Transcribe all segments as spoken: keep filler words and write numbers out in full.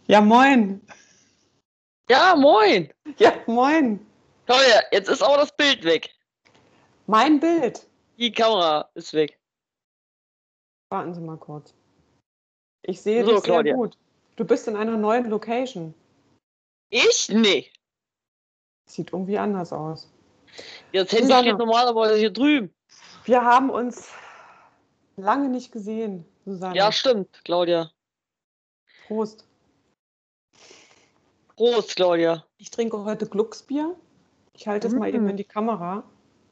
Ja, moin. Ja, moin. Ja, moin. Claudia, jetzt ist aber das Bild weg. Mein Bild. Die Kamera ist weg. Warten Sie mal kurz. Ich sehe So, dich sehr Claudia. gut. Du bist in einer neuen Location. Ich? Nee. Sieht irgendwie anders aus. Das Handy Susanne, steht normalerweise hier drüben. wir haben uns lange nicht gesehen, Susanne. Ja, stimmt, Claudia. Prost. Prost, Claudia. Ich trinke heute Glucksbier. Ich halte es Mm. mal eben in die Kamera.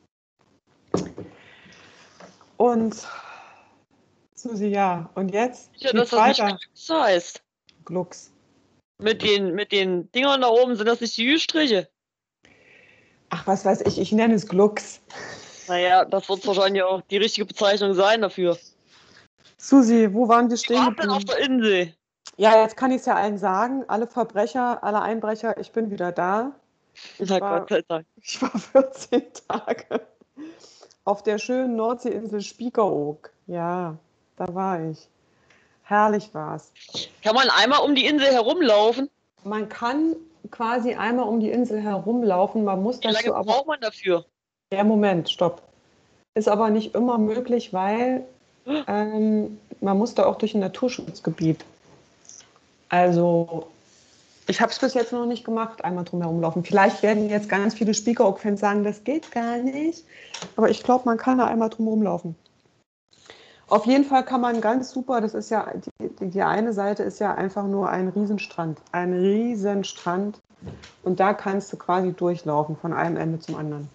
Und Susi, ja. Und jetzt Sicher, dass geht's das nicht weiter. Glücks heißt. Glucks. Mit den, mit den Dingern da oben sind das nicht die Ü-Striche. Ach, was weiß ich. Ich nenne es Glucks. Naja, das wird wahrscheinlich auch die richtige Bezeichnung sein dafür. Susi, wo waren wir stehen Wir waren auf geblieben? der Insel. Ja, jetzt kann ich es ja allen sagen. Alle Verbrecher, alle Einbrecher, ich bin wieder da. Ich Na war, Gott sei Dank. ich war vierzehn Tage auf der schönen Nordseeinsel Spiekeroog. Ja, da war ich. Herrlich war's. Kann man einmal um die Insel herumlaufen? Man kann quasi einmal um die Insel herumlaufen. Man muss Wie lange dazu aber. braucht man dafür? Ja, Moment, stopp. Ist aber nicht immer möglich, weil ähm, man muss da auch durch ein Naturschutzgebiet. Also, ich habe es bis jetzt noch nicht gemacht, einmal drum herum laufen. Vielleicht werden jetzt ganz viele Spiekeroog-Fans sagen, das geht gar nicht. Aber ich glaube, man kann da einmal drum herum laufen. Auf jeden Fall kann man ganz super, das ist ja, die, die eine Seite ist ja einfach nur ein Riesenstrand. Ein Riesenstrand. Und da kannst du quasi durchlaufen, von einem Ende zum anderen.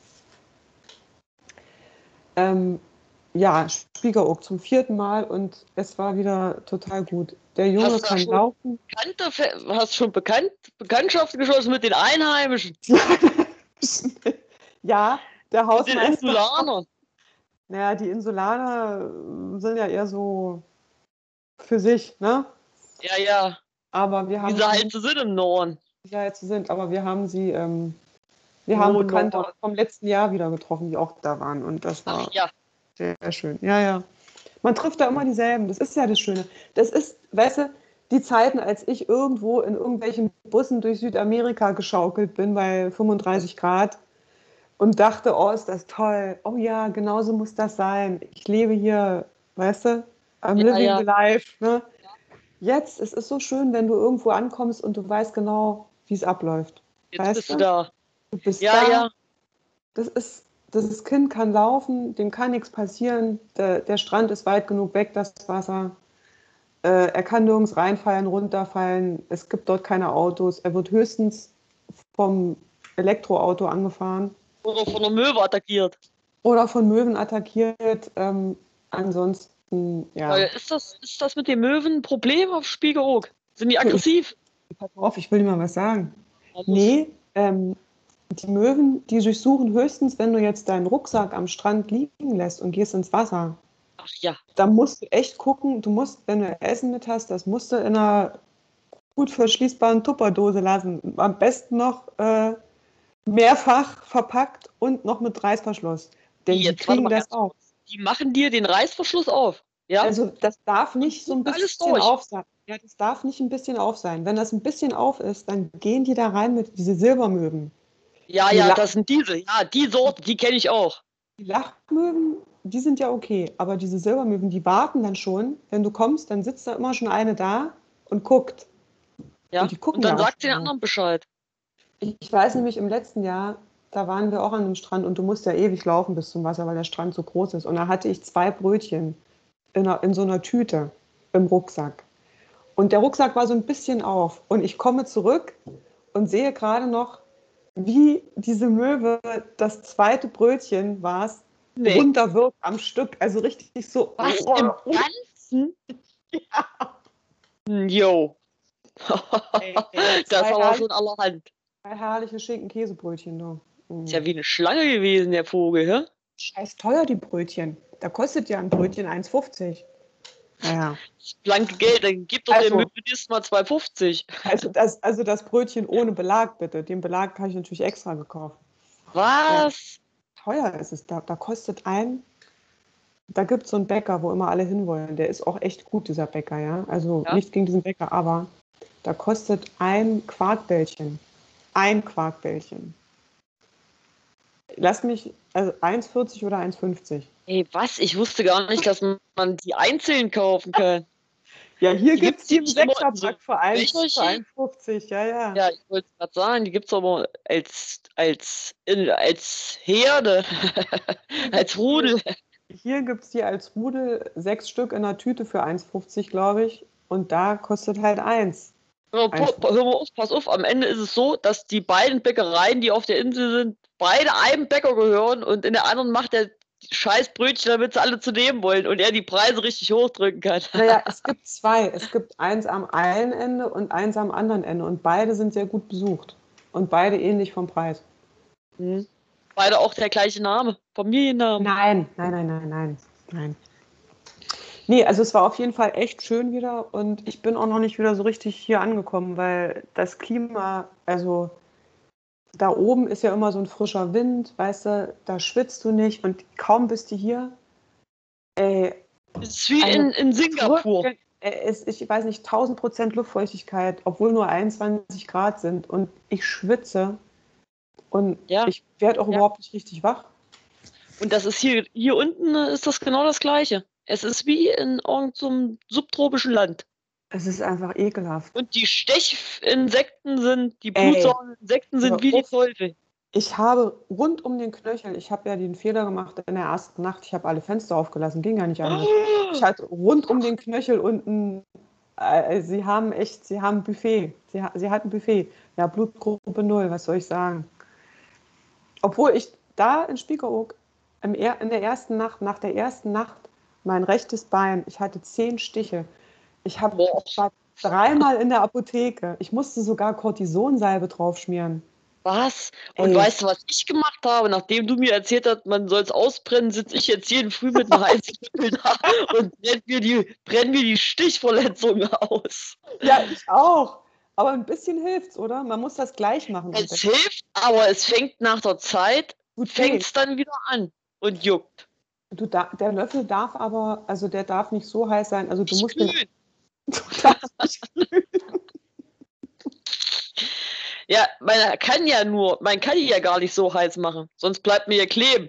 Ähm, ja, Spiekeroog zum vierten Mal und es war wieder total gut. Der Junge Hast du kann schon laufen. Bekannte, hast schon bekannt, Bekanntschaften geschlossen mit den Einheimischen, Ja, der mit den Hausmeister. Insulanern? Naja, die Insulaner sind ja eher so für sich, ne? Ja, ja, Aber wir wie haben sie halt sie, so sind im Norden. ja, jetzt sind, aber wir haben sie, ähm, wir haben Wo Bekannte Norden? vom letzten Jahr wieder getroffen, die auch da waren und das Ach war ja, sehr, sehr schön. Ja, ja. Man trifft da immer dieselben, das ist ja das Schöne. Das ist, weißt du, die Zeiten, als ich irgendwo in irgendwelchen Bussen durch Südamerika geschaukelt bin bei fünfunddreißig Grad und dachte, oh, ist das toll. Oh ja, genauso muss das sein. Ich lebe hier, weißt du, I'm ja, living ja. the life. Ne? Jetzt, es ist so schön, wenn du irgendwo ankommst und du weißt genau, wie es abläuft. Jetzt Weißt bist du? du da. Du bist Ja, da, ja, das ist, das Kind kann laufen, dem kann nichts passieren, der, der Strand ist weit genug weg, das Wasser. Äh, er kann nirgends reinfallen, runterfallen. Es gibt dort keine Autos. Er wird höchstens vom Elektroauto angefahren oder von der Möwe attackiert. oder von Möwen attackiert. Ähm, ansonsten, Ja, ja. ist das, ist das mit den Möwen ein Problem auf Spiekeroog? Sind die aggressiv? Pass auf, ich will dir mal was sagen. Alles. Nee, ähm, die Möwen, die durchsuchen höchstens, wenn du jetzt deinen Rucksack am Strand liegen lässt und gehst ins Wasser. Ach ja, Da musst du echt gucken, du musst, wenn du Essen mit hast, das musst du in einer gut verschließbaren Tupperdose lassen. Am besten noch äh, mehrfach verpackt und noch mit Reißverschluss. Denn die jetzt warte kriegen mal das ganz auch. kurz. Die machen dir den Reißverschluss auf. Ja? Also das darf nicht so ein Alles bisschen durch. auf sein. Ja, das darf nicht ein bisschen auf sein. Wenn das ein bisschen auf ist, dann gehen die da rein mit diese Silbermöwen. Ja, Die, ja, La das sind diese. Ja, die Sorte, die kenne ich auch. die Lachmöwen, die sind ja okay. Aber diese Silbermöwen, die warten dann schon. Wenn du kommst, dann sitzt da immer schon eine da und guckt. Ja, Und die gucken und dann ja auch sagt schon den mal. anderen Bescheid. Ich, ich weiß nämlich, im letzten Jahr, da waren wir auch an einem Strand und du musst ja ewig laufen bis zum Wasser, weil der Strand so groß ist. Und da hatte ich zwei Brötchen in, einer, in so einer Tüte im Rucksack. Und der Rucksack war so ein bisschen auf. Und ich komme zurück und sehe gerade noch, wie diese Möwe das zweite Brötchen war es, Nee. runterwirkt am Stück. Also richtig so. Was im Ganzen? Jo. Ey, ey, Das zwei, aber herrlich, schon allerhand. zwei herrliche Schinken-Käsebrötchen. Du. Ist ja wie eine Schlange gewesen, der Vogel, hä? Scheiß teuer, die Brötchen. Da kostet ja ein Brötchen eins fünfzig. Naja. Das blanke Geld, dann gibt doch Also, dem Möbelist mal zwei fünfzig. also, das, also das Brötchen ohne Belag, bitte. Den Belag habe ich natürlich extra gekauft. Ja, Was? teuer ist es. Da, da kostet ein, da gibt es so einen Bäcker, wo immer alle hinwollen. Der ist auch echt gut, dieser Bäcker, ja. Also Ja? nichts gegen diesen Bäcker, aber Da kostet ein Quarkbällchen. Ein Quarkbällchen. Lass mich, also eins vierzig oder eins fünfzig. Ey, was? Ich wusste gar nicht, dass man die einzeln kaufen kann. Ja, hier Die gibt es gibt's die im nicht immer in so Sechserpack für eins Becherchen. fünfzig. Ja, ja. Ja, ich wollte gerade sagen, die gibt es aber als, als, in, als Herde, als Rudel. Hier gibt es die als Rudel, sechs Stück in der Tüte für eins fünfzig, glaube ich. Und da kostet halt eins. Hör mal, hör mal auf, pass auf, am Ende ist es so, dass die beiden Bäckereien, die auf der Insel sind, beide einem Bäcker gehören und in der anderen macht er scheiß Brötchen, damit sie alle zu nehmen wollen und er die Preise richtig hochdrücken kann. Naja, es gibt zwei. Es gibt eins am einen Ende und eins am anderen Ende. Und beide sind sehr gut besucht. Und beide ähnlich vom Preis. Hm. Beide auch der gleiche Name, Familienname. Nein, nein, nein, nein, nein, nein. Nee, also es war auf jeden Fall echt schön wieder und ich bin auch noch nicht wieder so richtig hier angekommen, weil das Klima, also da oben ist ja immer so ein frischer Wind, weißt du, da schwitzt du nicht und kaum bist du hier, ey, Es ist wie eine in, in Singapur. Brücke, äh, es, ich weiß nicht, tausend Prozent Luftfeuchtigkeit, obwohl nur einundzwanzig Grad sind und ich schwitze und Ja, ich werde auch ja. überhaupt nicht richtig wach. Und das ist hier, hier unten äh, ist das genau das Gleiche. Es ist wie in irgendeinem subtropischen Land. Es ist einfach ekelhaft. Und die Stechinsekten sind, die Ey, blutsaugenden Insekten sind hör wie die auf. Teufel. Ich habe rund um den Knöchel, ich habe ja den Fehler gemacht in der ersten Nacht, ich habe alle Fenster aufgelassen, ging ja nicht anders. Ich hatte rund um den Knöchel unten, äh, sie haben echt, sie haben Buffet, sie, sie hatten Buffet. Ja, Blutgruppe null, was soll ich sagen? Obwohl ich da in Spiekeroog im er, in der ersten Nacht, nach der ersten Nacht, mein rechtes Bein, ich hatte zehn Stiche. Ich habe Boah. war dreimal in der Apotheke. Ich musste sogar Cortisonsalbe draufschmieren. Was? Und Ey, weißt du, was ich gemacht habe? Nachdem du mir erzählt hast, man soll es ausbrennen, sitze ich jetzt jeden Früh mit einem heißen Löffel da und brenn mir die, brenn mir die Stichverletzung aus. ja, ich auch. Aber ein bisschen hilft's, oder? Man muss das gleich machen. am Es besten. hilft, aber es fängt nach der Zeit, Tut weh. fängt es dann wieder an und juckt. Du da, der Löffel darf aber, also der darf nicht so heiß sein. Also du Ich musst den. glühen. Du darfst nicht glühen. Ja, man kann ja nur, man kann die ja gar nicht so heiß machen, sonst bleibt mir ja kleben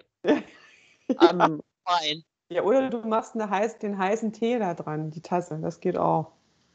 am Bein. Ja, oder du machst eine heiß, den heißen Tee da dran, die Tasse. Das geht auch.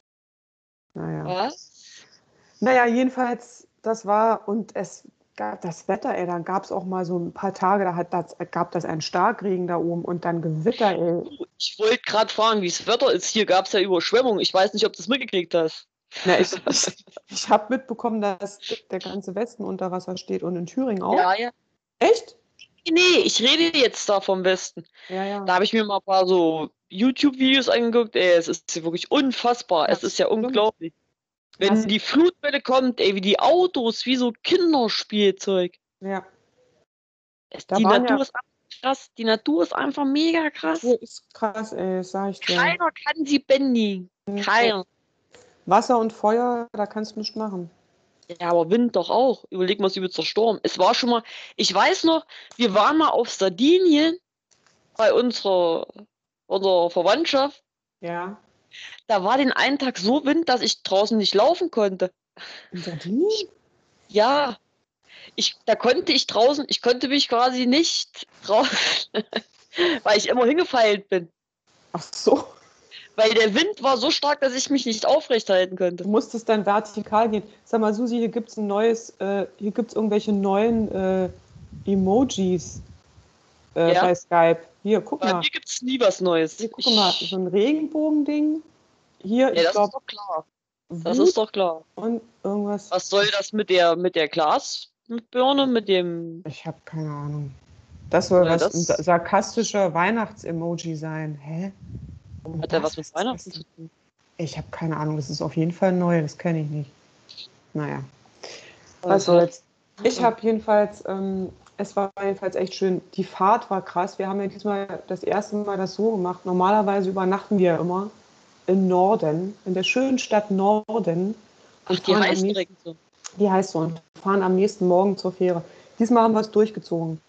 Naja. Was? Naja, jedenfalls, das war, und es gab das Wetter, ey, dann gab es auch mal so ein paar Tage, da hat das, gab das einen Starkregen da oben und dann Gewitter, ey. Du, ich wollte gerade fragen, wie das Wetter ist. Hier gab es ja Überschwemmung. Ich weiß nicht, ob du das mitgekriegt hast. Na, ich ich, ich habe mitbekommen, dass der ganze Westen unter Wasser steht und in Thüringen auch. Ja, ja. Echt? Nee, ich rede jetzt da vom Westen. Ja, ja. Da habe ich mir mal ein paar so YouTube-Videos angeguckt. Ey, es ist ja wirklich unfassbar. Ja, Es ist ja stimmt. unglaublich. Wenn Was? die Flutwelle kommt, ey, wie die Autos, wie so Kinderspielzeug. Ja, Es, da die waren Natur ja, ist einfach krass. Die Natur ist einfach mega krass. Natur ist krass, ey, das sag ich dir. Keiner kann sie bändigen. Keiner. Wasser und Feuer, da kannst du nichts machen. Ja, aber Wind doch auch. Überleg mal, über der Sturm. Es war schon mal, ich weiß noch, wir waren mal auf Sardinien bei unserer, unserer Verwandtschaft. Ja. Da war den einen Tag so Wind, dass ich draußen nicht laufen konnte. In Sardinien? Ja, ich, da konnte ich draußen, ich konnte mich quasi nicht draußen, weil ich immer hingefallen bin. Ach so. Weil der Wind war so stark, dass ich mich nicht aufrecht halten konnte. Du musstest dann vertikal gehen. Sag mal, Susi, hier gibt es ein neues, äh, hier gibt es irgendwelche neuen äh, Emojis äh, Ja? bei Skype. Hier, guck Bei mal. mir gibt es nie was Neues. Hier, guck Ich, mal, so ein Regenbogending. Hier, ja, ich das ist glaube, doch klar. Das ist doch klar. und irgendwas. Was soll das mit der mit der Glasbirne, mit dem. Ich habe keine Ahnung. Das soll Ja, was das ein sa- sarkastischer Weihnachtsemoji sein. Hä? Und hat ja was mit ist Weihnachten das? zu tun. Ich habe keine Ahnung. Das ist auf jeden Fall neu. Das kenne ich nicht. Naja. Was Also, soll's. Ich habe jedenfalls, ähm, es war jedenfalls echt schön. Die Fahrt war krass. Wir haben ja diesmal das erste Mal das so gemacht. Normalerweise übernachten wir ja immer im Norden, in der schönen Stadt Norden. ach, Und die fahren am heißt nächsten, direkt so. die heißt so, und fahren am nächsten Morgen zur Fähre. Diesmal haben wir es durchgezogen.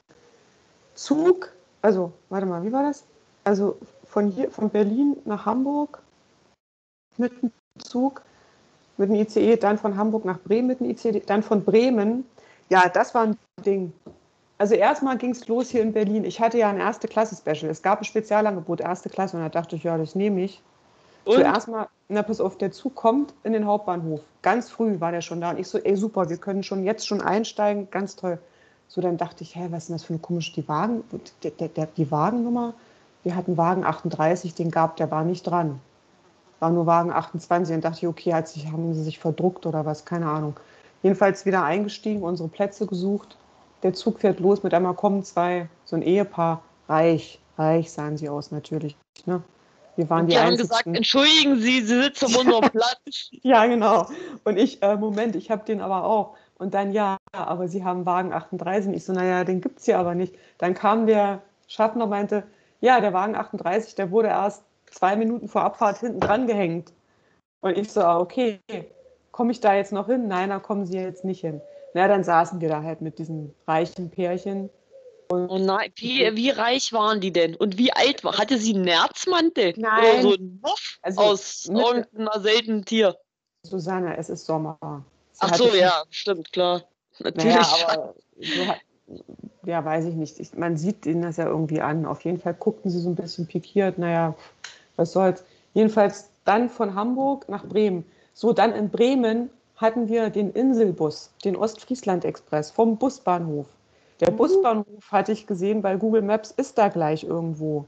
Zug, also, warte mal, wie war das? Also von hier, von Berlin nach Hamburg mit dem Zug. mit dem I C E, dann von Hamburg nach Bremen mit dem I C E, dann von Bremen. Ja, das war ein Ding. Also erstmal ging es los hier in Berlin. Ich hatte ja ein Erste-Klasse-Special. Es gab ein Spezialangebot, erste Klasse, und da dachte ich, ja, das nehme ich. Und? Zuerst mal, na pass auf, der Zug kommt in den Hauptbahnhof. Ganz früh war der schon da. Und ich so, ey, super, wir können schon jetzt schon einsteigen, ganz toll. So, dann dachte ich, hä, was ist denn das für eine komische, die Wagen, der, der, der, die Wagennummer? Wir hatten Wagen achtunddreißig, den gab, der war nicht dran. War nur Wagen achtundzwanzig. Dann dachte ich, okay, hat sich, haben sie sich verdruckt oder was, keine Ahnung. Jedenfalls wieder eingestiegen, unsere Plätze gesucht. Der Zug fährt los, mit einmal kommen zwei, so ein Ehepaar, reich, reich sahen sie aus natürlich. Ne? Wir waren Und die, die haben einzigsten. gesagt, entschuldigen Sie, Sie sitzen auf unserem Platz. Ja, genau. Und ich, äh, Moment, ich habe den aber auch. Und dann, ja, aber Sie haben Wagen achtunddreißig. Und ich so, naja, den gibt es hier aber nicht. Dann kam der Schaffner, meinte, ja, der Wagen achtunddreißig, der wurde erst zwei Minuten vor Abfahrt hinten dran gehängt. Und ich so, ah, okay, komme ich da jetzt noch hin? Nein, da kommen Sie jetzt nicht hin. Na, dann saßen wir da halt mit diesem reichen Pärchen. Und oh nein, wie, wie reich waren die denn? Und wie alt war? Hatte sie einen Nerzmantel? Nein. Oder so ein Wuff also aus irgendeiner seltenen Tier? Susanne, es ist Sommer. Sie Ach so, ja, stimmt, klar. Natürlich. Naja, aber so hat, ja, weiß ich nicht. Ich, man sieht ihnen das ja irgendwie an. Auf jeden Fall guckten sie so ein bisschen pikiert. Naja, was soll's. Jedenfalls dann von Hamburg nach Bremen. So, dann in Bremen hatten wir den Inselbus, den Ostfriesland-Express vom Busbahnhof. Der Busbahnhof hatte ich gesehen bei Google Maps, ist da gleich irgendwo.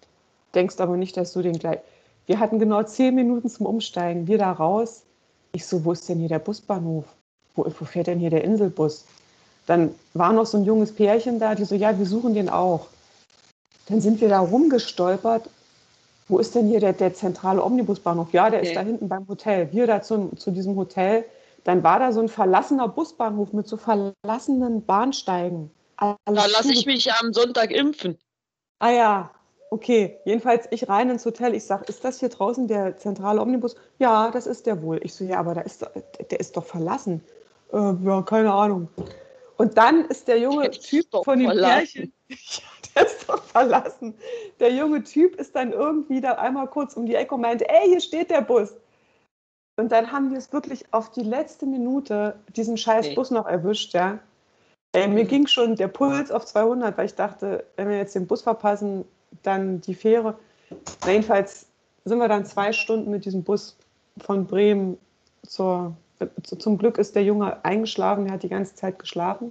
Denkst aber nicht, dass du den gleich... Wir hatten genau zehn Minuten zum Umsteigen. Wir da raus. Ich so, wo ist denn hier der Busbahnhof? Wo, wo fährt denn hier der Inselbus? Dann war noch so ein junges Pärchen da, die so, ja, wir suchen den auch. Dann sind wir da rumgestolpert. Wo ist denn hier der, der zentrale Omnibusbahnhof? Ja, der Okay. ist da hinten beim Hotel. Wir da zu, zu diesem Hotel. Dann war da so ein verlassener Busbahnhof mit so verlassenen Bahnsteigen. Alles Da lasse ich zuge- mich am Sonntag impfen. Ah ja, okay. Jedenfalls ich rein ins Hotel. Ich sage, ist das hier draußen der zentrale Omnibus? Ja, das ist der wohl. Ich so, ja, aber da ist, doch- der ist doch verlassen. Äh, ja, keine Ahnung. Und dann ist der junge Der ist Typ doch von dem verlassen. Pärchen, der ist doch verlassen. Der junge Typ ist dann irgendwie da einmal kurz um die Ecke und meinte, ey, hier steht der Bus. Und dann haben wir es wirklich auf die letzte Minute diesen scheiß Okay. Bus noch erwischt, ja. Ey, mir Mhm. ging schon der Puls auf zweihundert, weil ich dachte, wenn wir jetzt den Bus verpassen, dann die Fähre. Na, jedenfalls sind wir dann zwei Stunden mit diesem Bus von Bremen zur... Zum Glück ist der Junge eingeschlafen, der hat die ganze Zeit geschlafen.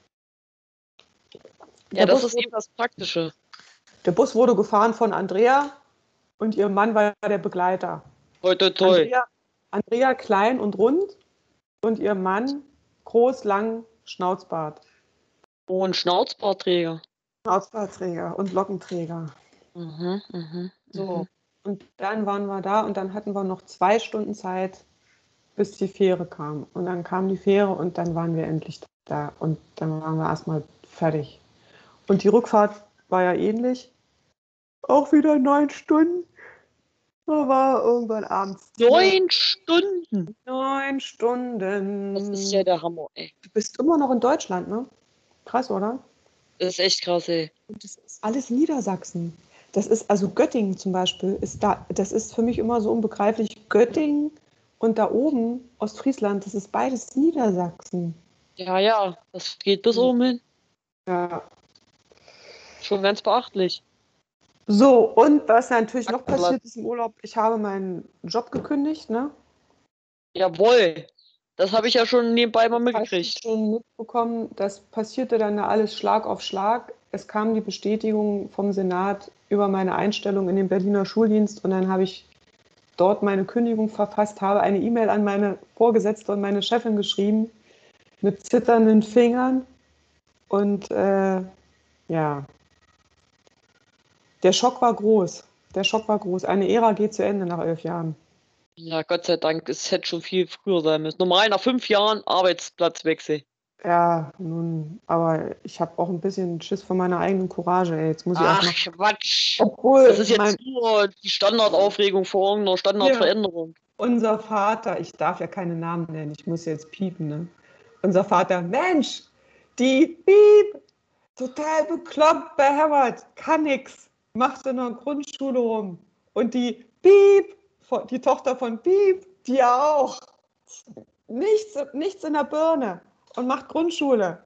Ja, Der das Bus ist eben das Praktische. Der Bus wurde gefahren von Andrea und ihr Mann war der Begleiter. Toi, toi, toi. Andrea, Andrea klein und rund und ihr Mann groß, lang, Schnauzbart. Oh, ein Schnauzbartträger. Schnauzbartträger und Lockenträger. Mhm, mhm, So. mhm. Und dann waren wir da und dann hatten wir noch zwei Stunden Zeit, bis die Fähre kam. Und dann kam die Fähre und dann waren wir endlich da. Und dann waren wir erstmal fertig. Und die Rückfahrt war ja ähnlich. Auch wieder neun Stunden. Da war irgendwann abends. Neun Stunden. Neun Stunden. Das ist ja der Hammer, ey. Du bist immer noch in Deutschland, ne? Krass, oder? Das ist echt krass, ey. Und das ist alles Niedersachsen. Das ist, also Göttingen zum Beispiel, ist da, das ist für mich immer so unbegreiflich. Göttingen und da oben Ostfriesland, das ist beides Niedersachsen. Ja, ja, das geht bis oben hin. Ja. Schon ganz beachtlich. So, und was natürlich noch passiert ist im Urlaub, ich habe meinen Job gekündigt, ne? Jawohl. Das habe ich ja schon nebenbei mal Hast du mitgekriegt. schon mitbekommen, das passierte dann alles Schlag auf Schlag. Es kam die Bestätigung vom Senat über meine Einstellung in den Berliner Schuldienst und dann habe ich dort meine Kündigung verfasst, habe eine E-Mail an meine Vorgesetzte und meine Chefin geschrieben mit zitternden Fingern und äh, ja, der Schock war groß. Der Schock war groß. Eine Ära geht zu Ende nach elf Jahren. Ja, Gott sei Dank, es hätte schon viel früher sein müssen. Normal nach fünf Jahren Arbeitsplatzwechsel. Ja, nun, aber ich habe auch ein bisschen Schiss vor meiner eigenen Courage. Ey. Jetzt muss ich Ach, erstmal. Quatsch. Obwohl, Das ist jetzt mein, nur die Standardaufregung vor irgendeiner Standardveränderung. unser Vater, ich darf ja keine Namen nennen, ich muss jetzt piepen, ne? Unser Vater, Mensch, die Piep, total bekloppt bei Herbert, kann nix, macht in der Grundschule rum. Und die Piep, die Tochter von Piep, die auch. nichts, nichts in der Birne und macht Grundschule.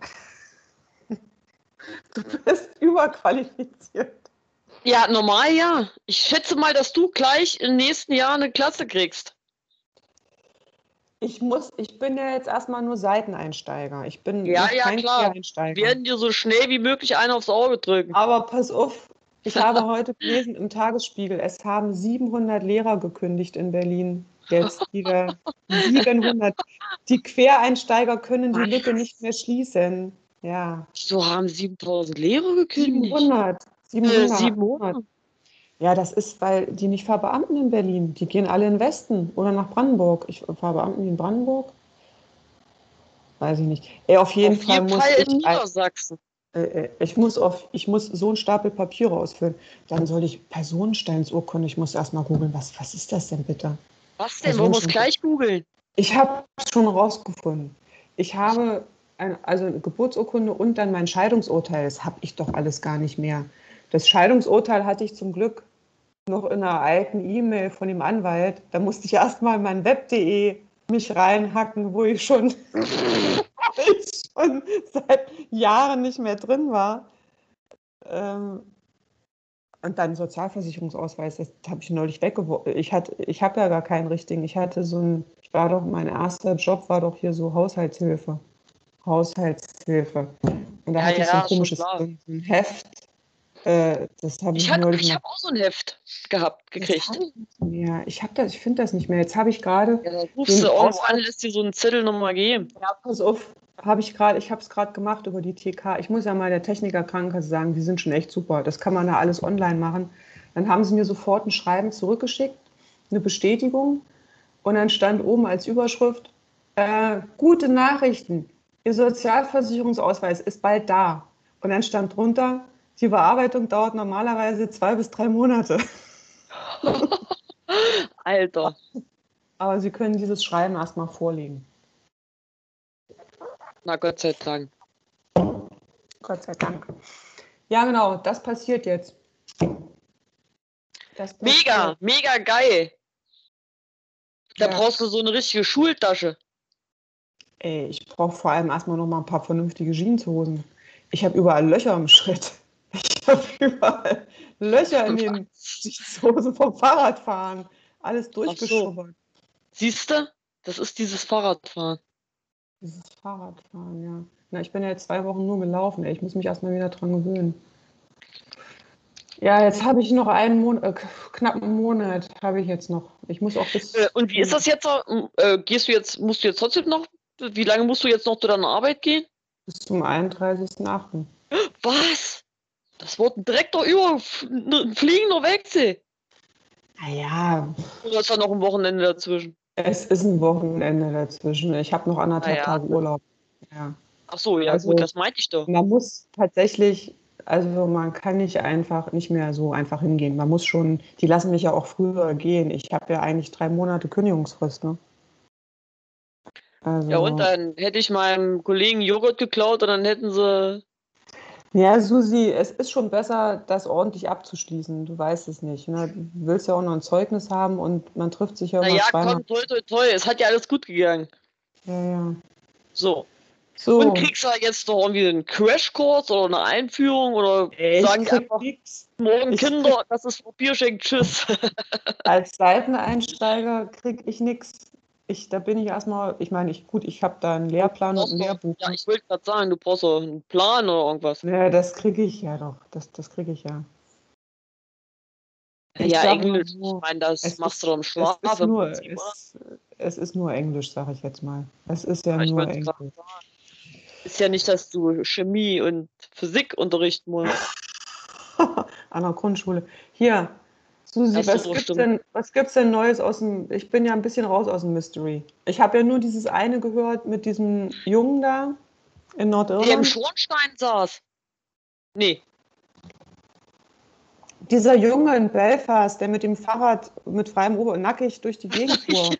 Du bist überqualifiziert. Ja, normal ja. Ich schätze mal, dass du gleich im nächsten Jahr eine Klasse kriegst. Ich muss, ich bin ja jetzt erstmal nur Seiteneinsteiger. Ich bin Ja, noch ja, kein klar. Quereinsteiger. Wir werden dir so schnell wie möglich einen aufs Auge drücken. Aber pass auf, ich habe heute gelesen im Tagesspiegel, es haben siebenhundert Lehrer gekündigt in Berlin. Jetzt wieder siebenhundert. Die Quereinsteiger können die Was? Lücke nicht mehr schließen. Ja. So haben siebentausend Lehrer gekündigt. siebenhundert. Äh, siebenhundert. siebenhundert. Ja, das ist, weil die nicht verbeamten in Berlin. Die gehen alle in den Westen oder nach Brandenburg. Ich verbeamten die in Brandenburg? Weiß ich nicht. Ey, auf jeden Auf Fall jeden muss Fall ich, in Niedersachsen. äh, äh, ich muss auf, ich muss so einen Stapel Papiere ausfüllen. Dann soll ich Personensteinsurkunde. Ich muss erst mal googeln, was, was ist das denn bitte? Was denn? Wollen wir es Personenstand- gleich googeln? Ich habe es schon rausgefunden. Ich habe ein, also eine Geburtsurkunde und dann mein Scheidungsurteil. Das habe ich doch alles gar nicht mehr. Das Scheidungsurteil hatte ich zum Glück noch in einer alten E-Mail von dem Anwalt. Da musste ich erst mal in mein web punkt de mich reinhacken, wo ich schon, wo ich schon seit Jahren nicht mehr drin war. Ähm, und dann Sozialversicherungsausweis, das habe ich neulich weggeworfen. Ich, hatte, ich habe ja gar keinen richtigen. Ich hatte so ein, ich war doch, mein erster Job war doch hier so Haushaltshilfe. Haushaltshilfe. Und da Ja, hatte ich so ein ja, schon komisches klar. so ein Heft. Äh, das habe ich Ich, hatte- neulich ich mal. habe auch so ein Heft gehabt, Das gekriegt. habe ich nicht mehr. Ich habe das, ich finde das nicht mehr. Jetzt habe ich gerade Ja, da so rufst du einen irgendwo an, Aushalt. lässt dir so einen Zettel nochmal geben. Ja, pass auf, habe ich gerade, ich habe es gerade gemacht über die T K. Ich muss ja mal der Technikerkrankenkasse sagen, die sind schon echt super. Das kann man da alles online machen. Dann haben sie mir sofort ein Schreiben zurückgeschickt, eine Bestätigung. Und dann stand oben als Überschrift, äh, gute Nachrichten, Ihr Sozialversicherungsausweis ist bald da. Und dann stand drunter, die Bearbeitung dauert normalerweise zwei bis drei Monate. Alter. Aber Sie können dieses Schreiben erstmal vorlegen. Na Gott sei Dank. Gott sei Dank. Ja, genau, das passiert jetzt. Das passiert. Mega, mega geil. Da Ja. brauchst du so eine richtige Schultasche. Ey, ich brauche vor allem erstmal noch mal ein paar vernünftige Jeanshosen. Ich habe überall Löcher im Schritt. Ich habe überall Löcher in den Jeanshosen vom Fahrradfahren. Alles durchgeschubbert. Siehst du? Das ist dieses Fahrradfahren. Dieses Fahrradfahren, ja. Na, ich bin ja jetzt zwei Wochen nur gelaufen. Ey. Ich muss mich erstmal wieder dran gewöhnen. Ja, jetzt habe ich noch einen Monat, äh, knapp einen Monat habe ich jetzt noch. Ich muss auch bis. Äh, und wie ist das jetzt? Äh, gehst du jetzt, musst du jetzt trotzdem noch, wie lange musst du jetzt noch zu deiner Arbeit gehen? Bis zum einunddreißigsten achten Was? Das wird ein direkter über ein fliegender Wechsel. Naja, Oder ist da noch ein Wochenende dazwischen? es ist ein Wochenende dazwischen. Ich habe noch anderthalb Ah, ja. Tage Urlaub. Ja. Ach so, ja Also- gut, das meinte ich doch. Man muss tatsächlich, also man kann nicht einfach, nicht mehr so einfach hingehen. Man muss schon, die lassen mich ja auch früher gehen. Ich habe ja eigentlich drei Monate Kündigungsfrist, ne? Also, Ja, und dann hätte ich meinem Kollegen Joghurt geklaut und dann hätten sie. ja, Susi, es ist schon besser, das ordentlich abzuschließen. Du weißt es nicht. Ne? Du willst ja auch noch ein Zeugnis haben und man trifft sich ja immer Naja, zweimal. komm, toi, toi, toi. Es hat ja alles gut gegangen. Ja, ja. So. So, Und kriegst du jetzt doch irgendwie einen Crashkurs oder eine Einführung oder ey, ich sagen die krieg einfach nix. morgen Ich Kinder, das ist Papierschenk, tschüss. Als Seiteneinsteiger kriege ich nichts. Ich, da bin ich erstmal, ich meine, ich, gut, ich habe da einen Lehrplan und ein Lehrbuch. Ja, ich wollte gerade sagen, du brauchst doch einen Plan oder irgendwas. Ja, das kriege ich ja doch. Das, das kriege ich ja. Ich Ja, sag mal Englisch, so, ich meine, das es machst ist- du doch im Schlaf. Es ist, im nur, Prinzip, oder? es, es ist nur Englisch, sage ich jetzt mal. Es ist ja Ja, ich nur wollte gerade Englisch. sagen. Ist ja nicht, dass du Chemie und Physik unterrichten musst. An der Grundschule. Hier, Susi, Ach so, was gibt's stimmt. denn, was gibt's denn Neues aus dem, ich bin ja ein bisschen raus aus dem Mystery. Ich habe ja nur dieses eine gehört mit diesem Jungen da in Der im Nordirland. Schornstein saß. Nee, Dieser Junge in Belfast, der mit dem Fahrrad mit freiem Ober nackig durch die Gegend fuhr.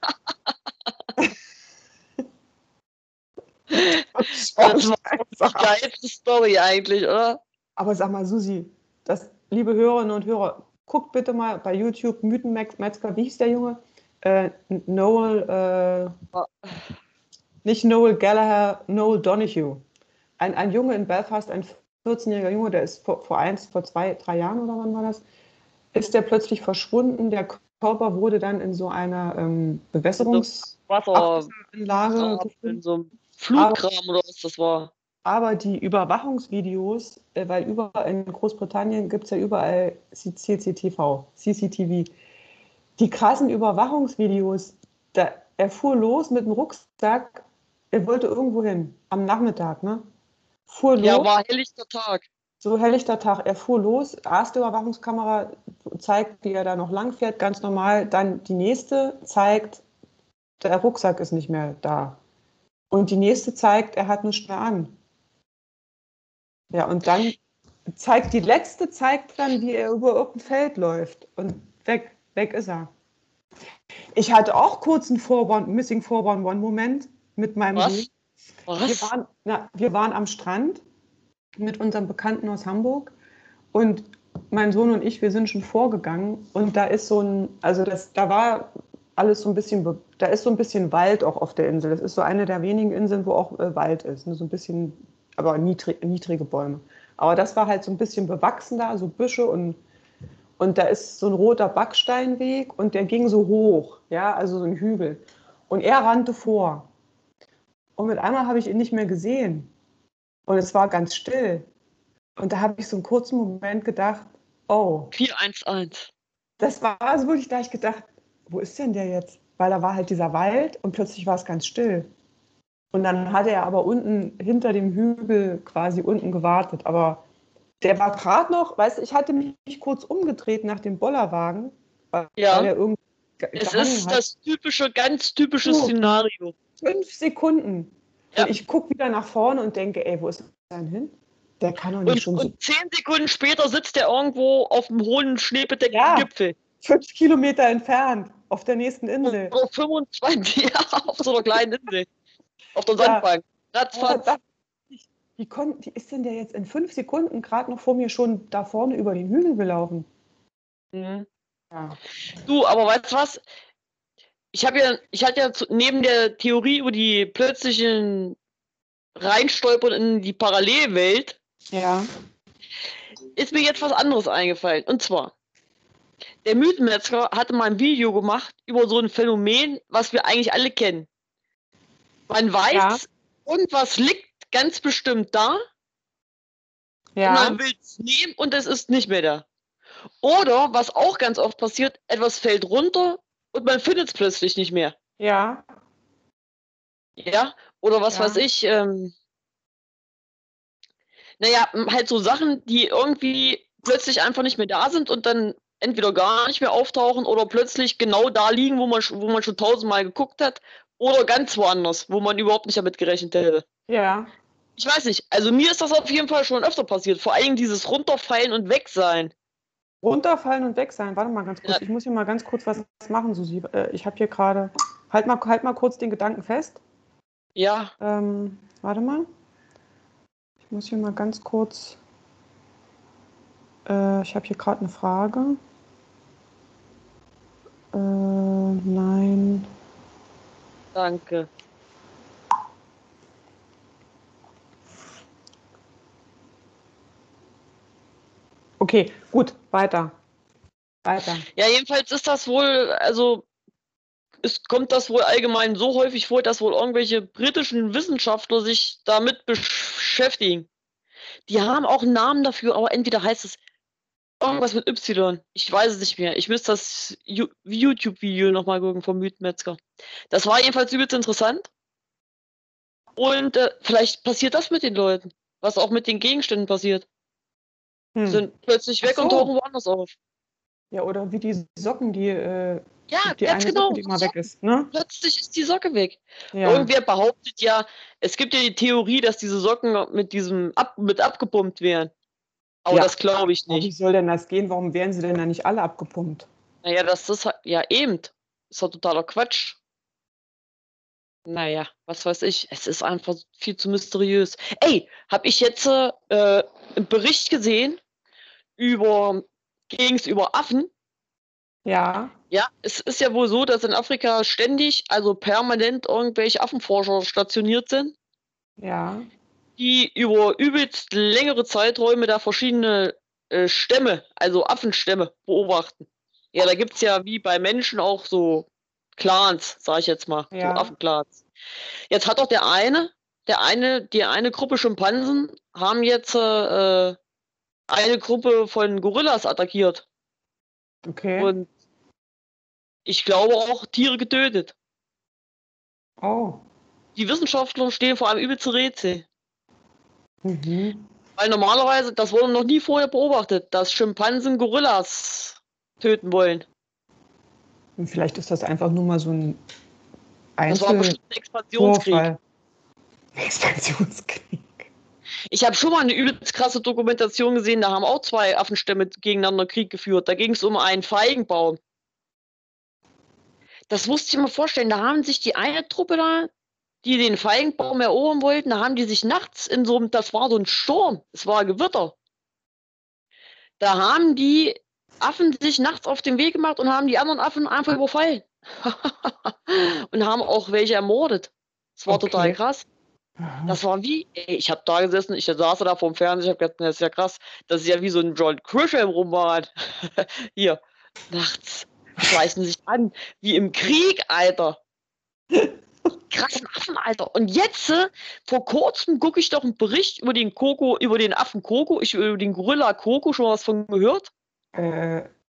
das war die geilste Story eigentlich, oder? Aber sag mal, Susi, das, liebe Hörerinnen und Hörer, guckt bitte mal bei YouTube Mythenmetzger, wie hieß der Junge? Äh, Noel, äh, Ah. nicht Noel Gallagher, Noel Donahue. Ein, ein Junge in Belfast, ein vierzehnjähriger Junge, der ist vor, vor eins, vor zwei, drei Jahren oder wann war das, ist der plötzlich verschwunden. Der Körper wurde dann in so einer ähm, So Wasser, Bewässerungsanlage Kram, in gefunden. so einem Aber, Flutkram oder was das war. aber die Überwachungsvideos, äh, weil überall in Großbritannien gibt es ja überall C C T V, C C T V. Die krassen Überwachungsvideos, da, er fuhr los mit dem Rucksack, er wollte irgendwo hin, am Nachmittag, ne? Fuhr Ja, los, war helllichter Tag. so helllichter Tag, er fuhr los, erste Überwachungskamera zeigt, wie er da noch lang fährt, ganz normal, dann die nächste zeigt, der Rucksack ist nicht mehr da. Und die nächste zeigt, er hat nichts mehr an. Ja, und dann zeigt die letzte, zeigt dann, wie er über irgendein Feld läuft. Und weg, weg ist er. Ich hatte auch kurz einen Vorborn, Missing vier eins eins-Moment mit meinem Was? Sohn. Was? Wir waren, na, wir waren am Strand mit unserem Bekannten aus Hamburg und mein Sohn und ich, wir sind schon vorgegangen und da ist so ein, also das, da war alles so ein bisschen, da ist so ein bisschen Wald auch auf der Insel. Das ist so eine der wenigen Inseln, wo auch äh, Wald ist, ne? So ein bisschen, aber niedrig, niedrige Bäume. Aber das war halt so ein bisschen bewachsen da, so Büsche und und da ist so ein roter Backsteinweg und der ging so hoch, ja, also so ein Hügel. Und er rannte vor. Und mit einmal habe ich ihn nicht mehr gesehen. Und es war ganz still. Und da habe ich so einen kurzen Moment gedacht, oh, vier eins eins. das war also wirklich, da habe ich gedacht, wo ist denn der jetzt? Weil da war halt dieser Wald und plötzlich war es ganz still. Und dann hatte er aber unten hinter dem Hügel quasi unten gewartet. Aber der war gerade noch, weißt du, ich hatte mich kurz umgedreht nach dem Bollerwagen, weil Ja, der irgendwie es gehangen ist hat. das typische, ganz typische Oh, Szenario. fünf Sekunden. Ja. Und ich gucke wieder nach vorne und denke, ey, wo ist der denn hin? Der kann doch nicht Und, schon so und zehn Sekunden später sitzt er irgendwo auf dem hohen, schneebedeckten ja, Gipfel. fünf Kilometer entfernt, auf der nächsten Insel. Oder fünfundzwanzig, ja, auf so einer kleinen Insel. Auf der Ja. Sandbank. Aber Ratzfatz. da, wie, kon, wie ist denn der jetzt in fünf Sekunden gerade noch vor mir schon da vorne über den Hügel gelaufen? Mhm. Ja. Du, aber weißt du was? Ich habe ja, ich hatte ja zu, neben der Theorie über die plötzlichen Reinstolpern in die Parallelwelt, Ja. ist mir jetzt was anderes eingefallen. Und zwar, der Mythenmetzger hatte mal ein Video gemacht über so ein Phänomen, was wir eigentlich alle kennen. Man weiß, Ja. irgendwas liegt ganz bestimmt da, Ja. und man will es nehmen und es ist nicht mehr da. Oder, was auch ganz oft passiert, etwas fällt runter und man findet es plötzlich nicht mehr. Ja. Ja? Oder was Ja. weiß ich, ähm, naja, halt so Sachen, die irgendwie plötzlich einfach nicht mehr da sind und dann entweder gar nicht mehr auftauchen oder plötzlich genau da liegen, wo man, wo man schon tausendmal geguckt hat, oder ganz woanders, wo man überhaupt nicht damit gerechnet hätte. Ja. Ich weiß nicht, also mir ist das auf jeden Fall schon öfter passiert, vor allem dieses Runterfallen und Wegsein. Runterfallen und weg sein. Warte mal ganz kurz. Ja. Ich muss hier mal ganz kurz was machen, Susi. Äh, Ich habe hier gerade. Halt mal, halt mal kurz den Gedanken fest. Ja, Ähm, warte mal. Ich muss hier mal ganz kurz. Äh, ich habe hier gerade eine Frage. Äh, nein. danke. Okay, gut, weiter. Weiter. Ja, jedenfalls ist das wohl, also es kommt das wohl allgemein so häufig vor, dass wohl irgendwelche britischen Wissenschaftler sich damit beschäftigen. Die haben auch einen Namen dafür, aber entweder heißt es irgendwas mit Y. Ich weiß es nicht mehr. Ich müsste das Ju- YouTube-Video nochmal gucken vom Mythenmetzger. Das war jedenfalls übelst interessant. Und äh, vielleicht passiert das mit den Leuten, was auch mit den Gegenständen passiert. Die Hm. sind plötzlich Ach weg und so. tauchen woanders auf. Ja, oder wie die Socken, die, äh, Ja, die ganz eine genau. Socke, die immer weg ist. Ne? Plötzlich ist die Socke weg. Ja. Irgendwer behauptet ja, es gibt ja die Theorie, dass diese Socken mit diesem ab, mit abgepumpt werden. Aber Ja. das glaube ich Aber wie nicht. soll denn das gehen? Warum werden sie denn da nicht alle abgepumpt? Naja, das ist halt- ja eben. Ist doch totaler Quatsch. Naja, was weiß ich. Es ist einfach viel zu mysteriös. Ey, habe ich jetzt äh, einen Bericht gesehen über, ging es über Affen? Ja. Ja, es ist ja wohl so, dass in Afrika ständig, also permanent irgendwelche Affenforscher stationiert sind, Ja. die über übelst längere Zeiträume da verschiedene äh, Stämme, also Affenstämme, beobachten. Ja, da gibt es ja wie bei Menschen auch so Clans, sag ich jetzt mal, so Ja. Affenclans. Jetzt hat doch der eine, der eine, die eine Gruppe Schimpansen haben jetzt äh, eine Gruppe von Gorillas attackiert. Okay. Und ich glaube auch Tiere getötet. Oh. Die Wissenschaftler stehen vor einem übelsten Rätsel. Mhm. Weil normalerweise, das wurde noch nie vorher beobachtet, dass Schimpansen Gorillas töten wollen. Und vielleicht ist das einfach nur mal so ein Das war bestimmt ein Expansionskrieg. Einzelvorfall. Expansionskrieg. Ich habe schon mal eine übelst krasse Dokumentation gesehen, da haben auch zwei Affenstämme gegeneinander Krieg geführt. Da ging es um einen Feigenbaum. Das musste ich mir vorstellen. Da haben sich die eine Truppe da, die den Feigenbaum erobern wollten, da haben die sich nachts in so einem, das war so ein Sturm, es war Gewitter. Da haben die Affen sich nachts auf den Weg gemacht und haben die anderen Affen einfach überfallen. Und haben auch welche ermordet. Das war Okay. total krass. Das war wie, ey, ich habe da gesessen, ich saß da vor dem Fernseher, ich habe gedacht, das ist ja krass. Das ist ja wie so ein John Grisham-Roman. Hier, nachts schleichen sich an, wie im Krieg, Alter. Krassen Affen, Alter. Und jetzt, äh, vor kurzem gucke ich doch einen Bericht über den Koko, über den Affen Koko, ich über den Gorilla Koko, schon was von gehört? Äh,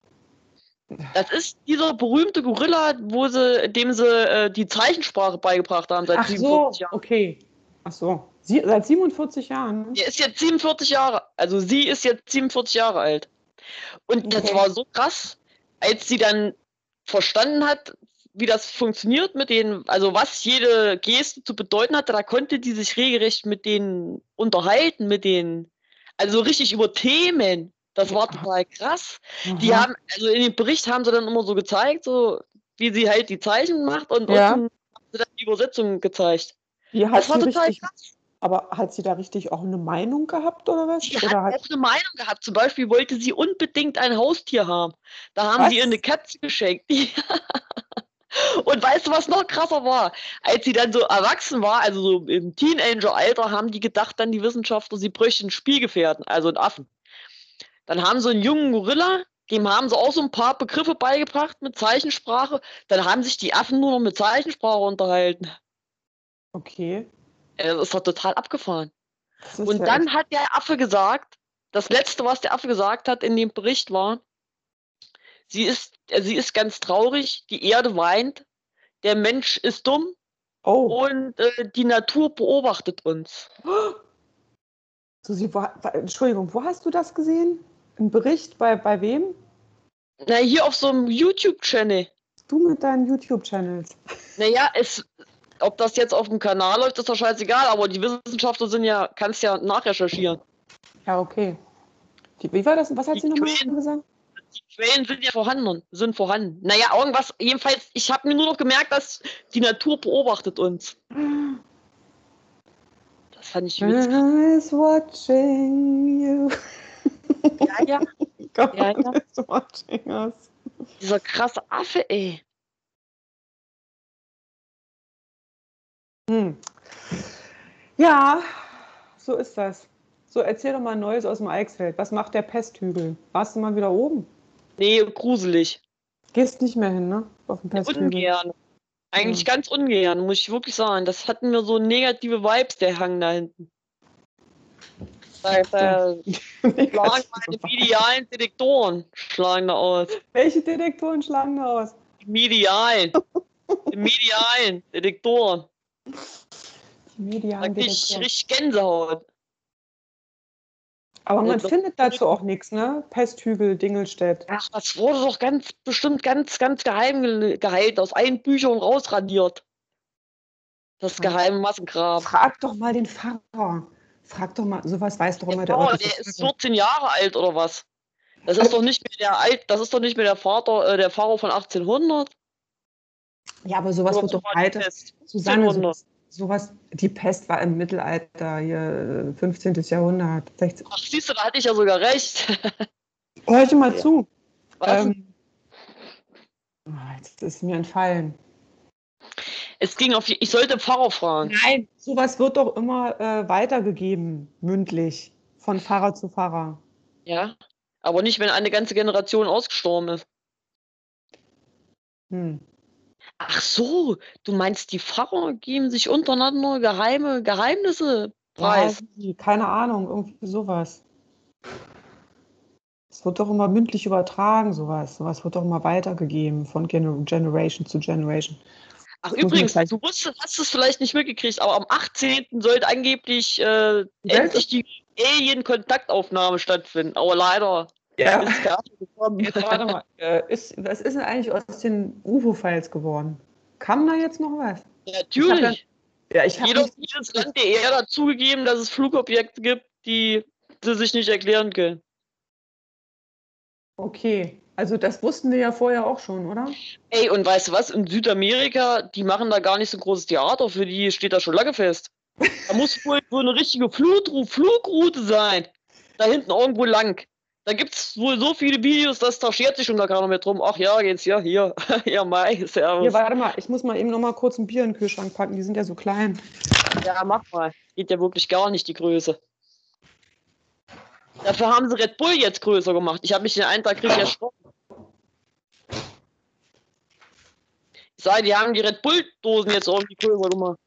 Das ist dieser berühmte Gorilla, wo sie, dem sie äh, die Zeichensprache beigebracht haben seit ach so, siebenundvierzig Jahren. okay. Ach so. Sie, seit siebenundvierzig Jahren? Der ist jetzt siebenundvierzig Jahre, also sie ist jetzt siebenundvierzig Jahre alt. Und das Okay. war so krass, als sie dann verstanden hat, wie das funktioniert mit denen, also was jede Geste zu bedeuten hatte, da konnte die sich regelrecht mit denen unterhalten, mit denen, also richtig über Themen. Das war total krass. Die Aha. haben, also in dem Bericht haben sie dann immer so gezeigt, so wie sie halt die Zeichen macht und Ja. unten haben sie dann die Übersetzung gezeigt. Wie hat Das war sie total richtig, krass. aber hat sie da richtig auch eine Meinung gehabt oder was? Sie Oder hat hat, auch eine Meinung gehabt. Zum Beispiel wollte sie unbedingt ein Haustier haben. Da haben Was? sie ihr eine Katze geschenkt. Und weißt du, was noch krasser war? Als sie dann so erwachsen war, also so im Teenager-Alter, haben die gedacht, dann die Wissenschaftler, sie bräuchten einen Spielgefährten, also einen Affen. Dann haben sie einen jungen Gorilla, dem haben sie auch so ein paar Begriffe beigebracht mit Zeichensprache. Dann haben sich die Affen nur noch mit Zeichensprache unterhalten. okay. Äh, Das ist doch total abgefahren. Das ist Und ja dann echt, hat der Affe gesagt, das Letzte, was der Affe gesagt hat in dem Bericht war, sie ist, äh, sie ist ganz traurig, die Erde weint, der Mensch ist dumm oh. und äh, die Natur beobachtet uns. Susi, wo, wa- Entschuldigung, wo hast du das gesehen? Ein Bericht bei, bei wem? Na, hier auf so einem YouTube-Channel. Du mit deinen YouTube-Channels. Naja, es, ob das jetzt auf dem Kanal läuft, ist doch scheißegal, aber die Wissenschaftler sind ja, kannst ja nachrecherchieren. Ja, okay. Die, wie war das? Was hat Die sie nochmal Quellen- gesagt? Die Quellen sind ja vorhanden, sind vorhanden. Naja, irgendwas, jedenfalls, ich habe mir nur noch gemerkt, dass die Natur beobachtet uns. Das fand ich übelst krass. Is watching you. Ja, ja, God Ja, ja. is watching us. dieser krasse Affe, ey. Hm. Ja, so ist das. So, erzähl doch mal Neues aus dem Eichsfeld. Was macht der Pesthügel? Warst du mal wieder oben? Nee, gruselig. Gehst nicht mehr hin, ne? Auf den Pesthügel. Ungern. Eigentlich Ja. ganz ungern, muss ich wirklich sagen. Das hatten mir so negative Vibes, der Hang da hinten. Da, da schlagen meine medialen Detektoren schlagen da aus. Welche Detektoren schlagen da aus? Die medialen. Die medialen Detektoren. Die Da medialen krieg ich Detektoren. richtig Gänsehaut. Aber man Das- findet dazu auch nichts, ne? Pesthügel, Dingelstädt. Ach, das wurde doch ganz bestimmt ganz, ganz geheim ge- gehalten, aus allen Büchern rausradiert. Das geheime Massengrab. Frag doch mal den Pfarrer. Frag doch mal, sowas weiß doch immer Der der Bauer, örtliche der ist Pfarrer. vierzehn Jahre alt oder was? Das ist doch nicht mehr der alt, das ist doch nicht mehr der Vater, äh, der Pfarrer von achtzehnhundert. Ja, aber sowas Oder wird doch war die weiter. Pest? Susanne, fünfzehnhundert. sowas, sowas, die Pest war im Mittelalter, hier äh, fünfzehnten. Jahrhundert. sechzehnten. Ach, siehst du, da hatte ich ja sogar recht. Hör ich mal Ja. zu. Was? Ähm, Ah, jetzt ist mir entfallen. Es ging auf, ich sollte Pfarrer fragen. Nein, sowas wird doch immer äh, weitergegeben, mündlich, von Pfarrer zu Pfarrer. Ja, aber nicht, wenn eine ganze Generation ausgestorben ist. Hm. Ach so, du meinst, die Pfarrer geben sich untereinander geheime Geheimnisse Ja, preis? keine Ahnung, irgendwie sowas. Es wird doch immer mündlich übertragen, sowas. Sowas wird doch immer weitergegeben von Gener Generation zu Generation. Ach Das muss mir übrigens, gleich du wusstest, hast es vielleicht nicht mitgekriegt, aber am achtzehnten sollte angeblich äh, die Welt. endlich die Alien-Kontaktaufnahme stattfinden. Aber leider Ja. ist keiner gekommen. Jetzt warte mal. Äh, ist, was ist denn eigentlich aus den U F O-Files geworden? Kam da jetzt noch was? Natürlich. Ja, ich habe Jeder, nicht. jedes Land der Erde hat zugegeben, dass es Flugobjekte gibt, die sie sich nicht erklären können. Okay, also das wussten wir ja vorher auch schon, oder? Ey, und weißt du was? In Südamerika, die machen da gar nicht so ein großes Theater, für die steht da schon lange fest. Da muss wohl so eine richtige Flugru Flugroute sein. Da hinten irgendwo lang. Da gibt es wohl so viele Videos, dass da schert sich schon gar keiner mehr drum. Ach ja, geht's hier, hier. Ja, Mai, Hier, servus. warte mal, ich muss mal eben noch mal kurz ein Bier in den Kühlschrank packen, die sind ja so klein. Ja, mach mal. Geht ja wirklich gar nicht, die Größe. Dafür haben sie Red Bull jetzt größer gemacht. Ich habe mich den einen Tag richtig erschrocken. Ich sage, die haben die Red Bull-Dosen jetzt irgendwie größer gemacht.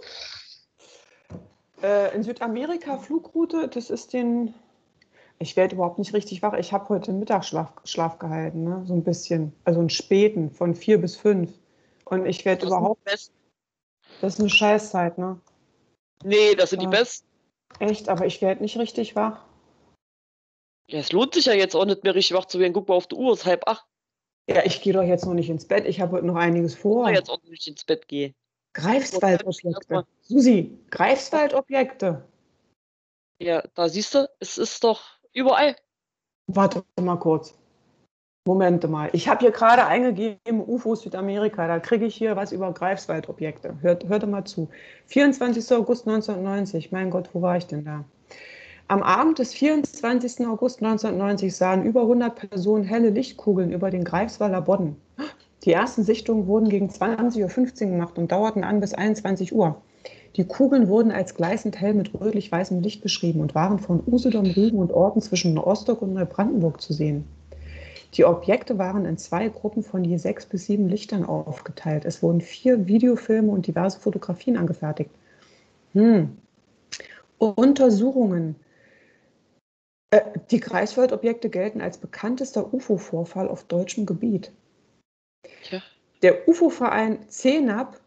Äh, in Südamerika Flugroute, das ist den. Ich werde überhaupt nicht richtig wach. Ich habe heute Mittagsschlaf Schlaf gehalten, ne? So ein bisschen. Also einen späten, von vier bis fünf. Und ich werde überhaupt. Das ist eine Scheißzeit, ne? Nee, das sind ja. die besten. Echt, aber ich werde nicht richtig wach. Ja, es lohnt sich ja jetzt auch nicht mehr richtig wach zu werden. Guck mal auf die Uhr, es ist halb acht. Ja, ich gehe doch jetzt noch nicht ins Bett. Ich habe heute noch einiges vor. Ich jetzt auch nicht ins Bett gehe. Greifswaldobjekte. Susi, Greifswaldobjekte. Ja, da siehst du, es ist doch überall. Warte mal kurz. Moment mal. Ich habe hier gerade eingegeben, U F O Südamerika. Da kriege ich hier was über Greifswaldobjekte. Hört, hört mal zu. vierundzwanzigster August neunzehnhundertneunzig. Mein Gott, wo war ich denn da? Am Abend des vierundzwanzigsten August neunzehnhundertneunzig sahen über hundert Personen helle Lichtkugeln über den Greifswalder Bodden. Die ersten Sichtungen wurden gegen zwanzig Uhr fünfzehn gemacht und dauerten an bis einundzwanzig Uhr. Die Kugeln wurden als gleißend hell mit rötlich-weißem Licht beschrieben und waren von Usedom, Rügen und Orten zwischen Rostock und Neubrandenburg zu sehen. Die Objekte waren in zwei Gruppen von je sechs bis sieben Lichtern aufgeteilt. Es wurden vier Videofilme und diverse Fotografien angefertigt. Hm. Untersuchungen. Äh, die Greifswaldobjekte gelten als bekanntester U F O-Vorfall auf deutschem Gebiet. Ja. Der U F O-Verein C N A P,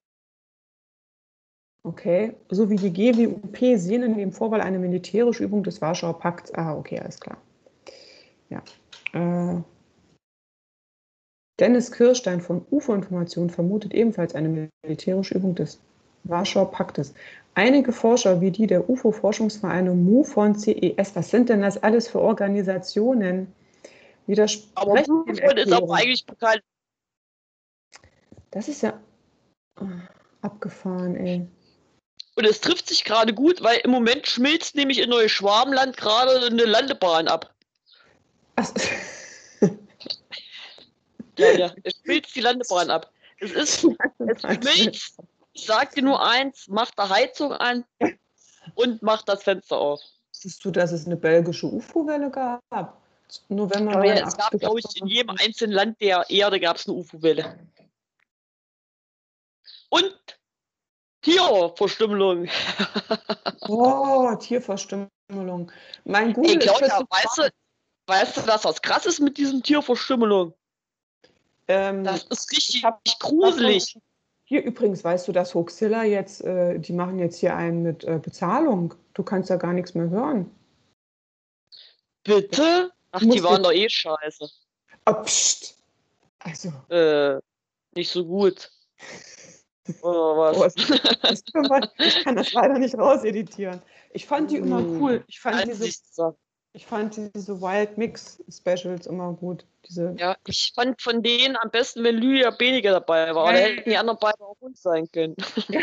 okay, sowie die G W U P sehen in dem Vorfall eine militärische Übung des Warschauer Pakts. Ah, okay, alles klar. Ja. Äh, Dennis Kirstein von U F O-Information vermutet ebenfalls eine militärische Übung des Warschauer Paktes. Einige Forscher wie die der U F O-Forschungsvereine MUFON, C E S, was sind denn das alles für Organisationen? Widersprechen Aber MUFON ist aber eigentlich bekannt. Das ist ja abgefahren, ey. Und es trifft sich gerade gut, weil im Moment schmilzt nämlich in Neuschwabenland gerade eine Landebahn ab. Ach. Ja, ja, es schmilzt die Landebahn ab. Es ist, es schmilzt. Ich sag dir nur eins, mach da Heizung an und mach das Fenster auf. Siehst du, dass es eine belgische U F O-Welle gab? November Aber ja, es gab, glaube ich, in jedem einzelnen Land der Erde gab es eine U F O-Welle. Und Tierverstümmelung. Oh, Tierverstümmelung. Mein Google Ey, Claudia, ist weißt du, weißt du, dass was krass ist mit diesem Tierverstümmelung? Ähm, das ist richtig gruselig. Hier übrigens, weißt du, dass Hoaxilla jetzt, äh, die machen jetzt hier einen mit äh, Bezahlung. Du kannst ja gar nichts mehr hören. Bitte? Ach, die waren doch eh scheiße. Oh, pst. Also. Äh, nicht so gut. Oder was? Oh, das, das ich kann das leider nicht rauseditieren. Ich fand die immer cool. Ich fand diese, ich fand diese Wild Mix Specials immer gut. Diese ja, ich fand von denen am besten, wenn Lydia Benige dabei war. Da hätten die anderen beiden auch uns sein können. Ja,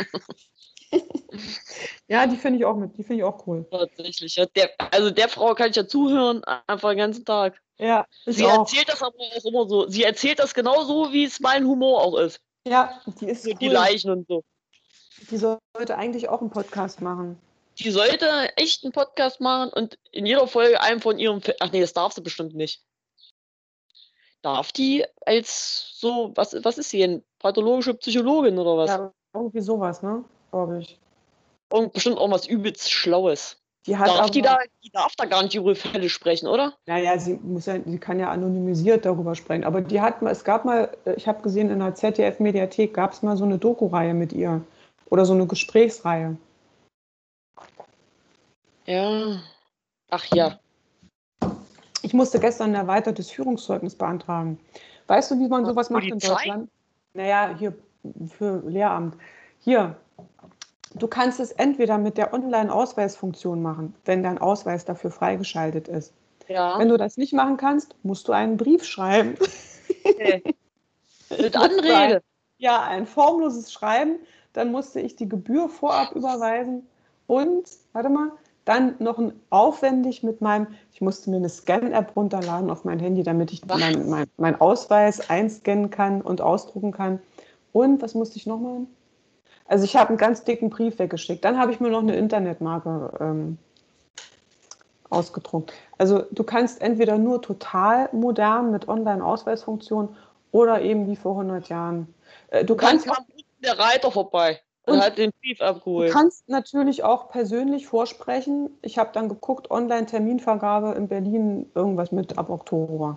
ja, die finde ich auch mit. Die finde ich auch cool. Tatsächlich. Ja. Der, also der Frau kann ich ja zuhören, einfach den ganzen Tag. Ja, ich Sie auch. erzählt das aber auch immer so. Sie erzählt das genauso, wie es mein Humor auch ist. Ja, die ist So die cool. Leichen und so. Die sollte eigentlich auch einen Podcast machen. Die sollte echt einen Podcast machen und in jeder Folge einen von ihrem Film. Ach nee, das darf sie bestimmt nicht. Darf die als so, was, was ist sie denn? Pathologische Psychologin oder was? Ja, irgendwie sowas, ne? Glaube ich. Und bestimmt auch was übelst Schlaues. Die hat Darf die aber, da, die darf da gar nicht über Fälle sprechen, oder? naja, sie muss ja, sie kann ja anonymisiert darüber sprechen. Aber die hat mal, es gab mal, ich habe gesehen, in der Z D F-Mediathek gab es mal so eine Doku-Reihe mit ihr. Oder so eine Gesprächsreihe. Ja. Ach ja. Ich musste gestern ein erweitertes Führungszeugnis beantragen. Weißt du, wie man sowas macht in Polizei? Deutschland? Naja, hier für Lehramt. Hier, du kannst es entweder mit der Online-Ausweisfunktion machen, wenn dein Ausweis dafür freigeschaltet ist. Ja. Wenn du das nicht machen kannst, musst du einen Brief schreiben. Okay. Mit Musste ein, Anrede. ja, ein formloses Schreiben. Dann musste ich die Gebühr vorab überweisen und, warte mal, dann noch ein aufwendig mit meinem, ich musste mir eine Scan-App runterladen auf mein Handy, damit ich Was? meinen mein, mein Ausweis einscannen kann und ausdrucken kann. Und was musste ich noch machen? Also ich habe einen ganz dicken Brief weggeschickt. Dann habe ich mir noch eine Internetmarke ähm, ausgedruckt. Also du kannst entweder nur total modern mit Online-Ausweisfunktion oder eben wie vor hundert Jahren. Äh, du Und dann kannst auch, kam unten der Reiter vorbei und, und hat den Brief du abgeholt. kannst natürlich auch persönlich vorsprechen. Ich habe dann geguckt, Online-Terminvergabe in Berlin, irgendwas mit ab Oktober.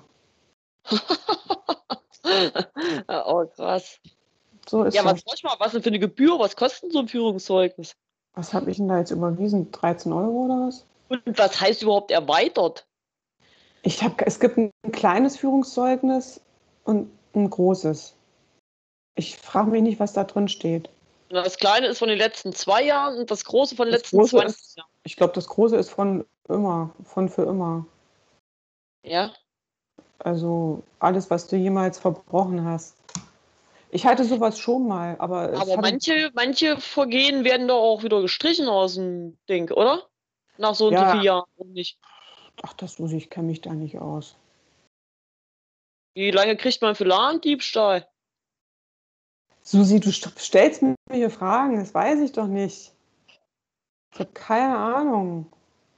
Oh, krass. So ist Ja, was das. soll ich mal, was denn für eine Gebühr? Was kostet denn so ein Führungszeugnis? Was habe ich denn da jetzt überwiesen? dreizehn Euro oder was? Und was heißt überhaupt erweitert? Ich hab, es gibt ein kleines Führungszeugnis und ein großes. Ich frage mich nicht, was da drin steht. Und das kleine ist von den letzten zwei Jahren und das große von den Das letzten große zwanzig ist, Jahren. ich glaube, das große ist von immer, von für immer. Ja. Also alles, was du jemals verbrochen hast. Ich hatte sowas schon mal, aber es Aber hatte, manche, manche Vergehen werden doch auch wieder gestrichen aus dem Ding, oder? Nach so und so vielen ja, Jahren. Und nicht. ach, das muss ich, kenne mich da nicht aus. Wie lange kriegt man für Ladendiebstahl? Susi, du st- stellst mir hier Fragen, das weiß ich doch nicht. Ich habe keine Ahnung.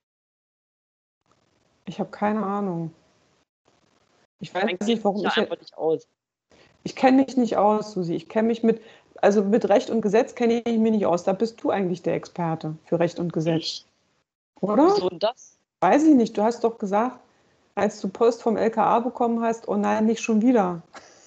Ich habe keine Ahnung. Ich weiß Man kennt nicht, warum sich ja ich jetzt. einfach nicht aus. Ich kenne mich nicht aus, Susi. Ich kenne mich mit, also mit Recht und Gesetz kenne ich mich nicht aus. Da bist du eigentlich der Experte für Recht und Gesetz, Ich? oder? Wieso denn das? Weiß ich nicht. Du hast doch gesagt, als du Post vom L K A bekommen hast, oh nein, nicht schon wieder.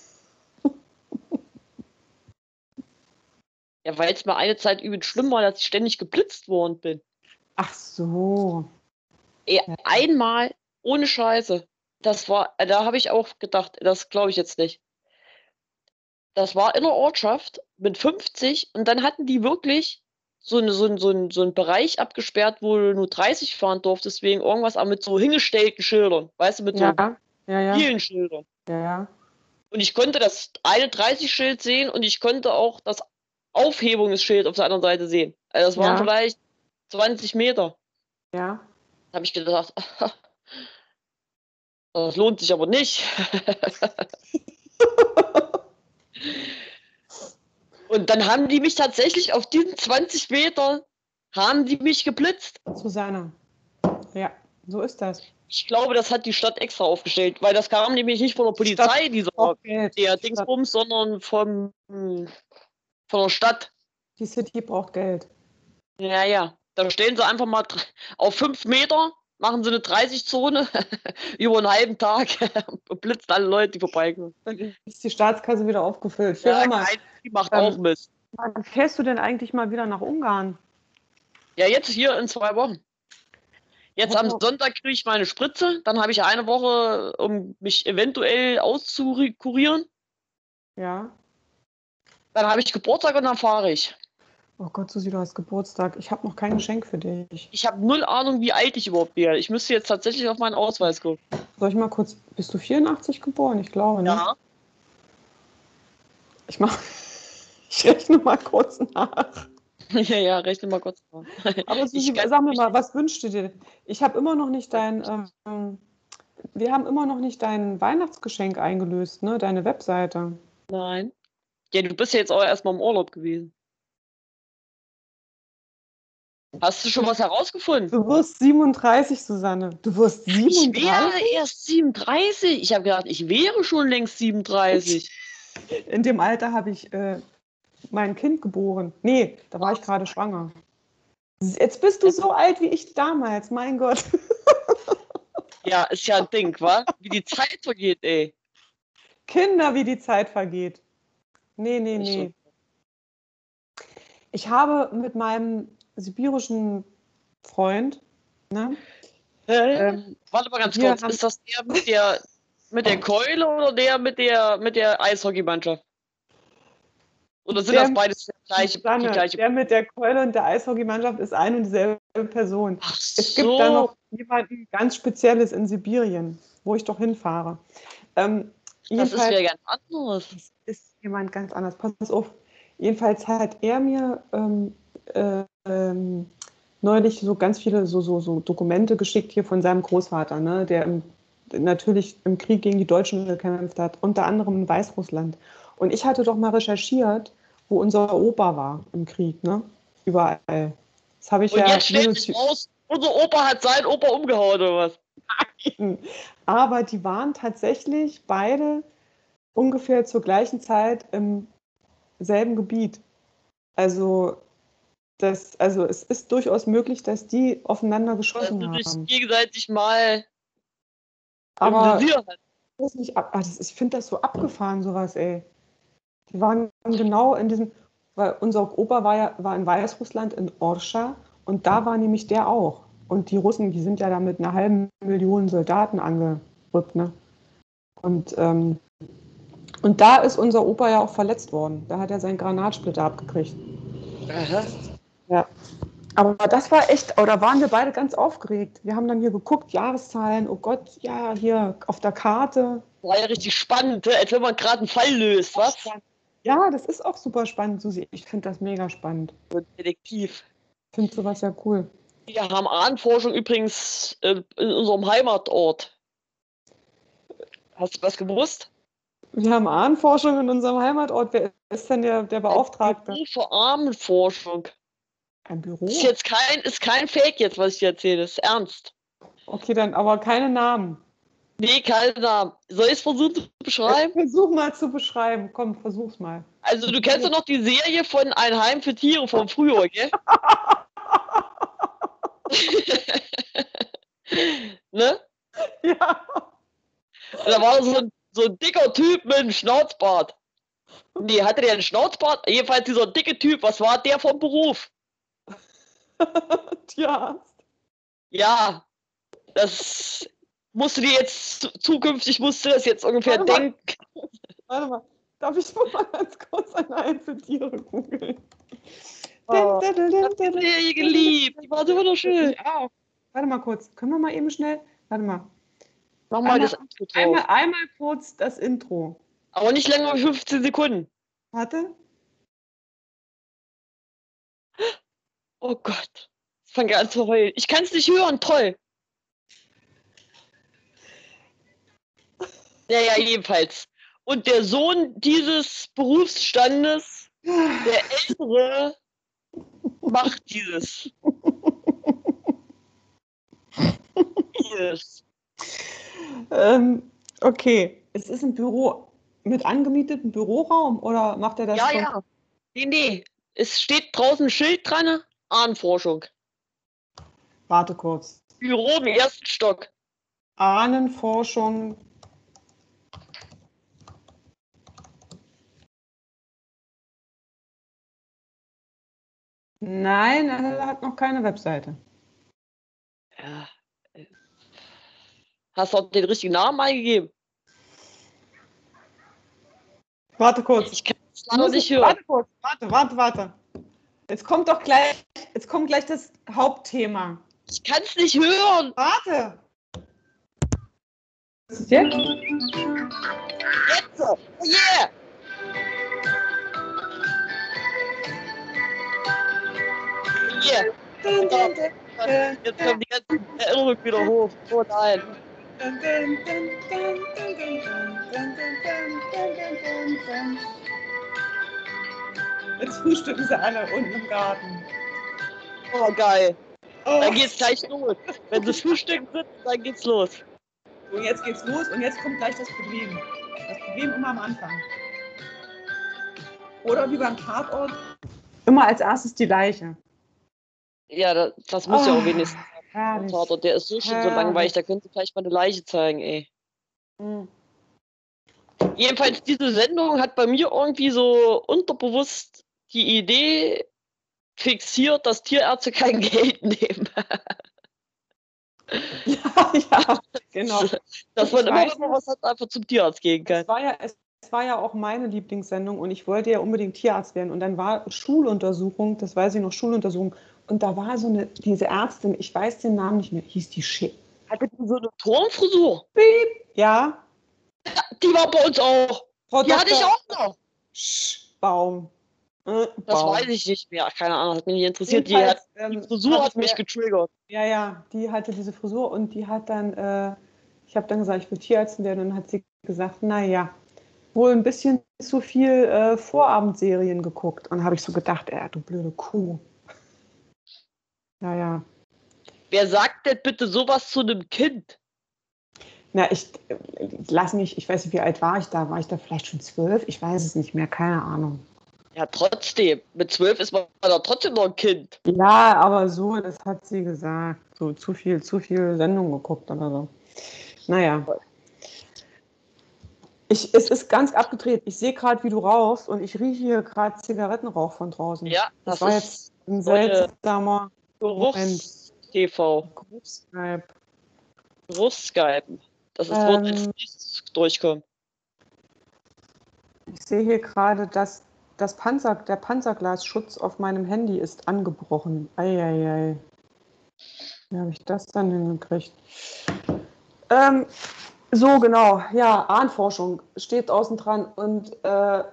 Ja, weil es mir eine Zeit übel schlimm war, dass ich ständig geblitzt worden bin. Ach so. Ey, einmal ohne Scheiße. Das war, da habe ich auch gedacht, das glaube ich jetzt nicht. Das war in der Ortschaft mit fünfzig und dann hatten die wirklich so, eine, so, ein, so, ein, so einen Bereich abgesperrt, wo du nur dreißig fahren durftest, wegen irgendwas, aber mit so hingestellten Schildern. Weißt du, mit so Ja, ja, ja, vielen Schildern. ja, ja. Und ich konnte das eine dreißig-Schild sehen und ich konnte auch das Aufhebungsschild auf der anderen Seite sehen. Also das waren Ja, vielleicht zwanzig Meter. ja. Da habe ich gedacht, das lohnt sich aber nicht. Und dann haben die mich tatsächlich auf diesen zwanzig Meter, haben die mich geblitzt. Susanne. Ja, so ist das. Ich glaube, das hat die Stadt extra aufgestellt, weil das kam nämlich nicht von der Die Stadt Polizei, dieser braucht Geld. der Die Stadt, Dingsbums, sondern vom, von der Stadt. die City braucht Geld. Ja, ja. Da stellen sie einfach mal dr- auf fünf Meter, machen sie eine dreißig-Zone über einen halben Tag und blitzen alle Leute, die vorbeikommen. Dann ist die Staatskasse wieder aufgefüllt. Ja, Hör mal, kein, die macht ähm, auch Mist. wann fährst du denn eigentlich mal wieder nach Ungarn? Ja, jetzt hier in zwei Wochen. Jetzt am Oh, Sonntag kriege ich meine Spritze, dann habe ich eine Woche, um mich eventuell auszukurieren. ja. Dann habe ich Geburtstag und dann fahre ich. Oh Gott, Susi, du hast Geburtstag. Ich habe noch kein Geschenk für dich. Ich habe null Ahnung, wie alt ich überhaupt wäre. Ich müsste jetzt tatsächlich auf meinen Ausweis gucken. Soll ich mal kurz. Bist du vierundachtzig geboren? Ich glaube, ne? Ja. Ich mach. Ich rechne mal kurz nach. Ja, ja, rechne mal kurz nach. Aber Susi, Ich kann sag mir mich mal, nicht- was wünschst du dir? Ich habe immer noch nicht dein, ähm, wir haben immer noch nicht dein Weihnachtsgeschenk eingelöst, ne? Deine Webseite. Nein. Ja, du bist ja jetzt auch erstmal im Urlaub gewesen. Hast du schon was herausgefunden? Du wirst siebenunddreißig, Susanne. Du wirst Ich siebenunddreißig? wäre erst siebenunddreißig. Ich habe gedacht, ich wäre schon längst siebenunddreißig. In dem Alter habe ich äh, mein Kind geboren. Nee, da war ich gerade schwanger. Jetzt bist du so alt wie ich damals, mein Gott. Ja, ist ja ein Ding, wa? Wie die Zeit vergeht, ey. Kinder, wie die Zeit vergeht. Nee, nee, Ist nee. so. Ich habe mit meinem sibirischen Freund, ne? Hä? Ähm, Warte mal ganz wir kurz. haben- Ist das der mit der mit der Keule oder der mit der mit der Eishockeymannschaft? Oder sind Der- das beides die gleiche, die Susanne, gleiche? der mit der Keule und der Eishockeymannschaft ist eine und dieselbe Person. Ach Es gibt da so. noch jemanden ganz Spezielles in Sibirien, wo ich doch hinfahre. Ähm, Das ist jedenfalls wieder ganz anderes. das ist jemand ganz anders. Pass auf. Jedenfalls hat er mir ähm, äh, ähm, neulich so ganz viele so, so, so Dokumente geschickt hier von seinem Großvater, ne, der im, natürlich im Krieg gegen die Deutschen gekämpft hat, unter anderem in Weißrussland. Und ich hatte doch mal recherchiert, wo unser Opa war im Krieg, ne? Überall. Das habe ich Und ja jetzt stellt sich raus, unser Opa hat seinen Opa umgehauen oder was? Aber die waren tatsächlich beide ungefähr zur gleichen Zeit im selben Gebiet. Also, das, also es ist durchaus möglich, dass die aufeinander geschossen Dass sie sich haben. gegenseitig mal Aber im Visier hat. das ist nicht ab, ah, das ist, ich finde das so abgefahren, sowas, ey. Die waren genau in diesem, weil unser Opa war ja war in Weißrussland, in Orscha, und da war nämlich der auch. Und die Russen, die sind ja da mit einer halben Million Soldaten angerückt, ne? Und, ähm, und da ist unser Opa ja auch verletzt worden. Da hat er seinen Granatsplitter abgekriegt. Aha. Ja. Aber das war echt, oder waren wir beide ganz aufgeregt. Wir haben dann hier geguckt, Jahreszahlen, oh Gott, ja, hier auf der Karte. War ja richtig spannend, als wenn man gerade einen Fall löst, was? Ja, das ist auch super spannend, Susi. Ich finde das mega spannend. Und Detektiv. Ich finde sowas ja cool. Wir haben Ahnenforschung übrigens äh, in unserem Heimatort. Hast du was gewusst? Wir haben Ahnenforschung in unserem Heimatort. Wer ist denn der, der Beauftragte? Ein Büro für Ahnenforschung. Ein Büro? Ist jetzt kein, ist kein Fake jetzt, was ich dir erzähle. Ist ernst. Okay, dann aber keine Namen. Nee, keine Namen. Soll ich es versuchen zu beschreiben? Versuch mal zu beschreiben. Komm, versuch's mal. Also du kennst ja noch die Serie von Ein Heim für Tiere vom Frühjahr, gell? Ne? Ja. Und da war so ein, so ein dicker Typ mit einem Schnauzbart. Nee, hatte der einen Schnauzbart? Jedenfalls dieser dicke Typ, was war der vom Beruf? Tierarzt. Ja, das musst du dir jetzt zukünftig musst du das jetzt ungefähr Warte mal. denken. Warte mal. Darf ich mal ganz kurz ein Heim für Tiere googeln? Oh, ich hab die Serie geliebt. Die war so wunderschön. Ich auch. Warte mal kurz. Können wir mal eben schnell. Warte mal. Mach mal Einmal, das Intro drauf. einmal, einmal kurz das Intro. Aber nicht länger als fünfzehn Sekunden. Warte. Oh Gott. Ich fange an zu heulen. Ich kann es nicht hören. Toll. Naja, jedenfalls. Und der Sohn dieses Berufsstandes, der Ältere, macht dieses. Dieses. Ähm, okay. Es ist ein Büro mit angemietetem Büroraum oder macht er das Ja, von- ja. Nee, nee. Es steht draußen ein Schild dran. Ahnenforschung. Warte kurz. Büro im ersten Stock. Ahnenforschung. Nein, er hat noch keine Webseite. Ja. Hast du auch den richtigen Namen eingegeben? Warte kurz. Ich kann es leider Muss nicht ich- hören. Warte kurz. Warte, warte, warte. Jetzt kommt doch gleich, jetzt kommt gleich das Hauptthema. Ich kann es nicht hören. Warte. Was ist jetzt? Jetzt. Oh yeah. Yeah. Jetzt kommen die ganzen Erinnerungen wieder hoch. Oh nein. Dun, dun, dun, dun, dun, dun, dun, dun, dun, dun, dun, dun. Jetzt frühstücken sie alle unten im Garten. Oh, geil. Oh. Dann geht's gleich los. Wenn sie frühstücken sind, dann geht's los. Und jetzt geht's los und jetzt kommt gleich das Problem. Das Problem immer am Anfang. Oder wie beim Tatort. Immer als erstes die Leiche. Ja, das, das muss oh, ja auch wenigstens herrlich. sein. Tatort, der ist so schon so langweilig, da könnt ihr gleich mal eine Leiche zeigen, ey. Mhm. Jedenfalls, diese Sendung hat bei mir irgendwie so unterbewusst die Idee fixiert, dass Tierärzte kein Geld nehmen. Ja, ja, genau. Dass man Ich immer, weiß wenn man nicht. was hat, einfach zum Tierarzt gehen kann. Es war ja, es war ja auch meine Lieblingssendung und ich wollte ja unbedingt Tierarzt werden. Und dann war Schuluntersuchung, das weiß ich noch, Schuluntersuchung. Und da war so eine, diese Ärztin, ich weiß den Namen nicht mehr, hieß die Schick. Hatte die so eine Turmfrisur? Ja, Die war bei uns auch. Frau Die hatte ich Doktor auch noch. Sch- Baum. Äh, Das Baum. weiß ich nicht mehr. Keine Ahnung, hat mich nicht interessiert. Die, Jedenfalls, hat, die ähm, Frisur hatte hat mich der- getriggert. Ja, ja, die hatte diese Frisur und die hat dann, äh, ich habe dann gesagt, ich will Tierärztin werden und dann hat sie gesagt, naja, wohl ein bisschen zu viel äh, Vorabendserien geguckt. Und habe ich so gedacht, ey, du blöde Kuh. Naja. Wer sagt denn bitte sowas zu einem Kind? Na, ich äh, lass mich, ich weiß nicht, wie alt war ich da? War ich da vielleicht schon zwölf? Ich weiß es nicht mehr, keine Ahnung. Ja, trotzdem. Mit zwölf ist man da trotzdem noch ein Kind. Ja, aber so, das hat sie gesagt. So zu viel, zu viel Sendung geguckt oder so. Naja. Ich, es ist ganz abgedreht. Ich sehe gerade, wie du rauchst und ich rieche hier gerade Zigarettenrauch von draußen. Ja, das, das war ist jetzt ein neue seltsamer Moment. Geruchs-T V. Geruchsskype. Geruchsskypen. Das ist Wort als Ähm, nächstes durchkommen. Ich sehe hier gerade, dass das Panzer, der Panzerglasschutz auf meinem Handy ist angebrochen. Eieiei. Wie habe ich das dann hingekriegt? Ähm, so, genau. Ja, Ahnenforschung steht außen dran und äh,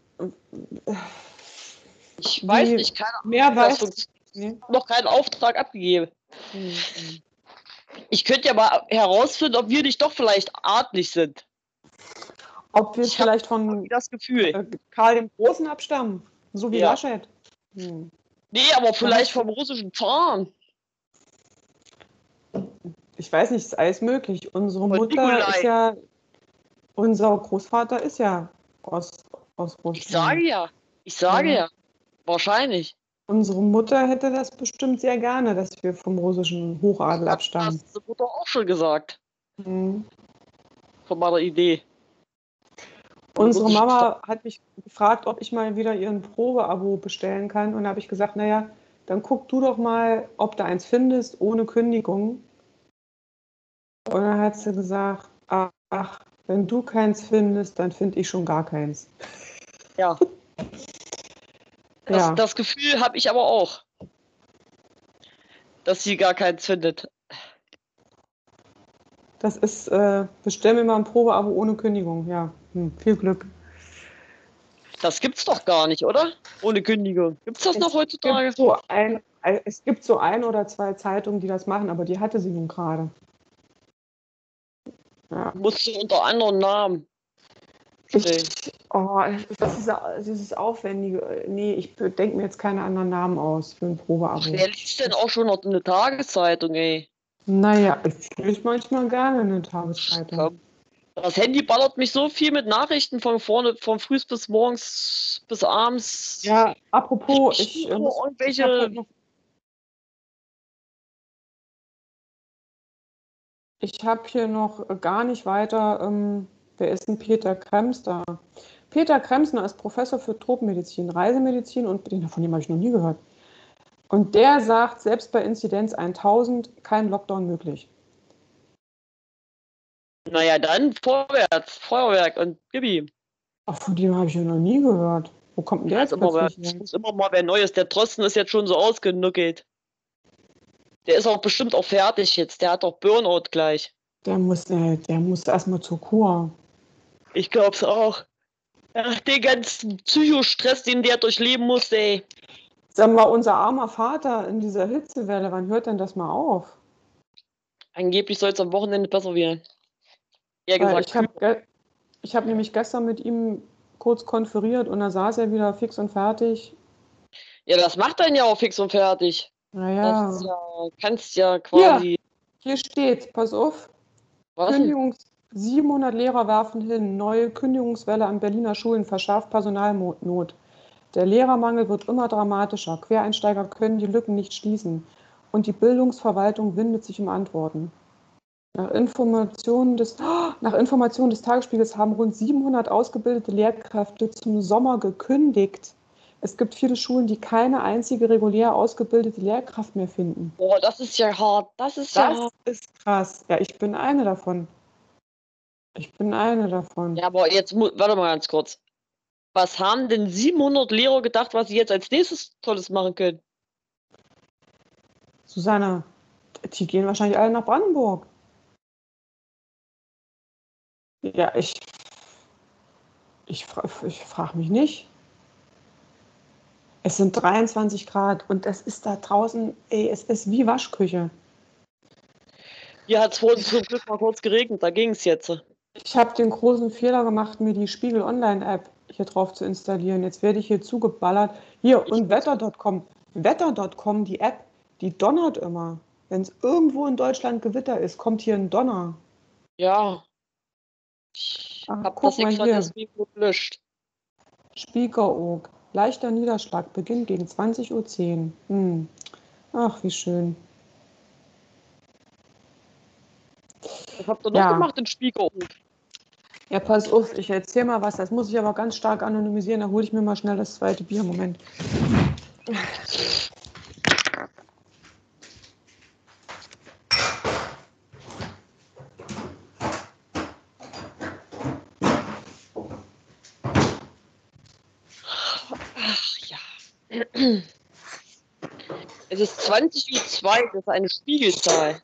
Ich wie weiß nicht, keine Ahnung. mehr wie das weiß funktioniert. nee. Noch keinen Auftrag abgegeben. Hm. Ich könnte ja mal herausfinden, ob wir nicht doch vielleicht artlich sind. Ob wir Ich habe vielleicht von das Gefühl. äh, Karl dem Großen abstammen, so wie Ja. Laschet. Hm. Nee, aber vielleicht hast du- vom russischen Zahn. Ich weiß nicht, ist alles möglich. Unsere Von Mutter Nikolai. ist ja, unser Großvater ist ja aus, aus Russland. Ich sage ja. Ich sage Ja. ja. Wahrscheinlich. Unsere Mutter hätte das bestimmt sehr gerne, dass wir vom russischen Hochadel Hat abstammen. das die Mutter auch schon gesagt. Mhm. Von meiner Idee. Unsere russischen Mama hat mich gefragt, ob ich mal wieder ihren Probeabo bestellen kann. Und da habe ich gesagt, naja, dann guck du doch mal, ob du eins findest, ohne Kündigung. Und dann hat sie gesagt, ach, ach wenn du keins findest, dann finde ich schon gar keins. Ja. Das, Ja. das Gefühl habe ich aber auch. Dass sie gar keins findet. Das ist, äh, bestell mir mal ein Probeabo ohne Kündigung. Ja, hm, viel Glück. Das gibt's doch gar nicht, oder? Ohne Kündigung. Gibt's das Es noch heutzutage? gibt so ein, es gibt so ein oder zwei Zeitungen, die das machen, aber die hatte sie nun gerade. Ja. Musst du unter anderen Namen stellen. Ich, oh, das ist dieses Aufwendige. Nee, ich denke mir jetzt keine anderen Namen aus für ein Probeabo. Wer liest denn auch schon noch eine Tageszeitung, ey? Naja, ich lese manchmal gerne eine Tageszeitung. Komm. Das Handy ballert mich so viel mit Nachrichten von vorne, von früh bis morgens bis abends. Ja, apropos, Ich ich, äh, nur muss- ich irgendwelche- habe heute noch, ich habe hier noch äh, gar nicht weiter, ähm, wer ist denn Peter Kremsner? Peter Kremsner ist Professor für Tropenmedizin, Reisemedizin und den- von dem habe ich noch nie gehört. Und der sagt, selbst bei Inzidenz tausend kein Lockdown möglich. Naja, dann vorwärts, Feuerwerk und gib ihm. Ach, von dem habe ich ja noch nie gehört. Wo kommt denn der Ja, jetzt ist immer, wer- plötzlich her? ist immer mal wer Neues. Der Drosten ist jetzt schon so ausgenuckelt. Der ist auch bestimmt auch fertig jetzt. Der hat doch Burnout gleich. Der muss, äh, der muss erstmal zur Kur. Ich glaub's auch. Ach, den ganzen Psychostress, den der durchleben muss, ey. Sag mal, unser armer Vater in dieser Hitzewelle, wann hört denn das mal auf? Angeblich soll es am Wochenende besser werden. Eher Weil gesagt, ich kühl. habe ich hab nämlich gestern mit ihm kurz konferiert und da saß er wieder fix und fertig. Ja, das macht dann ja auch fix und fertig. Das ist Naja. ja, kannst ja Hier, quasi. hier steht, pass auf, Was denn? Kündigungs siebenhundert Lehrer werfen hin, neue Kündigungswelle an Berliner Schulen verschärft Personalnot. Der Lehrermangel wird immer dramatischer. Quereinsteiger können die Lücken nicht schließen. Und die Bildungsverwaltung windet sich um Antworten. Nach Informationen des, nach Informationen des Tagesspiegels haben rund siebenhundert ausgebildete Lehrkräfte zum Sommer gekündigt. Es gibt viele Schulen, die keine einzige regulär ausgebildete Lehrkraft mehr finden. Boah, das ist ja hart. Das ist ja Das hart. ist krass. Ja, ich bin eine davon. Ich bin eine davon. Ja, aber jetzt, mu- warte mal ganz kurz. Was haben denn siebenhundert Lehrer gedacht, was sie jetzt als nächstes Tolles machen können? Susanne, die gehen wahrscheinlich alle nach Brandenburg. Ja, ich, ich, fra- ich frage mich nicht. Es sind dreiundzwanzig Grad und es ist da draußen, ey, es ist wie Waschküche. Hier hat es vorhin zum Glück mal kurz geregnet, da ging es jetzt. Ich habe den großen Fehler gemacht, mir die Spiegel Online-App hier drauf zu installieren. Jetzt werde ich hier zugeballert. Hier, Ich und muss, Wetter Punkt com. Wetter Punkt com, die App, die donnert immer. Wenn es irgendwo in Deutschland Gewitter ist, kommt hier ein Donner. ja, ich Ach, habe guck das mal extra hier. deswegen gelöscht. Spiekeroog. Leichter Niederschlag beginnt gegen zwanzig Uhr zehn. Hm. Ach, wie schön. Was habt ihr noch Ja, gemacht in Spiekeroog? ja, pass auf, ich erzähle mal was. Das muss ich aber ganz stark anonymisieren. Da hole ich mir mal schnell das zweite Bier. Moment. Ach ja. Es ist zwanzig Uhr zwei, das ist eine Spiegelzahl.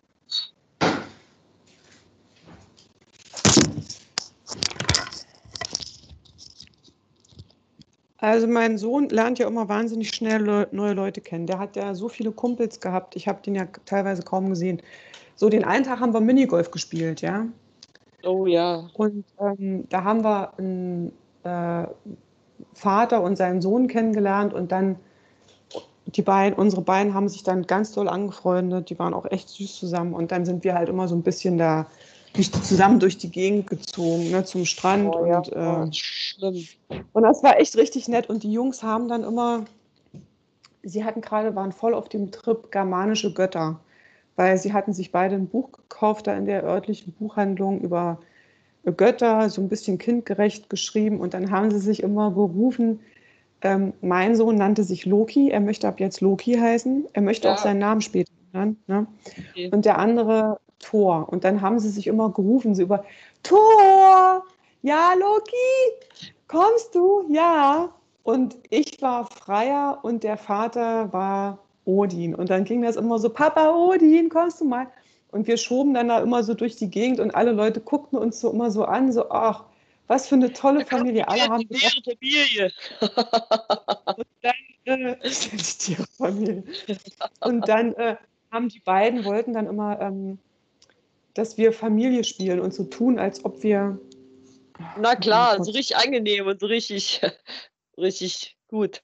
Also mein Sohn lernt ja immer wahnsinnig schnell le neue Leute kennen. Der hat ja so viele Kumpels gehabt. Ich habe den ja teilweise kaum gesehen. So, den einen Tag haben wir Minigolf gespielt, ja. Oh ja. Und ähm, da haben wir einen äh, Vater und seinen Sohn kennengelernt und dann die beiden, unsere beiden haben sich dann ganz doll angefreundet. Die waren auch echt süß zusammen. Und dann sind wir halt immer so ein bisschen da durch, zusammen durch die Gegend gezogen, ne, zum Strand. Oh ja, Und, oh, äh, schlimm. und das war echt richtig nett. Und die Jungs haben dann immer, sie hatten gerade, waren voll auf dem Trip germanische Götter. Weil sie hatten sich beide ein Buch gekauft, da in der örtlichen Buchhandlung über Götter, so ein bisschen kindgerecht geschrieben. Und dann haben sie sich immer gerufen. Ähm, mein Sohn nannte sich Loki, er möchte ab jetzt Loki heißen. Er möchte auch Ja, seinen Namen später ändern. Ne? okay. Und der andere Thor. Und dann haben sie sich immer gerufen, so über Thor, ja, Loki, kommst du? Ja. Und ich war Freier und der Vater war Odin. Und dann ging das immer so, Papa Odin, kommst du mal? Und wir schoben dann da immer so durch die Gegend und alle Leute guckten uns so immer so an, so, ach, was für eine tolle Da kommt die Familie. Alle haben gesagt, Familie. und dann, äh, die Tierfamilie. Und dann äh, haben die beiden, wollten dann immer, ähm, dass wir Familie spielen und so tun, als ob wir, Na muss mal klar, so kurz, richtig angenehm und so richtig, richtig gut.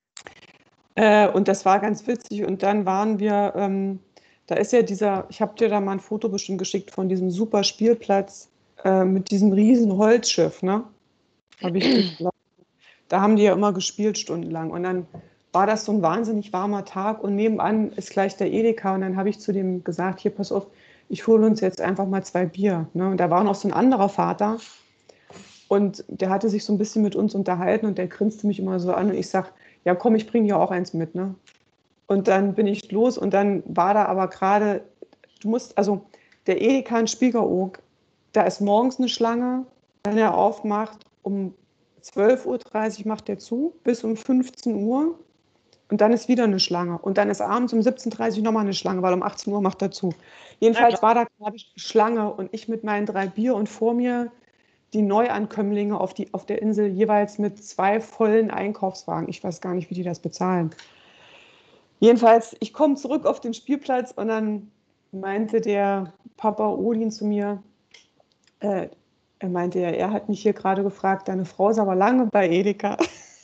äh, und das war ganz witzig. Und dann waren wir, ähm, da ist ja dieser, ich habe dir da mal ein Foto bestimmt geschickt von diesem super Spielplatz äh, mit diesem riesen Holzschiff, ne? Habe ich dir, da haben die ja immer gespielt stundenlang. Und dann war das so ein wahnsinnig warmer Tag und nebenan ist gleich der Edeka. Und dann habe ich zu dem gesagt, hier, pass auf, ich hole uns jetzt einfach mal zwei Bier. Ne? Und da war noch so ein anderer Vater und der hatte sich so ein bisschen mit uns unterhalten und der grinste mich immer so an und ich sage, ja komm, ich bringe dir auch eins mit. Ne? Und dann bin ich los und dann war da aber gerade, du musst, also der Edeka in Spiekeroog, da ist morgens eine Schlange, wenn er aufmacht, um zwölf Uhr dreißig macht er zu, bis um fünfzehn Uhr und dann ist wieder eine Schlange. Und dann ist abends um siebzehn Uhr dreißig nochmal eine Schlange, weil um achtzehn Uhr macht er zu. Na Jedenfalls klar. war da gerade Schlange und ich mit meinen drei Bier und vor mir die Neuankömmlinge auf, die, auf der Insel jeweils mit zwei vollen Einkaufswagen. Ich weiß gar nicht, wie die das bezahlen. Jedenfalls, ich komme zurück auf den Spielplatz und dann meinte der Papa Odin zu mir, äh, Er meinte ja, er hat mich hier gerade gefragt, deine Frau ist aber lange bei Edeka.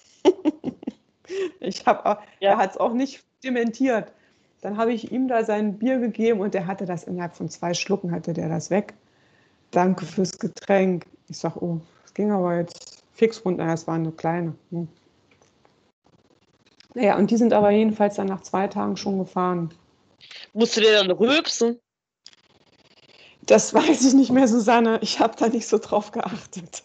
Ich habe, Ja. Er hat es auch nicht dementiert. Dann habe ich ihm da sein Bier gegeben und der hatte das innerhalb von zwei Schlucken, hatte der das weg. Danke fürs Getränk. Ich sage, oh, das ging aber jetzt fix runter, das war eine kleine. Hm. Naja, und die sind aber jedenfalls dann nach zwei Tagen schon gefahren. Musst du dir dann rülpsen? Das weiß ich nicht mehr, Susanne. Ich habe da nicht so drauf geachtet.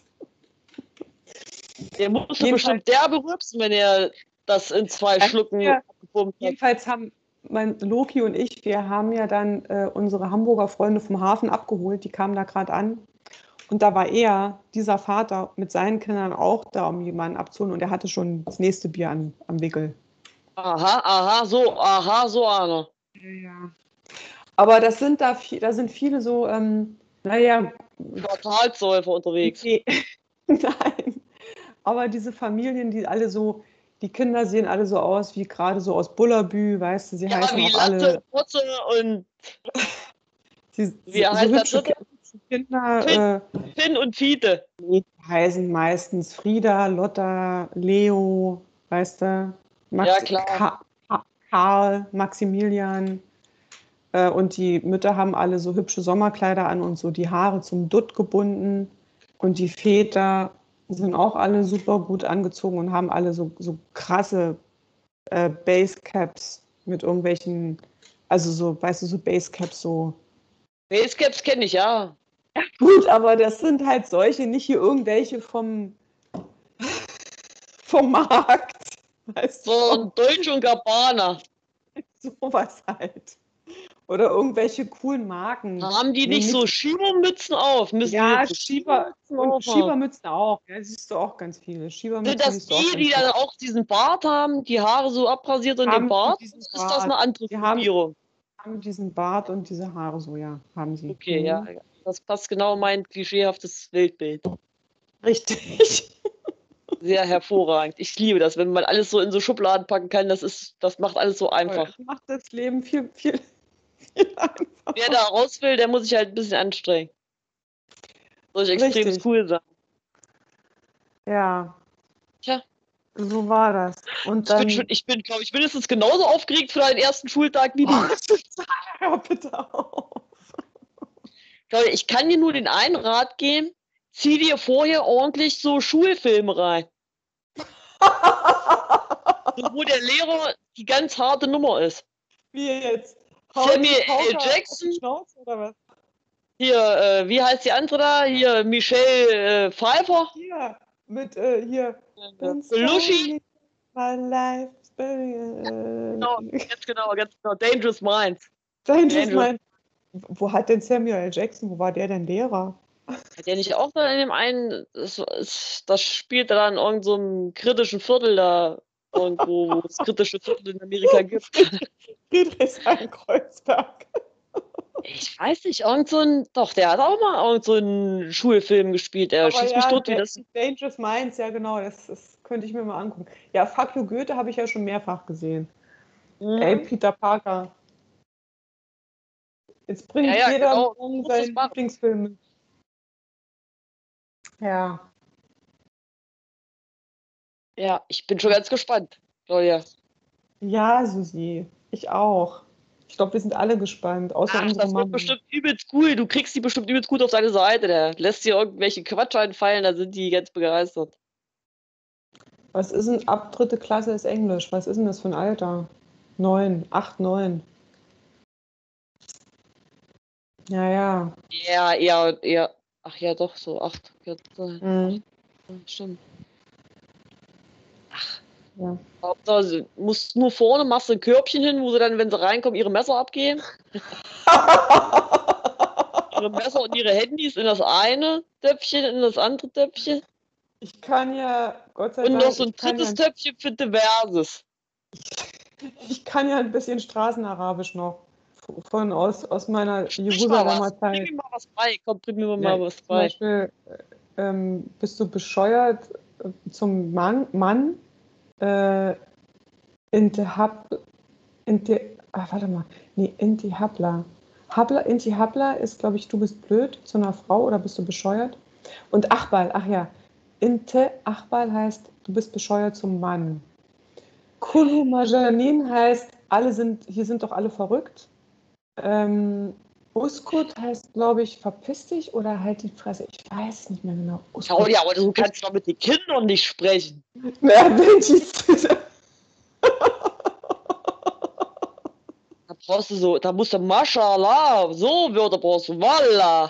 Der musst du Jedenfalls- bestimmt derbe rülpsen, wenn er das in zwei Ja, Schlucken ja. abgepumpt hat. Jedenfalls haben mein Loki und ich, wir haben ja dann äh, unsere Hamburger Freunde vom Hafen abgeholt. Die kamen da gerade an. Und da war er, dieser Vater, mit seinen Kindern auch da, um jemanden abzuholen. Und er hatte schon das nächste Bier an, am Wickel. Aha, aha, so, aha, so einer. Ja. Aber das sind da, viel, da sind viele so, ähm, naja, Quartalsäufer unterwegs. nee, nein. Aber diese Familien, die alle so, die Kinder sehen alle so aus wie gerade so aus Bullabü, weißt du, sie Ja, heißen wie auch alle. Latte, Potze und Sie, wie so, heißt so der hübsche dritte? Kinder äh, Finn und Fiete. die heißen meistens Frieda, Lotta, Leo, weißt du, Max, Ja, klar. Ka Ka Karl, Maximilian. Äh, und die Mütter haben alle so hübsche Sommerkleider an und so die Haare zum Dutt gebunden. Und die Väter sind auch alle super gut angezogen und haben alle so, so krasse äh, Basecaps mit irgendwelchen, also so, weißt du, so Basecaps so. Basecaps kenne ich, ja. Gut, aber das sind halt solche, nicht hier irgendwelche vom, vom Markt. Weißt du, So ein Deutsche und Gabbana. sowas halt. Oder irgendwelche coolen Marken. Haben die Nee, nicht so Schiebermützen auf? Müssen Ja, die so Schieber, Schiebermützen und aufhaben? Schiebermützen auch. Ja, siehst du auch ganz viele. Sind Schiebermützen das siehst du auch die, ganz die dann auch diesen Bart haben, die Haare so abrasiert und den Haben Bart? diesen Ist das eine Bart. andere Die haben- Gruppierung? haben diesen Bart und diese Haare so, ja, haben sie. Okay, Mhm. ja. Das passt genau in mein klischeehaftes Weltbild. Richtig. Sehr hervorragend. Ich liebe das, wenn man alles so in so Schubladen packen kann. Das ist, das macht alles so einfach. Das macht das Leben viel, viel, viel einfacher. Wer da raus will, der muss sich halt ein bisschen anstrengen. Soll ich extrem Richtig. cool sein. Ja. Tja. So war das. Und Ich dann. bin, schon, ich bin glaube ich, mindestens genauso aufgeregt für deinen ersten Schultag wie du. Hör bitte auf. Claudia, ich kann dir nur den einen Rat geben, zieh dir vorher ordentlich so Schulfilme rein. So, wo der Lehrer die ganz harte Nummer ist. Wie jetzt? Samuel Pauker L. auf die Jackson, Schnauze oder was? hier, äh, wie heißt die andere da? Hier, Michelle äh, Pfeiffer. Hier, mit, äh, hier. Belushi. My life, äh, Genau, ganz genau, ganz genau. Dangerous Minds. Dangerous Dangerous. Mind. Wo hat denn Samuel L. Jackson, wo war der denn Lehrer? Hat der nicht auch da in dem einen, das, das, das spielt da in irgendeinem so kritischen Viertel da irgendwo, wo es kritische Viertel in Amerika gibt. Friedrichshain-Kreuzberg. Ich weiß nicht, irgend so ein, doch, der hat auch mal irgend so einen Schulfilm gespielt. Er Aber schießt ja, mich tot, wie Da- das. Dangerous Minds, ja genau, das, das könnte ich mir mal angucken. Ja, Fuck You Goethe habe ich ja schon mehrfach gesehen. Hm. Ey, Peter Parker. Jetzt bringt Ja, ja, jeder genau. morgen Muss das seinen machen. Lieblingsfilm mit. Ja. Ja, ich bin schon ganz gespannt, Claudia. Ja, Susi, ich auch. Ich glaube, wir sind alle gespannt, außer Ach, unsere das wird Mama. bestimmt übelst cool. Du kriegst die bestimmt übelst gut auf deine Seite. Der lässt dir irgendwelche Quatsch einfallen, da sind die ganz begeistert. Was ist denn ab dritte Klasse ist Englisch? Was ist denn das für ein Alter? Neun, acht, neun. Ja, ja. Ja, eher, eher. Ach ja, doch, so acht. Ja, Mhm. stimmt. Ach. Ja. Hauptsache, sie musst nur vorne, machst du ein Körbchen hin, wo sie dann, wenn sie reinkommen, ihre Messer abgeben. Ihre Messer und ihre Handys in das eine Töpfchen, in das andere Töpfchen. Ich kann ja, Gott sei Und Dank, noch so ein ich kann drittes ja, Töpfchen für Diverses. ich kann ja ein bisschen Straßenarabisch noch. Von aus, aus meiner Sprich mal was. Jerusalemer Bring Zeit. mir mal was bei. Komm, bring mir Ja, mal was zum bei. Beispiel, ähm, bist du bescheuert äh, zum Mann, Mann äh, Inti Hab, Inti, ah, warte mal, nee, Inti Habla. Habla, Inti Habla ist, glaube ich, du bist blöd zu einer Frau oder bist du bescheuert? Und Achball, ach ja. Inte Achball heißt, du bist bescheuert zum Mann. Kulu Majanin heißt, alle sind, hier sind doch alle verrückt. Ähm, Uskut heißt, glaube ich, verpiss dich oder halt die Fresse. Ich weiß es nicht mehr genau. Uskut. Ja, aber du kannst doch mit den Kindern nicht sprechen. Wer Mensch? Da brauchst du so, da musst du Mashallah, so Wörter brauchst du, Wallah.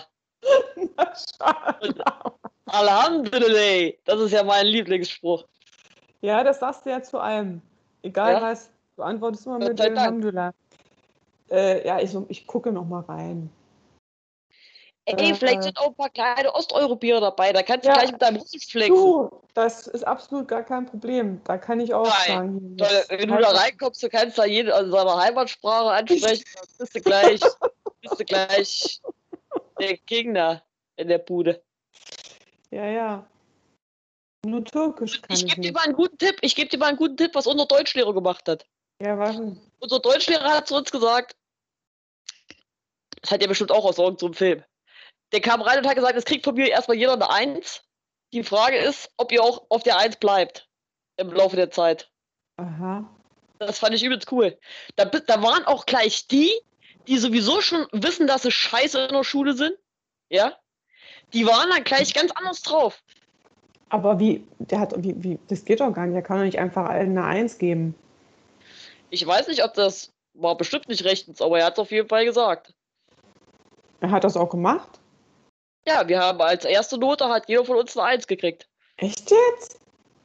Alhamdulillah, das ist ja mein Lieblingsspruch. Ja, das sagst du ja zu allem. Egal Ja? was, du antwortest immer Gott mit sei Dank. Alhamdulillah. Äh, ja, ich, ich gucke noch mal rein. Ey, Äh, vielleicht sind auch ein paar kleine Osteuropäer dabei, da kannst du ja, gleich mit deinem Russisch flexen. Du, das ist absolut gar kein Problem. Da kann ich auch Nein. sagen. Da, jetzt wenn du halt da doch- reinkommst, du kannst da jeden in seiner Heimatsprache ansprechen, dann bist du gleich, bist du gleich der Gegner in der Bude. Ja, ja. Nur Türkisch kann Ich ich gebe dir nicht. mal einen guten Tipp, ich gebe dir mal einen guten Tipp, was unser Deutschlehrer gemacht hat. Ja, was denn? Unser Deutschlehrer hat zu uns gesagt, das hat er bestimmt auch aus irgendeinem Film. Der kam rein und hat gesagt, es kriegt von mir erstmal jeder eine Eins. Die Frage ist, ob ihr auch auf der Eins bleibt im Laufe der Zeit. Aha. Das fand ich übelst cool. Da, bi- da waren auch gleich die, die sowieso schon wissen, dass sie scheiße in der Schule sind. Ja? Die waren dann gleich ganz anders drauf. Aber wie, der hat, wie, wie, das geht doch gar nicht. Er kann doch nicht einfach allen eine Eins geben. Ich weiß nicht, ob das war bestimmt nicht rechtens, aber er hat es auf jeden Fall gesagt. Er hat das auch gemacht? Ja, wir haben als erste Note hat jeder von uns eine Eins gekriegt. Echt jetzt?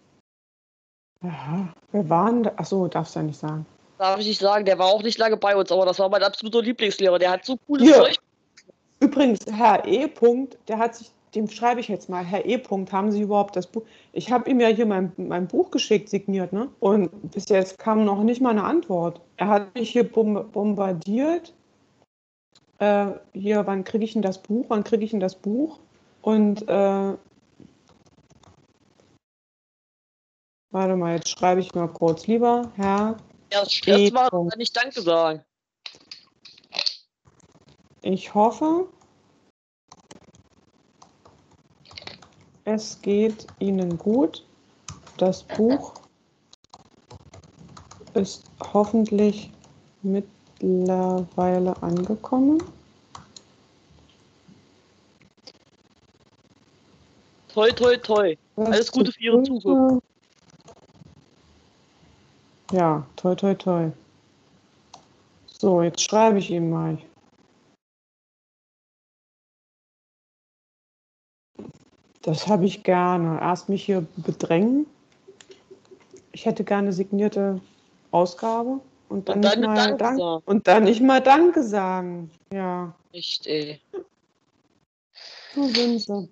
Aha. Wer war denn da? Achso, darfst du ja nicht sagen. Darf ich nicht sagen, der war auch nicht lange bei uns, aber das war mein absoluter Lieblingslehrer. Der hat so cooles Hier. Zeug. Übrigens, Herr E. Punkt, der hat sich, dem schreibe ich jetzt mal, Herr E. Punkt, haben Sie überhaupt das Buch? Ich habe ihm ja hier mein, mein Buch geschickt, signiert, ne? Und bis jetzt kam noch nicht mal eine Antwort. Er hat mich hier bom- bombardiert. Äh, hier, wann kriege ich denn das Buch? Wann kriege ich denn das Buch? Und äh, warte mal, jetzt schreibe ich mal kurz. Lieber Herr Ja, Stress E. war, Punkt, kann ich Danke sagen. ich hoffe, es geht Ihnen gut. Das Buch ist hoffentlich mittlerweile angekommen. Toi, toi, toi. Alles Gute für Ihre Zukunft. Ja, toi, toi, toi. So, jetzt schreibe ich ihm mal. Das habe ich gerne. Erst mich hier bedrängen. Ich hätte gerne signierte Ausgabe. Und dann, Und dann nicht mit mal Danke Dank sagen. und dann nicht mal Danke sagen. Ja, Echt, ey. so sind sie.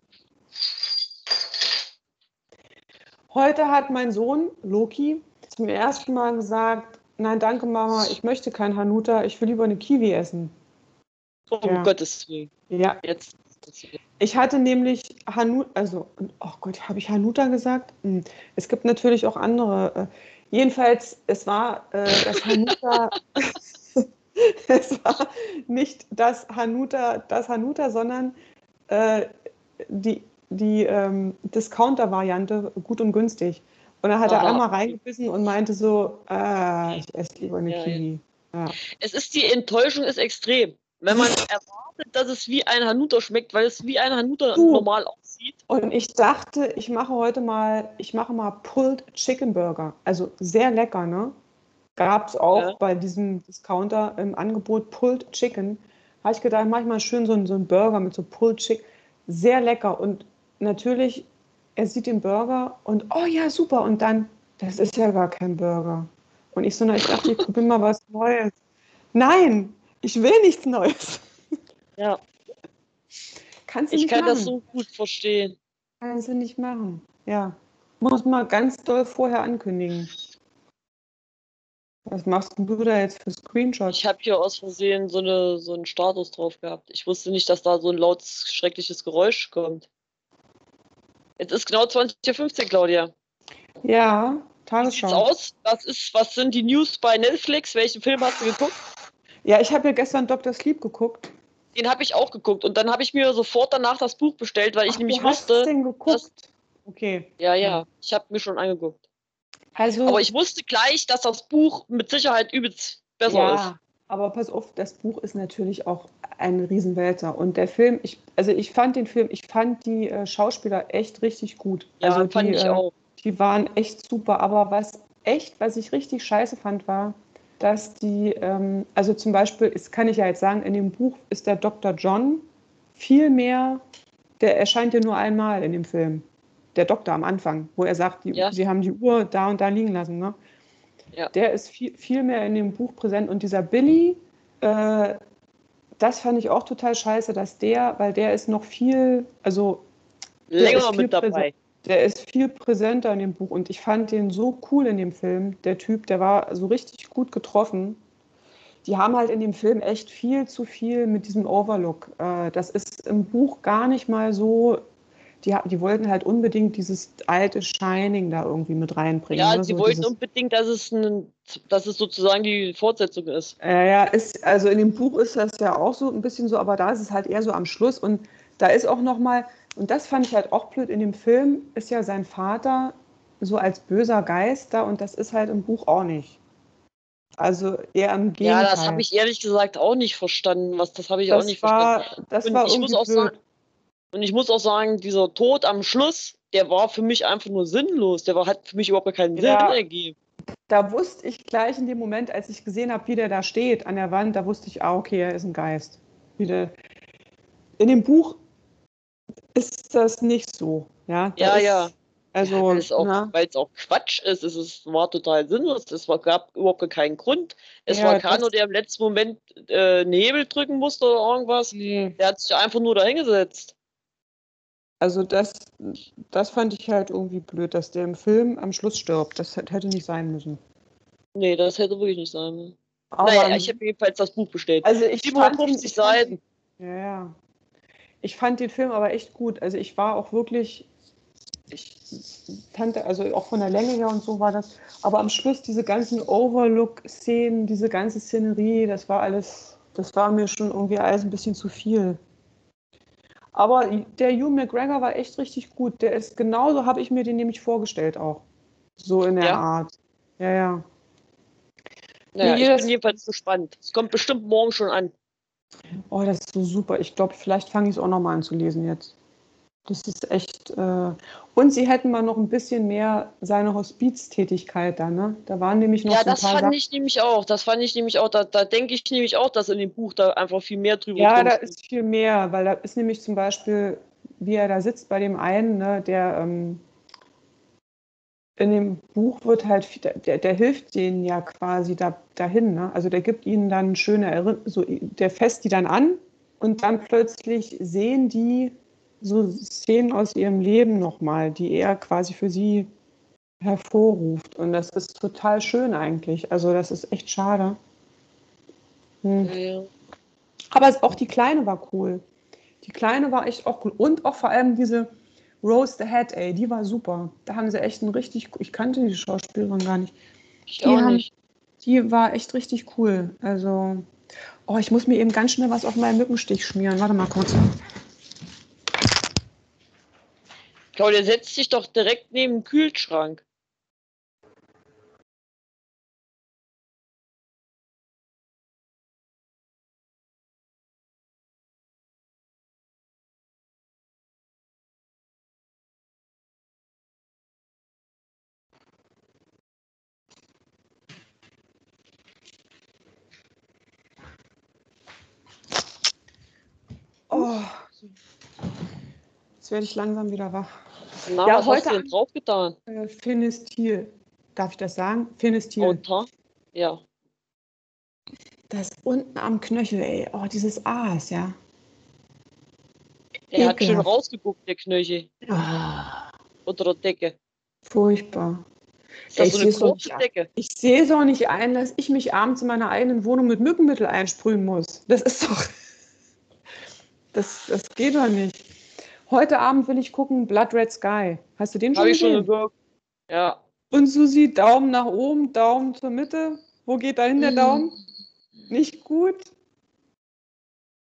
Heute hat mein Sohn, Loki, zum ersten Mal gesagt, nein, danke Mama, ich möchte kein Hanuta, ich will lieber eine Kiwi essen. Um Ja. Gottes Willen. Ja, Jetzt. ich hatte nämlich Hanuta, also, oh Gott, habe ich Hanuta gesagt? Hm. Es gibt natürlich auch andere. Äh, jedenfalls, es war äh, das Hanuta, es war nicht das Hanuta, das Hanuta, sondern äh, die, die ähm, Discounter-Variante, gut und günstig. Und dann hat er Aha. einmal reingebissen und meinte so, ah, ich esse lieber eine Ja, Kiwi. Ja. Es ist, die Enttäuschung ist extrem. Wenn man erwartet, dass es wie ein Hanuta schmeckt, weil es wie ein Hanuta Du. normal aussieht. Und ich dachte, ich mache heute mal, ich mache mal Pulled Chicken Burger. Also sehr lecker, ne? Gab es auch Ja. bei diesem Discounter im Angebot Pulled Chicken. Habe ich gedacht, mach ich mal schön so, einen- so einen Burger mit so Pulled Chicken. Sehr lecker. Und natürlich, er sieht den Burger und, oh ja, super. Und dann, das ist ja gar kein Burger. Und ich so, na, ich dachte, ich probiere mal was Neues. Nein, ich will nichts Neues. Ja, Kannst du ich nicht kann machen. das so gut verstehen. Kannst du nicht machen. Ja. Muss man ganz doll vorher ankündigen. Was machst denn du da jetzt für Screenshots? Ich habe hier aus Versehen so, eine, so einen Status drauf gehabt. Ich wusste nicht, dass da so ein lautes, schreckliches Geräusch kommt. Jetzt ist genau zwanzig Uhr fünfzehn, Claudia. Ja, Wie sieht's Tagesschau. aus? Was, ist, was sind die News bei Netflix? Welchen Film hast du geguckt? Ja, ich habe ja gestern Doktor Sleep geguckt. Den habe ich auch geguckt und dann habe ich mir sofort danach das Buch bestellt, weil ich Ach, nämlich du hast wusste, den dass, geguckt? Okay. ja, Hm. ja, ich habe mir schon angeguckt. Aber Also, ich wusste gleich, dass das Buch mit Sicherheit übelst besser ist. ja, aber pass auf, das Buch ist natürlich auch ein Riesenwälzer. Und der Film, ich, also ich fand den Film, ich fand die äh, Schauspieler echt richtig gut. Ja, Also die, fand ich äh, auch. die waren echt super. Aber was echt, was ich richtig scheiße fand, war, dass die, ähm, also zum Beispiel, das kann ich ja jetzt sagen, in dem Buch ist der Doktor John viel mehr, der erscheint ja nur einmal in dem Film. Der Doktor am Anfang, wo er sagt, die, Ja, sie haben die Uhr da und da liegen lassen. Ne? ja. Der ist viel, viel mehr in dem Buch präsent. Und dieser Billy, äh, das fand ich auch total scheiße, dass der, weil der ist noch viel, also der ist Länger viel mit präsent. dabei. Der ist viel präsenter in dem Buch und ich fand den so cool in dem Film. Der Typ, der war so richtig gut getroffen. Die haben halt in dem Film echt viel zu viel mit diesem Overlook. Äh, das ist im Buch gar nicht mal so. Die, die wollten halt unbedingt dieses alte Shining da irgendwie mit reinbringen. Ja, Ne? sie So wollten dieses, unbedingt, dass es, ein, dass es sozusagen die Fortsetzung ist. äh, ja, ist, also in dem Buch ist das ja auch so ein bisschen so, aber da ist es halt eher so am Schluss. Und da ist auch nochmal, und das fand ich halt auch blöd, in dem Film ist ja sein Vater so als böser Geist da und das ist halt im Buch auch nicht. Also eher im Ja, das habe Gegenteil. ich ehrlich gesagt auch nicht verstanden. Was, das habe ich auch nicht Das verstanden. war, das Und war ich muss irgendwie auch sagen, blöd. und ich muss auch sagen, dieser Tod am Schluss, der war für mich einfach nur sinnlos. Der war, hat für mich überhaupt keinen Sinn Ja, ergeben. da wusste ich gleich in dem Moment, als ich gesehen habe, wie der da steht an der Wand, da wusste ich, ah, okay, er ist ein Geist. Wie der, in dem Buch ist das nicht so. Ja, da Ja, ja. ist, Ja, weil also, es auch, na, weil es auch Quatsch ist. Es ist, war total sinnlos. Es war, gab überhaupt keinen Grund. Es war ja, keiner, das, der im letzten Moment äh, einen Hebel drücken musste oder irgendwas. nee. Der hat sich einfach nur dahingesetzt. Also das, das fand ich halt irgendwie blöd, dass der im Film am Schluss stirbt. Das hätte nicht sein müssen. Nee, das hätte wirklich nicht sein müssen. Aber Naja, ich an- habe jedenfalls das Buch bestellt. also ich fand ihn, siebenhundertfünfzig ich fand ihn, Seiten. ja, ja. Ich fand den Film aber echt gut. Also ich war auch wirklich, ich fand, also auch von der Länge her und so war das. Aber am Schluss diese ganzen Overlook-Szenen, diese ganze Szenerie, das war alles, das war mir schon irgendwie alles ein bisschen zu viel. Aber der Hugh McGregor war echt richtig gut. Der ist genauso, habe ich mir den nämlich vorgestellt auch. So in der Ja, Art. Ja, ja. naja, Nee, ich bin das, jedenfalls gespannt. Es kommt bestimmt morgen schon an. oh, das ist so super. Ich glaube, vielleicht fange ich es auch nochmal an zu lesen jetzt. Das ist echt. Äh und sie hätten mal noch ein bisschen mehr seine Hospiztätigkeit da, ne? Da waren nämlich noch Ja, so ein das paar fand Sachen. ich nämlich auch. Das fand ich nämlich auch. Da, da denke ich nämlich auch, dass in dem Buch da einfach viel mehr drüber Ja, drin da steht. ist viel mehr, weil da ist nämlich zum Beispiel, wie er da sitzt bei dem einen, ne, der ähm, in dem Buch wird halt, der, der hilft denen ja quasi da, dahin. Ne? Also der gibt ihnen dann schöne Erinnerungen, so, der fässt die dann an und dann plötzlich sehen die so Szenen aus ihrem Leben nochmal, die er quasi für sie hervorruft. Und das ist total schön eigentlich. Also das ist echt schade. Hm. Ja, ja. Aber auch die Kleine war cool. Die Kleine war echt auch cool. Und auch vor allem diese Rose the Hat, ey, die war super. Da haben sie echt einen richtig, ich kannte die Schauspielerin gar nicht. Ich Die auch haben, nicht. die war echt richtig cool. Also, oh, ich muss mir eben ganz schnell was auf meinen Mückenstich schmieren. Warte mal kurz. Claudia setzt sich doch direkt neben den Kühlschrank. Oh, jetzt werde ich langsam wieder wach. Na, Ja, was hast heute du denn drauf getan? äh, Phenestil. Darf ich das sagen? Phenestil. Auto? Ja. Das unten am Knöchel, ey. Oh, dieses Aas, ja. Der hat schön Ekelhaft. rausgeguckt, der Knöchel. Ah, Unter der Decke. furchtbar. Ist Ey, das ich so eine sehe es doch kurze nicht ein. Decke? Ich sehe es auch nicht ein, dass ich mich abends in meiner eigenen Wohnung mit Mückenmittel einsprühen muss. Das ist doch, das, das geht doch nicht. Heute Abend will ich gucken Blood Red Sky. Hast du den schon Habe ich schon gesehen? geguckt. Ja. Und Susi, Daumen nach oben, Daumen zur Mitte. Wo geht dahin der Mm. Daumen? Nicht gut?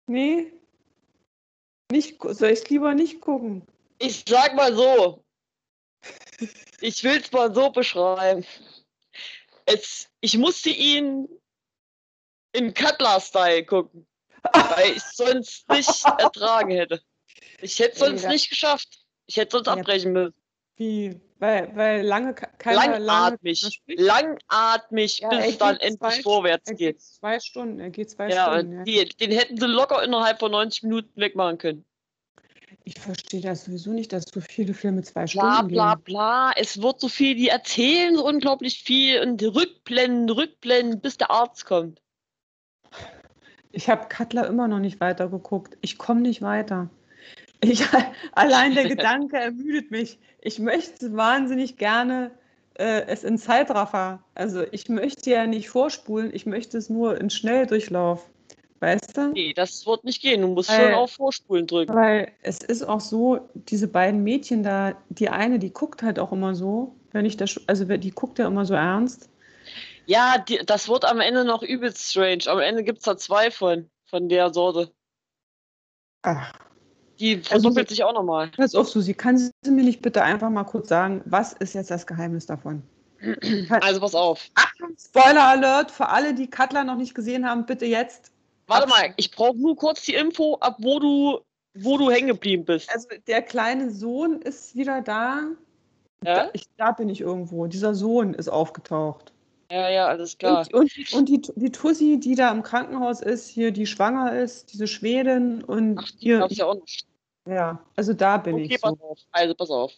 Nee, nicht, gu- soll ich es lieber nicht gucken? Ich sag mal so, ich will es mal so beschreiben. Es, ich musste ihn in Cutler-Style gucken, weil ich es sonst nicht ertragen hätte. Ich hätte es sonst Ja, nicht geschafft. Ich hätte sonst ja, abbrechen müssen. wie? Weil, weil lange, ke- keiner lange keiner Langatmig, spricht? langatmig, Ja, er bis dann geht endlich zwei, vorwärts er geht. geht zwei Stunden, er geht zwei Ja, Stunden. Ja. die, den hätten sie locker innerhalb von neunzig Minuten wegmachen können. Ich verstehe das sowieso nicht, dass so viele Filme zwei Bla Stunden bla gehen. bla, es wird so viel, die erzählen so unglaublich viel und Rückblenden, Rückblenden, bis der Arzt kommt. Ich habe Cutler immer noch nicht weitergeguckt. Ich komme nicht weiter. Ich, allein der Gedanke ermüdet mich. Ich möchte wahnsinnig gerne äh, es in Zeitraffer. Also ich möchte ja nicht vorspulen, ich möchte es nur in Schnelldurchlauf. Weißt du? Nee, das wird nicht gehen. Du musst schon Weil, auf Vorspulen drücken. weil es ist auch so, diese beiden Mädchen da, die eine, die guckt halt auch immer so, wenn ich das, also die guckt ja immer so ernst. Ja, die, das wird am Ende noch übelst strange. Am Ende gibt es da zwei von, von der Sorte. Ach, Die also verdoppelt sich auch nochmal. pass auf, Susi, kannst du mir nicht bitte einfach mal kurz sagen, was ist jetzt das Geheimnis davon? Kann, Also pass auf. Achtung, Spoiler Alert für alle, die Cutler noch nicht gesehen haben, bitte jetzt. Warte mal, ich brauche nur kurz die Info, ab wo du, wo du hängen geblieben bist. Also der kleine Sohn ist wieder da. Ja? Da, ich, da bin ich irgendwo. Dieser Sohn ist aufgetaucht. Ja, ja, alles klar. Und, und, und die, die Tussi, die da im Krankenhaus ist, hier, die schwanger ist, diese Schwedin und Ach, die hier, gab's ja auch noch. ja, also da bin Okay, ich pass so. auf. Also pass auf.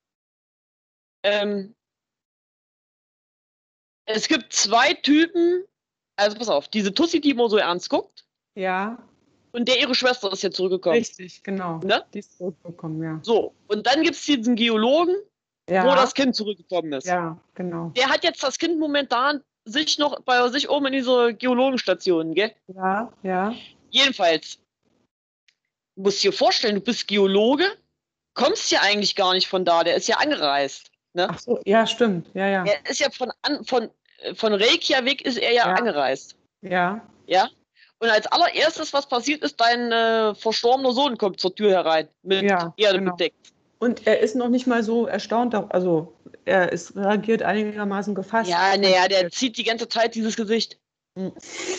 Ähm, es gibt zwei Typen. Also pass auf, diese Tussi, die immer so ernst guckt, Ja, und der ihre Schwester ist ja zurückgekommen. richtig, genau. Ne? Die ist zurückgekommen, ja. So, und dann gibt es diesen Geologen, wo Ja, das Kind zurückgekommen ist. ja, genau. Der hat jetzt das Kind momentan sich noch bei sich oben in dieser Geologenstation, gell? Ja, ja. Jedenfalls, du musst dir vorstellen, du bist Geologe, kommst ja eigentlich gar nicht von da, der ist ja angereist. Ne? Ach so, ja, stimmt. Ja, ja. Er ist ja von, an, von, von Reykjavik ist er ja, Ja. angereist. Ja. Ja? Und als allererstes, was passiert ist, dein äh, verstorbener Sohn kommt zur Tür herein, mit Ja, Erde genau. bedeckt. Und er ist noch nicht mal so erstaunt, also er ist reagiert einigermaßen gefasst. Ja, naja, der zieht die ganze Zeit dieses Gesicht. Hm.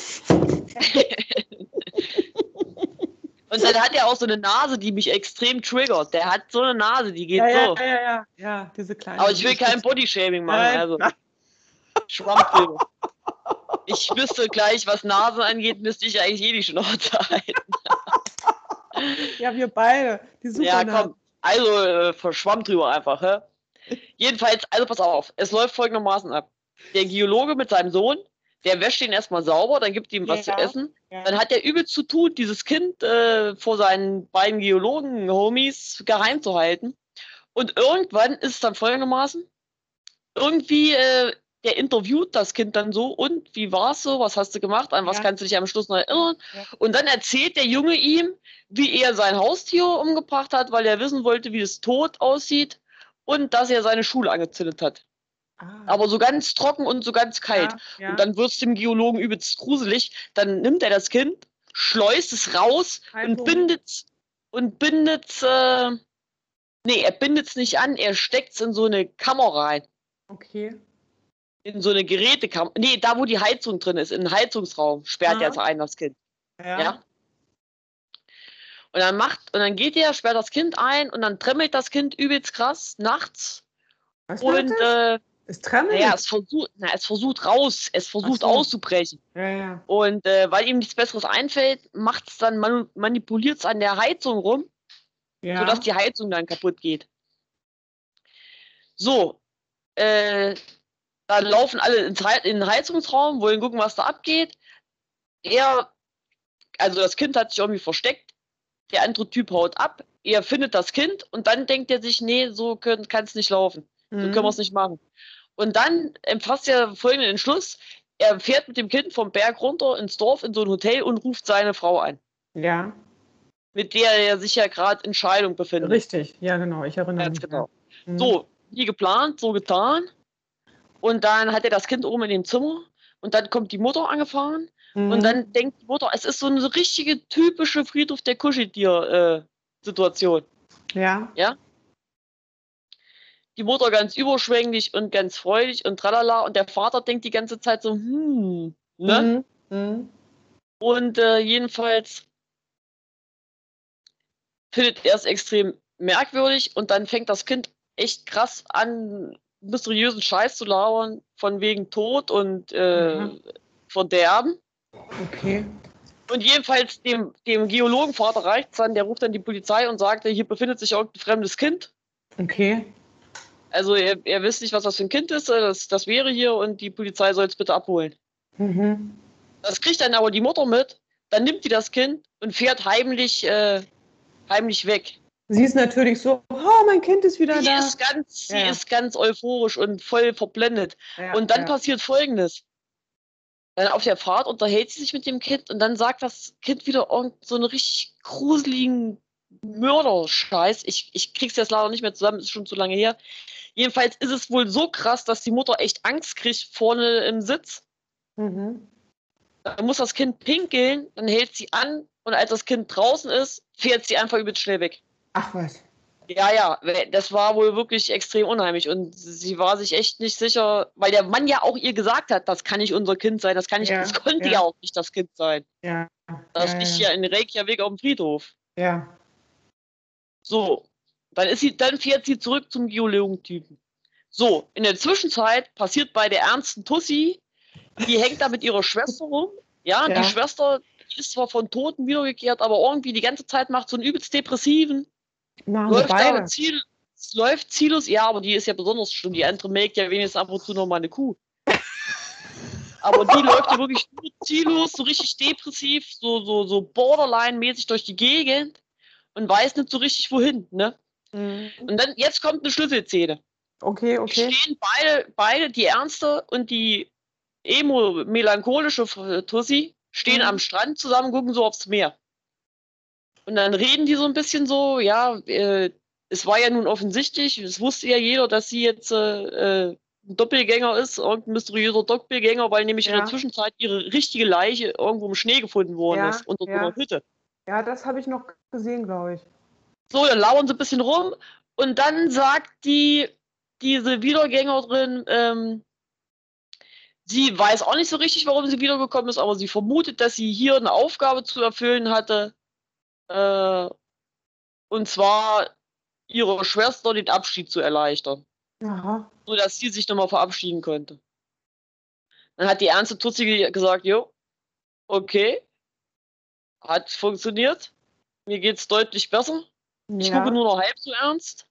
Und dann hat er auch so eine Nase, die mich extrem triggert. Der hat so eine Nase, die geht Ja, ja, so. ja, ja, ja, ja, diese kleine. Aber ich will kein Bodyshaming machen, Nein, also nein. Schwamm drüber. Ich wüsste gleich, was Nase angeht, müsste ich eigentlich eh die Schnauze halten. Ja, wir beide. Die Ja, Supernase. komm. Also, äh, verschwamm drüber einfach, hä? Jedenfalls, also pass auf, es läuft folgendermaßen ab. Der Geologe mit seinem Sohn, der wäscht ihn erstmal sauber, dann gibt ihm was Ja, zu essen. ja. Dann hat er übelst zu tun, dieses Kind äh, vor seinen beiden Geologen-Homies geheim zu halten. Und irgendwann ist es dann folgendermaßen, irgendwie, äh, der interviewt das Kind dann so, und wie war's so, was hast du gemacht, an was Ja. kannst du dich am Schluss noch erinnern? Ja. Und dann erzählt der Junge ihm, wie er sein Haustier umgebracht hat, weil er wissen wollte, wie es tot aussieht, und dass er seine Schule angezündet hat. Ah, Aber so ganz trocken und so ganz kalt. ja, ja. Und dann wird es dem Geologen übelst gruselig. Dann nimmt er das Kind, schleust es raus Haltung. und bindet und bindet äh, nee, er bindet es nicht an, er steckt es in so eine Kammer rein. Okay. In so eine Gerätekammer. Nee, da wo die Heizung drin ist, in den Heizungsraum sperrt Ah. er es ein, das Kind. Ja. Ja. Und dann macht, und dann geht er, sperrt das Kind ein und dann tremmelt das Kind übelst krass nachts. Was macht Und das? äh, Es tremmelt? naja, es versucht, na, es versucht raus, es versucht Ach so. auszubrechen. Ja, ja. Und äh, weil ihm nichts Besseres einfällt, macht es dann, manu- manipuliert es an der Heizung rum, Ja. sodass die Heizung dann kaputt geht. So, äh, dann laufen alle ins He in den Heizungsraum, wollen gucken, was da abgeht. Er, also das Kind hat sich irgendwie versteckt, der andere Typ haut ab, er findet das Kind und dann denkt er sich, nee, so kann es nicht laufen, so Mhm. können wir es nicht machen. Und dann fasst er folgenden Entschluss, er fährt mit dem Kind vom Berg runter ins Dorf, in so ein Hotel und ruft seine Frau an, Ja. mit der er sich ja gerade in Scheidung befindet. Richtig, ja, genau, ich erinnere Ganz mich. genau. Ja. Mhm. So, wie geplant, so getan. Und dann hat er das Kind oben in dem Zimmer Und dann kommt die Mutter angefahren Mhm. und dann denkt die Mutter, es ist so eine richtige typische Friedhof der Kuscheltier-Situation. Ja. Ja? Die Mutter ganz überschwänglich und ganz freudig und tralala und der Vater denkt die ganze Zeit so, hm, ne? Mhm. Mhm. Und äh, jedenfalls findet er es extrem merkwürdig und dann fängt das Kind echt krass an, mysteriösen Scheiß zu labern, von wegen Tod und äh, Mhm. Verderben. Okay. Und jedenfalls dem, dem Geologenvater reicht's dann, der ruft dann die Polizei und sagt, hier befindet sich irgendein fremdes Kind. Okay. Also er, er wisst nicht, was das für ein Kind ist, das, das wäre hier und die Polizei soll es bitte abholen. Mhm. Das kriegt dann aber die Mutter mit, dann nimmt die das Kind und fährt heimlich, äh, heimlich weg. Sie ist natürlich so, oh, mein Kind ist wieder Sie da. ist ganz, sie Ja. ist ganz euphorisch und voll verblendet. Ja, Und dann ja. passiert Folgendes. Dann auf der Fahrt unterhält sie sich mit dem Kind und dann sagt das Kind wieder irgend so einen richtig gruseligen Mörderscheiß. Ich, ich krieg's jetzt leider nicht mehr zusammen, ist schon zu lange her. Jedenfalls ist es wohl so krass, dass die Mutter echt Angst kriegt vorne im Sitz. Mhm. Dann muss das Kind pinkeln, dann hält sie an und als das Kind draußen ist, fährt sie einfach übelst schnell weg. Ach was. Ja, ja, das war wohl wirklich extrem unheimlich und sie war sich echt nicht sicher, weil der Mann ja auch ihr gesagt hat, das kann nicht unser Kind sein, das kann nicht, Ja, das konnte ja. ja auch nicht das Kind sein. Ja. Das ja, liegt ja. ja in Reykjavik auf dem Friedhof. Ja. So, dann ist sie, dann fährt sie zurück zum Geologentypen. So, in der Zwischenzeit passiert bei der ernsten Tussi, die hängt da mit ihrer Schwester rum. Ja, Ja. die Schwester die ist zwar von Toten wiedergekehrt, aber irgendwie die ganze Zeit macht so einen übelst depressiven. Machen sie Läuft da beide. Ziel, läuft ziellos, ja, aber die ist ja besonders schlimm. Die andere melkt ja wenigstens ab und zu noch mal eine Kuh. Aber die läuft ja wirklich nur ziellos, so richtig depressiv, so, so, so Borderline-mäßig durch die Gegend und weiß nicht so richtig wohin, ne? Mhm. Und dann, jetzt kommt eine Schlüsselszene. Okay, okay. Stehen beide, beide, die ernste und die emo-melancholische Tussi, stehen Mhm. am Strand zusammen, gucken so aufs Meer. Und dann reden die so ein bisschen so, ja, äh, es war ja nun offensichtlich, es wusste ja jeder, dass sie jetzt äh, ein Doppelgänger ist, irgendein mysteriöser Doppelgänger, weil nämlich in Ja. der Zwischenzeit ihre richtige Leiche irgendwo im Schnee gefunden worden Ja, ist, unter so ja. einer Hütte. Ja, das habe ich noch gesehen, glaube ich. So, dann lauern sie ein bisschen rum und dann sagt die, diese Wiedergängerin, ähm, sie weiß auch nicht so richtig, warum sie wiedergekommen ist, aber sie vermutet, dass sie hier eine Aufgabe zu erfüllen hatte. Äh, und zwar ihrer Schwester den Abschied zu erleichtern, Aha. sodass sie sich nochmal verabschieden konnte. Dann hat die ernste Tussi gesagt, jo, okay, hat funktioniert, mir geht's deutlich besser, ich Ja. gucke nur noch halb so ernst.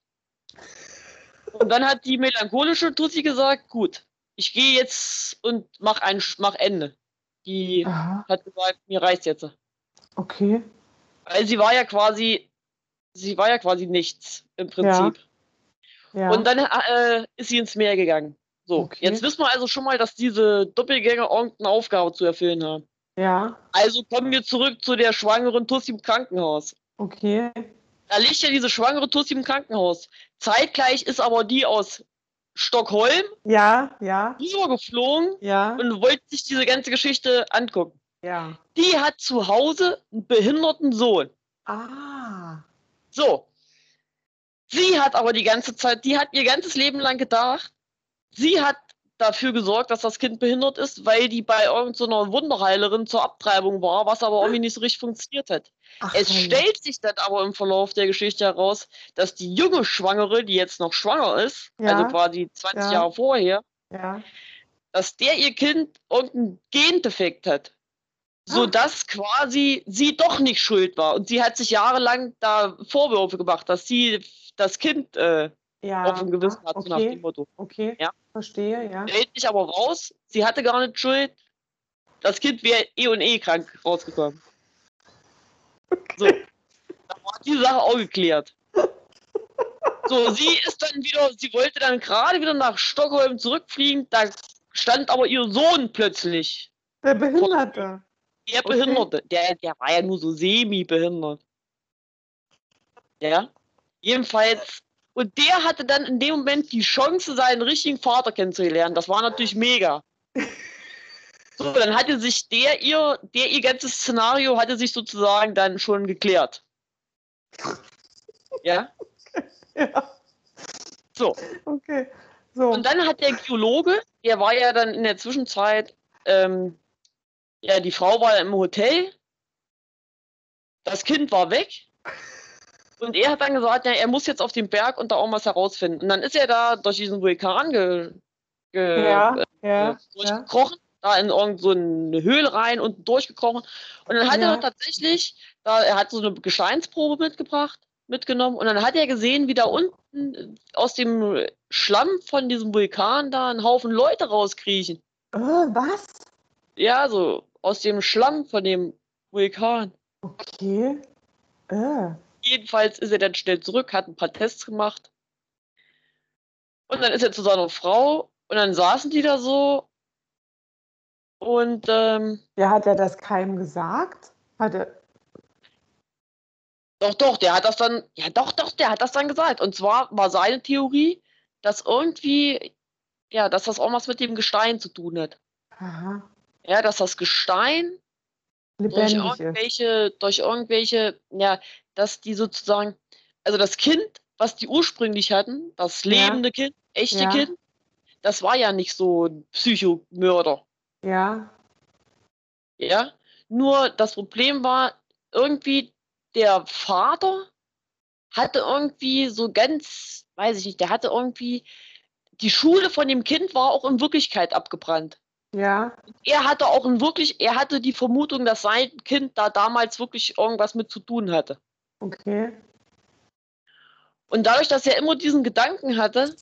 Und dann hat die melancholische Tussi gesagt, gut, ich gehe jetzt und mach ein mach Ende. Die Aha. hat gesagt, mir reicht's jetzt. Okay. Weil sie war ja quasi, sie war ja quasi nichts im Prinzip. Ja. Und dann äh, ist sie ins Meer gegangen. So, Okay. jetzt wissen wir also schon mal, dass diese Doppelgänger irgendeine Aufgabe zu erfüllen haben. Ja. Also kommen wir zurück zu der schwangeren Tussi im Krankenhaus. Okay. Da liegt ja diese schwangere Tussi im Krankenhaus. Zeitgleich ist aber die aus Stockholm Ja, ja, rübergeflogen ja, und wollte sich diese ganze Geschichte angucken. ja. Die hat zu Hause einen behinderten Sohn. Ah. So. Sie hat aber die ganze Zeit, die hat ihr ganzes Leben lang gedacht, sie hat dafür gesorgt, dass das Kind behindert ist, weil die bei irgendeiner so Wunderheilerin zur Abtreibung war, was aber irgendwie nicht so richtig funktioniert hat. Ach, Es herrje. stellt sich dann aber im Verlauf der Geschichte heraus, dass die junge Schwangere, die jetzt noch schwanger ist, Ja. also quasi zwanzig Ja. Jahre vorher, Ja. dass der ihr Kind irgendeinen Gendefekt hat, sodass quasi sie doch nicht schuld war. Und sie hat sich jahrelang da Vorwürfe gemacht, dass sie das Kind äh, Ja. auf dem Gewissen hat, so nach Okay. dem Motto. Okay. Ja. Verstehe, ja. Stellt sich aber raus, sie hatte gar nicht Schuld. Das Kind wäre eh und eh krank rausgekommen. So, da war die Sache auch geklärt. So, sie ist dann wieder, sie wollte dann gerade wieder nach Stockholm zurückfliegen, da stand aber ihr Sohn plötzlich. Der Behinderte. Der Okay. Behinderte, der, der war ja nur so semi-behindert. Ja, jedenfalls. Und der hatte dann in dem Moment die Chance, seinen richtigen Vater kennenzulernen. Das war natürlich mega. So, dann hatte sich der ihr, der ihr ganzes Szenario hatte sich sozusagen dann schon geklärt. Ja? Ja. So. Okay. So. Und dann hat der Geologe, der war ja dann in der Zwischenzeit, ähm, ja, die Frau war im Hotel, das Kind war weg. Und er hat dann gesagt, ja, er muss jetzt auf den Berg und da auch was herausfinden. Und dann ist er da durch diesen Vulkan ge, ge, Ja, äh, ja, durchgekrochen, da in irgend so eine Höhle rein und durchgekrochen. Und dann hat ja. er tatsächlich, da, er hat so eine Gesteinsprobe mitgebracht, mitgenommen. Und dann hat er gesehen, wie da unten aus dem Schlamm von diesem Vulkan da ein Haufen Leute rauskriechen. Äh, was? Ja, so aus dem Schlamm von dem Vulkan. Okay. Äh. Jedenfalls ist er dann schnell zurück, hat ein paar Tests gemacht. Und dann ist er zu seiner Frau und dann saßen die da so und ähm, Ja, hat er das keinem gesagt? Hat er. doch, doch, der hat das dann, ja doch, doch, der hat das dann gesagt. Und zwar war seine Theorie, dass irgendwie, ja, dass das auch was mit dem Gestein zu tun hat. Aha. Ja, dass das Gestein durch Lebendig ist. irgendwelche, durch irgendwelche, ja, dass die sozusagen, also das Kind, was die ursprünglich hatten, das lebende Kind, echte Ja. Kind, das war ja nicht so ein Psychomörder. Ja. Ja, nur das Problem war, irgendwie der Vater hatte irgendwie so ganz, weiß ich nicht, der hatte irgendwie, die Schule von dem Kind war auch in Wirklichkeit abgebrannt. Ja. Er hatte auch in wirklich, er hatte die Vermutung, dass sein Kind da damals wirklich irgendwas mit zu tun hatte. Okay. Und dadurch, dass er immer diesen Gedanken hatte,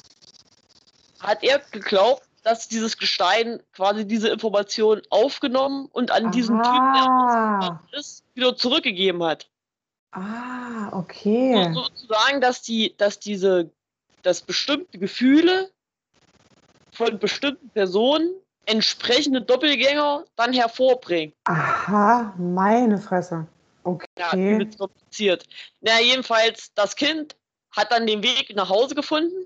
hat er geglaubt, dass dieses Gestein quasi diese Information aufgenommen und an diesen Typen, der Ah. ausgebrannt ist, wieder zurückgegeben hat. Ah, So, okay. sozusagen, dass die, dass diese, dass bestimmte Gefühle von bestimmten Personen entsprechende Doppelgänger dann hervorbringen. Aha, meine Fresse. Ja, Okay. übelst kompliziert. Na, jedenfalls, das Kind hat dann den Weg nach Hause gefunden.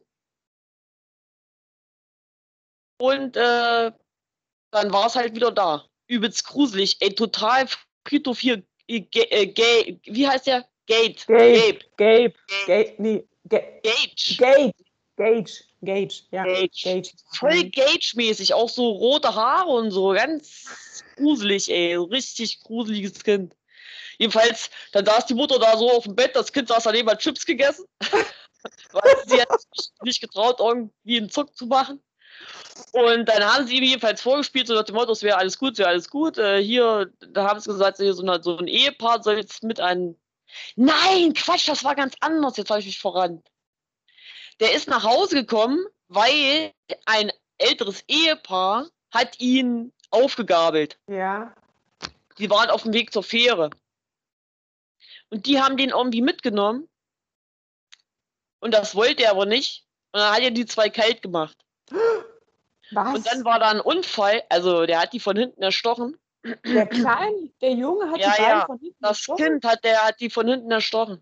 Und äh, dann war es halt wieder da. Übelst gruselig. Ey, total Friedhof hier. Äh, Gay, wie heißt der? Gate. Gabe. Gabe. Gabe. Gabe. Nee. Ga Gage. Gage. Gage. Gage. Ja. Gage. Gage. Voll Gage-mäßig. Auch so rote Haare und so. Ganz gruselig, ey. Richtig gruseliges Kind. Jedenfalls, dann saß die Mutter da so auf dem Bett. Das Kind saß daneben, hat Chips gegessen. Weil sie hat sich nicht getraut, irgendwie einen Zuck zu machen. Und dann haben sie ihm jedenfalls vorgespielt, so nach dem Motto, es wäre alles gut, es wäre alles gut. Äh, hier, da haben sie gesagt, hier so, eine, so ein Ehepaar soll jetzt mit einem. Nein, Quatsch, das war ganz anders, jetzt habe ich mich verrannt. Der ist nach Hause gekommen, weil ein älteres Ehepaar hat ihn aufgegabelt. Ja. Die waren auf dem Weg zur Fähre. Und die haben den irgendwie mitgenommen. Und das wollte er aber nicht. Und dann hat er die zwei kalt gemacht. Was? Und dann war da ein Unfall, also der hat die von hinten erstochen. Der Kleine, der Junge hat Ja, die beiden ja, von hinten das erstochen? Kind hat, der hat die von hinten erstochen.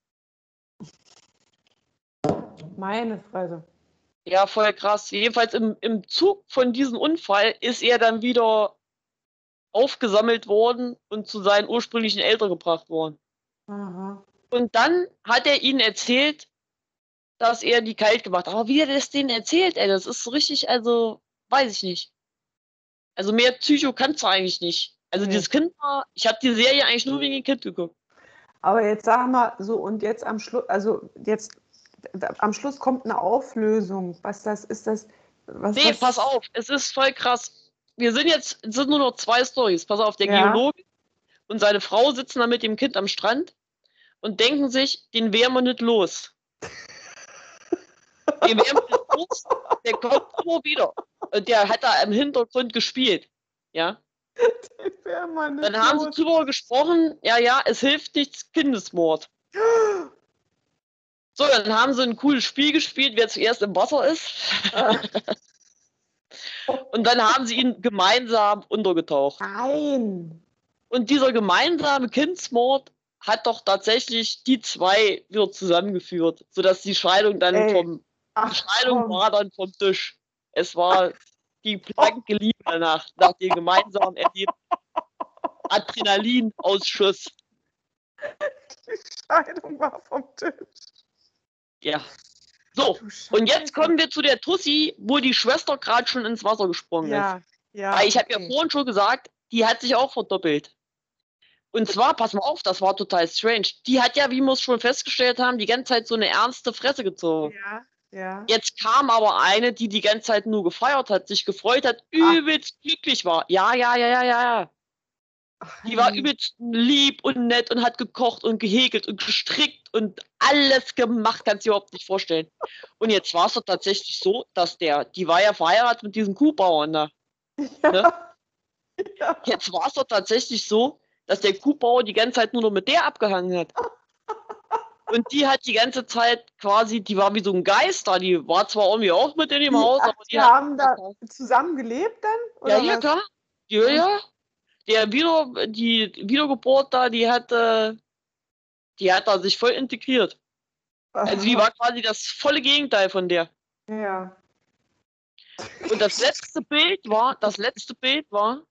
Meine Fresse. Ja, voll krass. Jedenfalls im, im Zug von diesem Unfall ist er dann wieder aufgesammelt worden und zu seinen ursprünglichen Eltern gebracht worden. Aha. Und dann hat er ihnen erzählt, dass er die kalt gemacht hat. Aber wie er das denen erzählt, ey, das ist so richtig, also, weiß ich nicht. Also mehr Psycho kannst du eigentlich nicht. Also Nee. dieses Kind war, ich habe die Serie eigentlich nur wegen dem Kind geguckt. Aber jetzt sag mal so, und jetzt am Schluss, also jetzt am Schluss kommt eine Auflösung. Was das ist, das. Was, Nee, was? pass auf, es ist voll krass. Wir sind jetzt, es sind nur noch zwei Storys. Pass auf, der Ja. Geologe und seine Frau sitzen da mit dem Kind am Strand und denken sich, den wären wir nicht los. Den wären wir nicht los, der kommt immer wieder. Und der hat da im Hintergrund gespielt. Ja. Dann haben sie drüber gesprochen, ja, ja, es hilft nichts, Kindesmord. So, dann haben sie ein cooles Spiel gespielt, wer zuerst im Wasser ist. Und dann haben sie ihn gemeinsam untergetaucht. Nein. Und dieser gemeinsame Kindsmord hat doch tatsächlich die zwei wieder zusammengeführt, sodass die Scheidung dann Ey. vom Ach, die Scheidung komm. war dann vom Tisch. Es war die blanke Liebe danach, nach dem gemeinsamen Erleben. Adrenalinausschuss. Die Scheidung war vom Tisch. Ja. So, und jetzt kommen wir zu der Tussi, wo die Schwester gerade schon ins Wasser gesprungen Ja, ist. ja. Weil ich habe okay. ja vorhin schon gesagt, die hat sich auch verdoppelt. Und zwar, pass mal auf, das war total strange. Die hat ja, wie wir es schon festgestellt haben, die ganze Zeit so eine ernste Fresse gezogen. Ja, ja. Jetzt kam aber eine, die die ganze Zeit nur gefeiert hat, sich gefreut hat, übelst glücklich war. Ja, ja, ja, ja, ja, ja. Ach, Die war hey. übelst lieb und nett und hat gekocht und gehäkelt und gestrickt und alles gemacht, kannst du dir überhaupt nicht vorstellen. Und jetzt war es doch tatsächlich so, dass der, die war ja verheiratet mit diesem Kuhbauern da. Ne? Ja. Jetzt war es doch tatsächlich so, dass der Kuhbauer die ganze Zeit nur noch mit der abgehangen hat. Und die hat die ganze Zeit quasi, die war wie so ein Geist da, die war zwar irgendwie auch mit in dem Die, Haus, ach, aber die die hat. haben da zusammen gelebt dann? Ja, Oder ja, was? klar. Ja, ja. Der wieder, die Wiedergeburt da, die hat, äh, die hat da sich voll integriert. Also die war quasi das volle Gegenteil von der. Ja. Und das letzte Bild war, das letzte Bild war,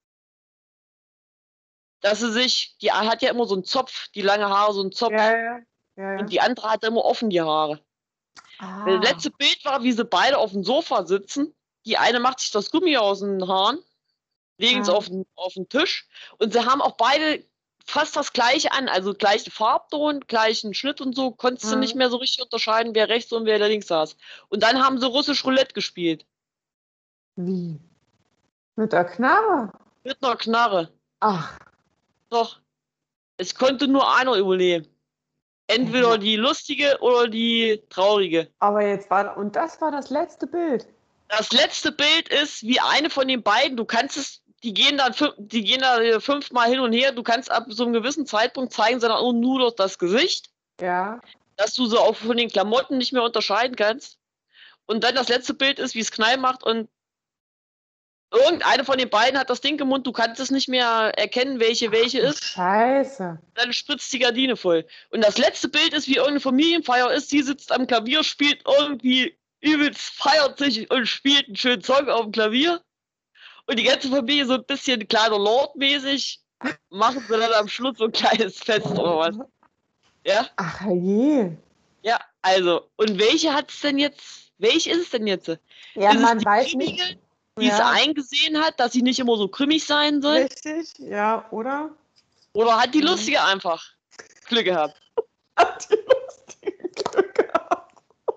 dass sie sich, die hat ja immer so einen Zopf, die lange Haare, so einen Zopf. Ja, ja, ja, ja. Und die andere hatte immer offen die Haare. Ah. Das letzte Bild war, wie sie beide auf dem Sofa sitzen. Die eine macht sich das Gummi aus den Haaren, legen es Ah. auf den, auf den Tisch und sie haben auch beide fast das gleiche an, also gleichen Farbton, gleichen Schnitt und so, konntest du Ah. nicht mehr so richtig unterscheiden, wer rechts und wer links saß. Und dann haben sie russisch Roulette gespielt. Wie? Mit der Knarre? Mit einer Knarre. Ach. Doch. Es konnte nur einer überleben. Entweder Ja. die lustige oder die traurige. Aber jetzt war, und das war das letzte Bild. Das letzte Bild ist, wie eine von den beiden, du kannst es, die gehen dann fün- die gehen da fünfmal hin und her, du kannst ab so einem gewissen Zeitpunkt zeigen sie dann auch nur noch das Gesicht, Ja. dass du so auch von den Klamotten nicht mehr unterscheiden kannst. Und dann das letzte Bild ist, wie es Knall macht und irgendeine von den beiden hat das Ding im Mund, du kannst es nicht mehr erkennen, welche welche ist. Scheiße. Dann spritzt die Gardine voll. Und das letzte Bild ist, wie irgendeine Familienfeier ist, sie sitzt am Klavier, spielt irgendwie übelst, feiert sich und spielt einen schönen Song auf dem Klavier. Und die ganze Familie so ein bisschen kleiner Lord-mäßig, machen sie dann am Schluss so ein kleines Fest oder was. Ja? Ach je. Ja, also, und welche hat es denn jetzt, welche ist es denn jetzt? Ja, ist man es die weiß Krümige, nicht. die es Ja. eingesehen hat, dass sie nicht immer so krümmig sein soll? Richtig, ja, oder? Oder hat die Mhm. Lustige einfach Glück gehabt? Hat die lustige Glück gehabt.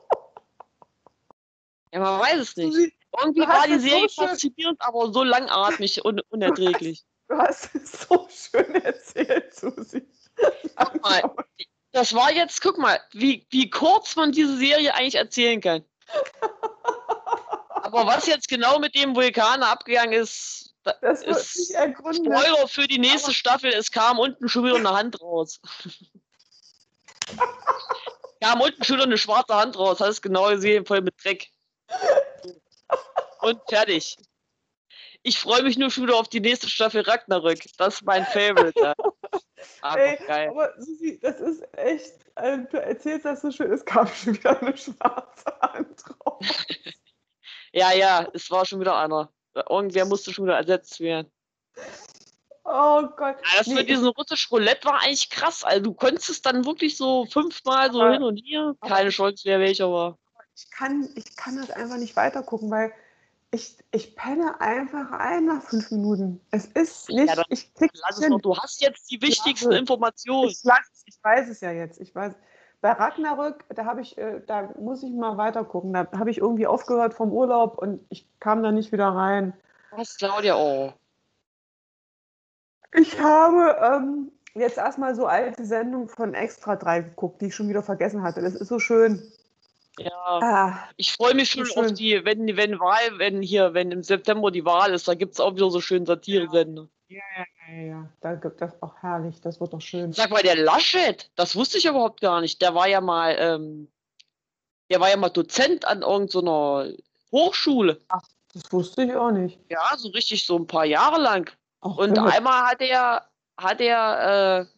Ja, man weiß es nicht. Sie- Irgendwie du hast war die es so Serie schön- faszinierend, aber so langatmig und unerträglich. Du hast es so schön erzählt, Susi. Guck mal, das war jetzt, guck mal, wie, wie kurz man diese Serie eigentlich erzählen kann. Aber was jetzt genau mit dem Vulkan abgegangen ist, da- Das wird ist sich ergründen. Spoiler für die nächste Staffel, es kam unten schon wieder eine Hand raus. kam unten schon wieder eine schwarze Hand raus, hast du genau gesehen, voll mit Dreck. Und fertig. Ich freue mich nur schon wieder auf die nächste Staffel Ragnarök. Das ist mein Favorite. Ja. Aber Ey, geil. aber Susi, das ist echt, äh, du erzählst das so schön, es kam schon wieder eine schwarze Hand raus. Ja, ja, es war schon wieder einer. Irgendwer musste schon wieder ersetzt werden. Oh Gott. Ja, das Nee, mit diesem russischen Roulette war eigentlich krass. Also du konntest es dann wirklich so fünfmal so Aber- hin und her. aber- Keine Chance, wer welcher war. ich, kann, ich kann das einfach nicht weitergucken, weil ich, ich penne einfach ein nach fünf Minuten. Es ist nicht, Ja, dann ich krieg's Lass es hin. doch, du hast jetzt die wichtigsten Ja. Informationen. Ich, lass, ich weiß es ja jetzt. Ich weiß. Bei Ragnarök, da habe ich, äh, da muss ich mal weiter gucken. Da habe ich irgendwie aufgehört vom Urlaub und ich kam da nicht wieder rein. Was, Claudia? Oh. Ich habe ähm, jetzt erstmal so alte Sendungen von Extra drei geguckt, die ich schon wieder vergessen hatte. Das ist so schön. Ja. Ah, Ich freue mich schon schön. auf die, wenn, wenn Wahl, wenn hier, wenn im September die Wahl ist, da gibt es auch wieder so schön Satiresender. ja, ja, ja, ja. Da gibt das auch herrlich. Das wird doch schön. Sag mal, der Laschet, das wusste ich überhaupt gar nicht. Der war ja mal, ähm, der war ja mal Dozent an irgendeiner Hochschule. Das wusste ich auch nicht. Ja, so richtig so ein paar Jahre lang. Ach, Und Gott. einmal hat er, hat er äh,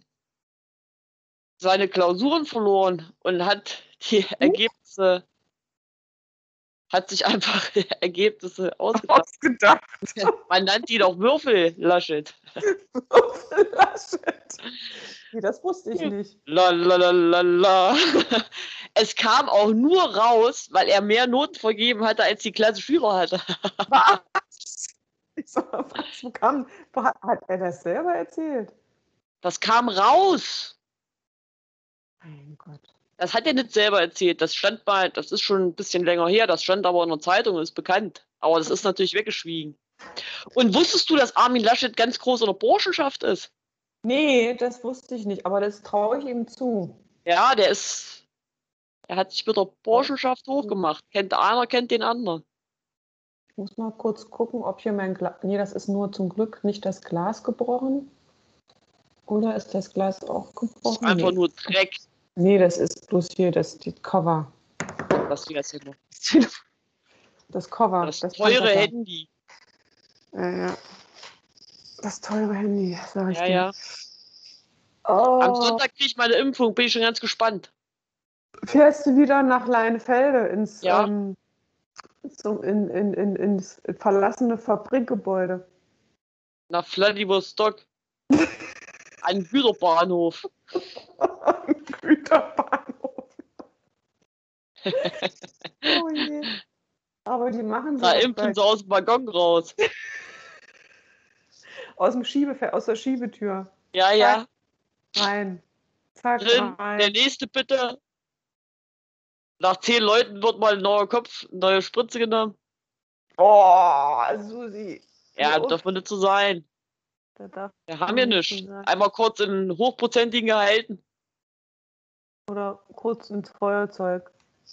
seine Klausuren verloren und hat die Ergebnisse Hat sich einfach Ergebnisse ausgedacht. Ausgedacht. Man nennt ihn auch Würfel Laschet. Würfel Laschet. Nee, das wusste ich nicht. La, la, la, la, la. Es kam auch nur raus, weil er mehr Noten vergeben hatte, als die Klasse Schüler hatte. Was? Ich sag mal, was, wo kam, wo hat, hat er das selber erzählt? Das kam raus. Mein Gott. Das hat er nicht selber erzählt. Das stand mal, das ist schon ein bisschen länger her, das stand aber in der Zeitung, ist bekannt. Aber das ist natürlich weggeschwiegen. Und wusstest du, dass Armin Laschet ganz groß in der Burschenschaft ist? Nee, das wusste ich nicht, aber das traue ich ihm zu. Ja, der ist, er hat sich mit der Burschenschaft hochgemacht. Kennt einer, kennt den anderen. Ich muss mal kurz gucken, ob hier mein Glas. Nee, das ist nur zum Glück nicht das Glas gebrochen. Oder ist das Glas auch gebrochen? Das ist einfach nee. nur Dreck. Nee, das ist bloß hier das die Cover. Das hier ist nur. Das Cover. Das, das teure Panzer. Handy. Ja, ja. Das teure Handy, sag ich Ja, dir. ja. Oh. Am Sonntag kriege ich meine Impfung, bin ich schon ganz gespannt. Fährst du wieder nach Leinfelde ins, Ja. ähm, zum, in, in, in, ins verlassene Fabrikgebäude? Nach Vladivostok. An Güterbahnhof. Güterbahnhof. Oh je. Aber die machen Da sie auch impfen gleich. sie aus dem Waggon raus. Aus dem Schiebefeld, aus der Schiebetür. Ja, ja. Rein. Zack, Drin, rein. der nächste bitte. Nach zehn Leuten wird mal ein neuer Kopf, eine neue Spritze genommen. Oh, Susi. Ja, Oh, darf man nicht so sein. da darf Wir haben ja man nichts. so sein. Einmal kurz in hochprozentigen gehalten. Oder kurz ins Feuerzeug.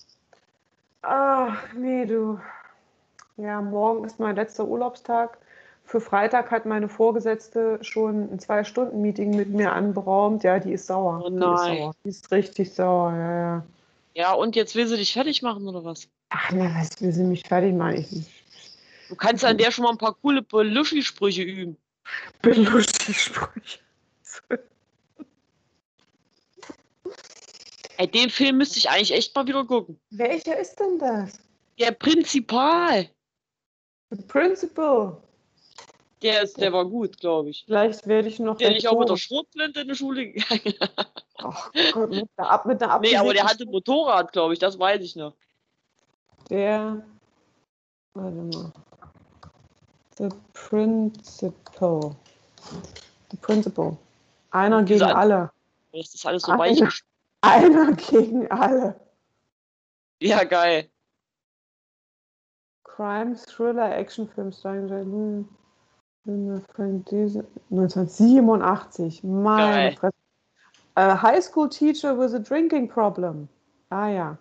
Ach, nee, du. Ja, morgen ist mein letzter Urlaubstag. Für Freitag hat meine Vorgesetzte schon ein Zwei-Stunden-Meeting mit mir anberaumt. Ja, die ist sauer. Oh Die ist nein. sauer. Die ist richtig sauer, ja, ja. Ja, und jetzt will sie dich fertig machen, oder was? Ach, na, was will sie mich fertig machen? Ich, ich Du kannst an der schon mal ein paar coole Beluschi-Sprüche üben. bin lustig, Sprüche. Ey, den Film müsste ich eigentlich echt mal wieder gucken. Welcher ist denn das? Der Prinzipal. The Principal. Der, ist, der war gut, glaube ich. Vielleicht werde ich noch Der nicht auch mit der erzogen. Schrotflinte in die Schule gegangen? Ach Gott, mit einer, Ab- mit einer Nee, aber der abgesägten hatte ein Motorrad, glaube ich, das weiß ich noch. Der, warte mal. The Principal. The Principal. Einer Und diese gegen An- alle. Das ist alles so Einer, weich. einer gegen alle. Ja, geil. Crime, Thriller, Actionfilm, starring Hm. Frank Diesel. neunzehnhundertsiebenundachtzig. Meine Geil. Fresse. A high school teacher with a drinking problem. Ah ja.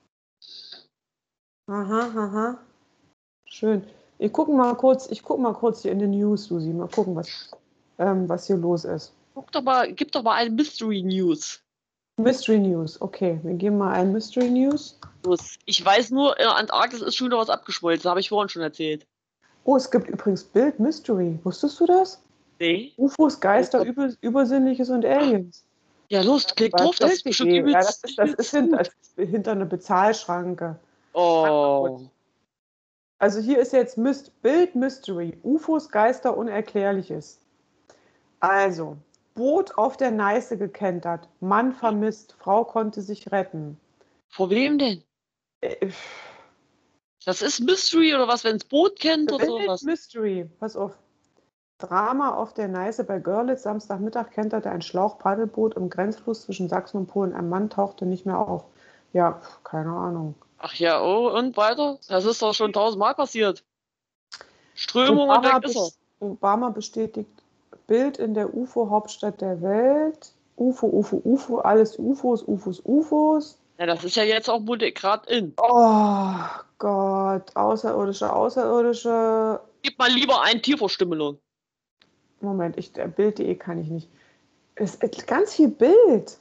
Aha, aha. Schön. Ich gucke mal kurz, ich guck mal kurz hier in den News, Susi. Mal gucken, was, ähm, was hier los ist. Guck doch mal, gib doch mal ein Mystery News. Mystery News. Okay, wir geben mal ein Mystery News. Los. Ich weiß nur, in der Antarktis ist schon wieder was abgeschmolzen. Habe ich vorhin schon erzählt. Oh, es gibt übrigens Bild Mystery. Wusstest du das? Nee? U F Os, Geister, Über Übersinnliches und Aliens. Ja, los, klick drauf. Das ist bestimmt Bild.de. Ja, das übelst. ist, das ist hinter, das ist hinter einer Bezahlschranke. Oh. Also hier ist jetzt Myst Bild Mystery. U F Os, Geister, Unerklärliches. Also, Boot auf der Neiße gekentert. Mann vermisst. Frau konnte sich retten. Vor wem denn? Äh, Das ist Mystery oder was, wenn es Boot kennt oder Bild was? Mystery. Pass auf. Drama auf der Neiße bei Görlitz. Samstagmittag kenterte ein Schlauchpaddelboot im Grenzfluss zwischen Sachsen und Polen. Ein Mann tauchte nicht mehr auf. Ja, pf, keine Ahnung. Ach ja, oh, und weiter? Das ist doch schon tausendmal passiert. Strömung und Obama, weg ist er. bes- Obama bestätigt Bild in der U F O-Hauptstadt der Welt. U F O, U F O, U F O, alles U F Os, U F Os, U F Os. Ja, das ist ja jetzt auch gerade in. Oh Gott, außerirdische, außerirdische. Gib mal lieber ein Tierverstümmelung. Moment, ich, der Bild.de kann ich nicht. Es ist ganz viel Bild.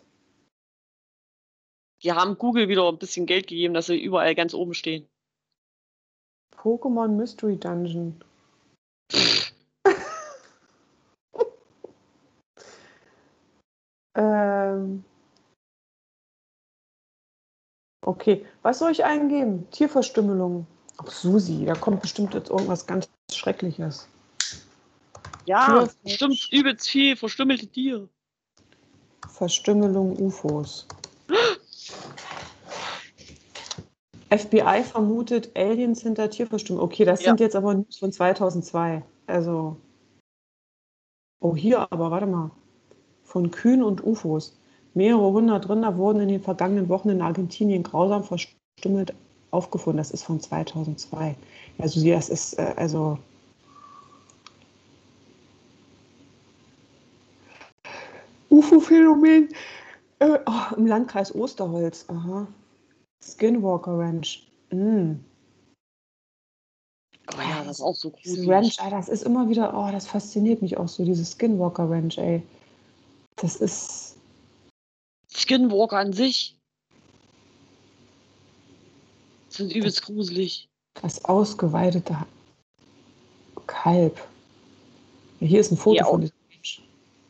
Die haben Google wieder ein bisschen Geld gegeben, dass sie überall ganz oben stehen. Pokémon Mystery Dungeon. ähm. Okay, was soll ich eingeben? Tierverstümmelung. Ach, Susi, da kommt bestimmt jetzt irgendwas ganz Schreckliches. Ja, bestimmt übelst viel verstümmelte Tiere. Verstümmelung U F Os. F B I vermutet Aliens hinter Tierverstümmelung. Okay, das Ja. sind jetzt aber News von zweitausendzwei. Also. Oh, hier aber, warte mal. Von Kühen und U F Os. Mehrere hundert Rinder wurden in den vergangenen Wochen in Argentinien grausam verstümmelt aufgefunden. Das ist von zweitausendzwei. Also, das ist, äh, also. U F O-Phänomen äh, oh, im Landkreis Osterholz. Aha. Skinwalker Ranch. Mm. Oh ja, das ist auch so Diese gruselig. Ranch, ah, das ist immer wieder, oh, das fasziniert mich auch so, diese Skinwalker Ranch, ey. Das ist. Skinwalker an sich sind übelst gruselig. Das ausgeweidete Kalb. Ja, hier ist ein Foto Ja, von diesem Ranch.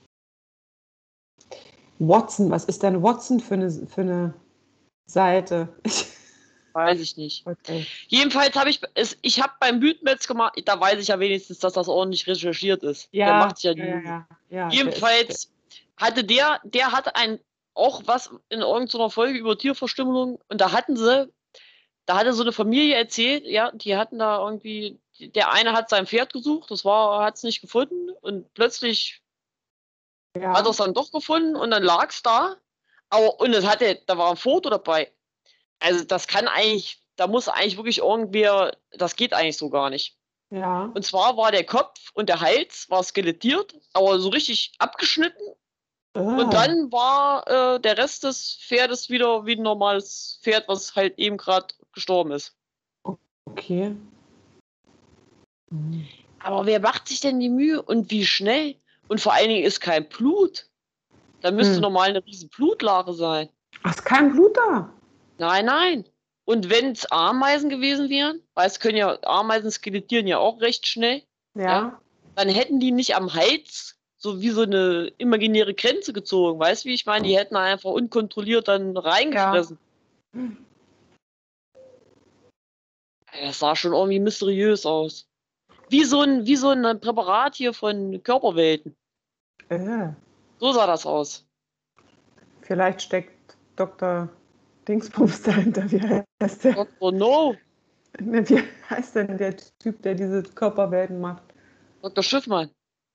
Watson, was ist denn Watson für eine, für eine Seite? Weiß ich nicht. Okay. Jedenfalls habe ich, es, ich habe beim Wütmetzger gemacht, da weiß ich ja wenigstens, dass das ordentlich recherchiert ist. Ja, der macht ja, ja, ja, ja, ja. Jedenfalls der ist, hatte der, der hatte ein, auch was in irgendeiner Folge über Tierverstümmelung und da hatten sie, da hatte so eine Familie erzählt, ja, die hatten da irgendwie, der eine hat sein Pferd gesucht, das war, hat es nicht gefunden und plötzlich ja. hat er es dann doch gefunden und dann lag es da, aber, und es hatte, da war ein Foto dabei. Also das kann eigentlich, da muss eigentlich wirklich irgendwer, das geht eigentlich so gar nicht. Ja. Und zwar war der Kopf und der Hals war skelettiert, aber so richtig abgeschnitten. Ah. Und dann war äh, der Rest des Pferdes wieder wie ein normales Pferd, was halt eben gerade gestorben ist. Okay. Mhm. Aber wer macht sich denn die Mühe und wie schnell? Und vor allen Dingen ist kein Blut. Da müsste Hm. normal eine riesen Blutlache sein. Ach, ist kein Blut da? Nein, nein. Und wenn es Ameisen gewesen wären, weil es können ja, Ameisen skelettieren ja auch recht schnell, Ja. ja, dann hätten die nicht am Hals so wie so eine imaginäre Grenze gezogen. Weißt du, wie ich meine? Die hätten einfach unkontrolliert dann reingefressen. Ja. Das sah schon irgendwie mysteriös aus. Wie so ein, wie so ein Präparat hier von Körperwelten. Äh. So sah das aus. Vielleicht steckt Doktor Dingsbums dahinter. Wie heißt der? Doktor No. Ne, wie heißt denn der Typ, der diese Körperwelten macht? Doktor Schiffmann.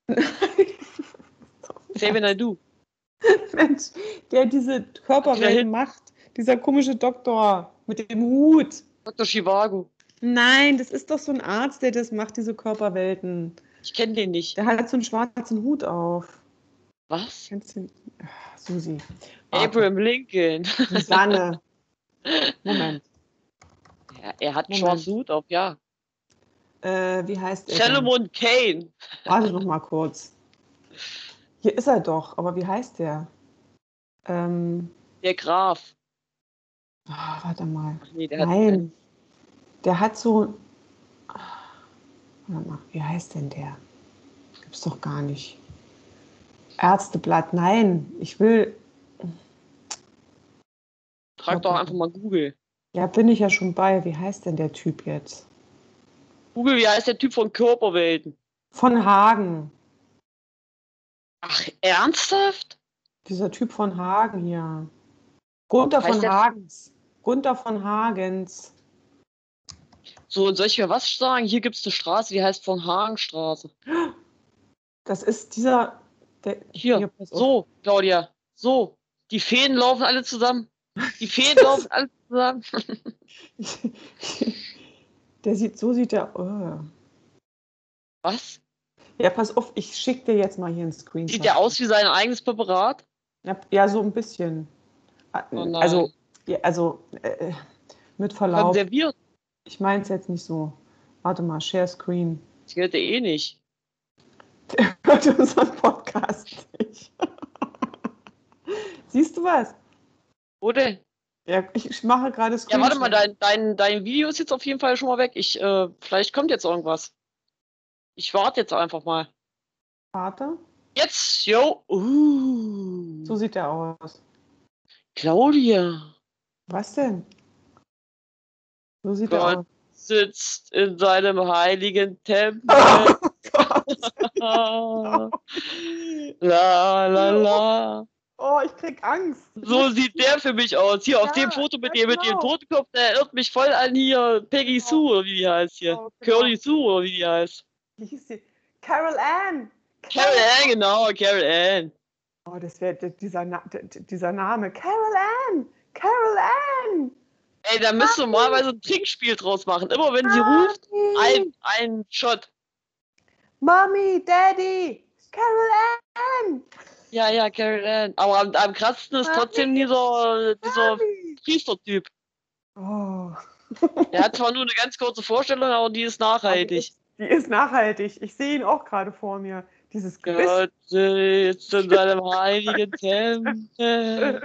Xavier Naidoo. Mensch, der diese Körperwelten macht. Dieser komische Doktor mit dem Hut. Doktor Chivago. Nein, das ist doch so ein Arzt, der das macht, diese Körperwelten. Ich kenne den nicht. Der hat so einen schwarzen Hut auf. Was? Kennst du den? Ach, Susi. Warte. Abraham Lincoln. Susanne. Moment. Ja, er hat einen Moment. schwarzen Hut auf, ja. Äh, wie heißt er? Salomon Kane. Warte noch mal kurz. Hier ist er doch, aber wie heißt der? Ähm, Der Graf. oh, warte mal. Ach nee, der hat Nein. Der hat so. Warte mal, wie heißt denn der? Gibt's doch gar nicht. Ärzteblatt, nein. Ich will. Frag doch einfach mal Google. Ja, bin ich ja schon bei. Wie heißt denn der Typ jetzt? Google, wie heißt der Typ von Körperwelten? Von Hagen. Ach, ernsthaft? Dieser Typ von Hagen hier. Gunther Heißt von der- Hagens. Gunther von Hagens. So, soll ich mir was sagen? Hier gibt es eine Straße, die heißt von Hagenstraße. Das ist dieser. Der, Hier, pass auf. so, Claudia, so. Die Feen laufen alle zusammen. Die Feen laufen alle zusammen. Der sieht, so sieht der. Oh. Was? Ja, pass auf, ich schicke dir jetzt mal hier einen Screenshot. Sieht der aus wie sein eigenes Präparat? Ja, ja, so ein bisschen. Oh nein. Also, ja, also äh, mit Verlaub. Konserviert. Ich meine es jetzt nicht so. Warte mal, Share Screen. Das gilt ja eh nicht. Der hört unseren Podcast nicht. Siehst du was? Wo denn? Ja, ich, ich mache gerade Screen. Ja, warte mal, dein, dein, dein Video ist jetzt auf jeden Fall schon mal weg. Ich, äh, vielleicht kommt jetzt irgendwas. Ich warte jetzt einfach mal. Warte. Jetzt, yo. Uh. So sieht der aus. Claudia. Was denn? So sieht Gott. er aus. sitzt in seinem heiligen Tempel. Oh Gott. La la la. Oh, ich krieg Angst. So sieht der für mich aus. Hier auf Ja, dem Foto mit ja, dem, mit dem genau. Totenkopf, der erinnert mich voll an hier Peggy Oh. Sue, oder wie die heißt hier. Oh, genau. Curly Sue, oder wie die heißt. Wie hieß die? Carol Ann. Carol Ann, genau, Carol Ann. Oh, das wäre dieser, Na dieser Name. Carol Ann. Carol Ann. Ey, da müsste normalerweise ein Trinkspiel draus machen. Immer wenn sie Mami. ruft, ein, ein Shot. Mami, Daddy, Carol Ann. Ja, ja, Carol Ann. Aber am, am krassesten ist Mami. trotzdem dieser, dieser Mami. Priestertyp. Oh. Er hat zwar nur eine ganz kurze Vorstellung, aber die ist nachhaltig. Die ist, die ist nachhaltig. Ich sehe ihn auch gerade vor mir. Dieses Gebiss. Gott sitzt in seinem heiligen Tempel.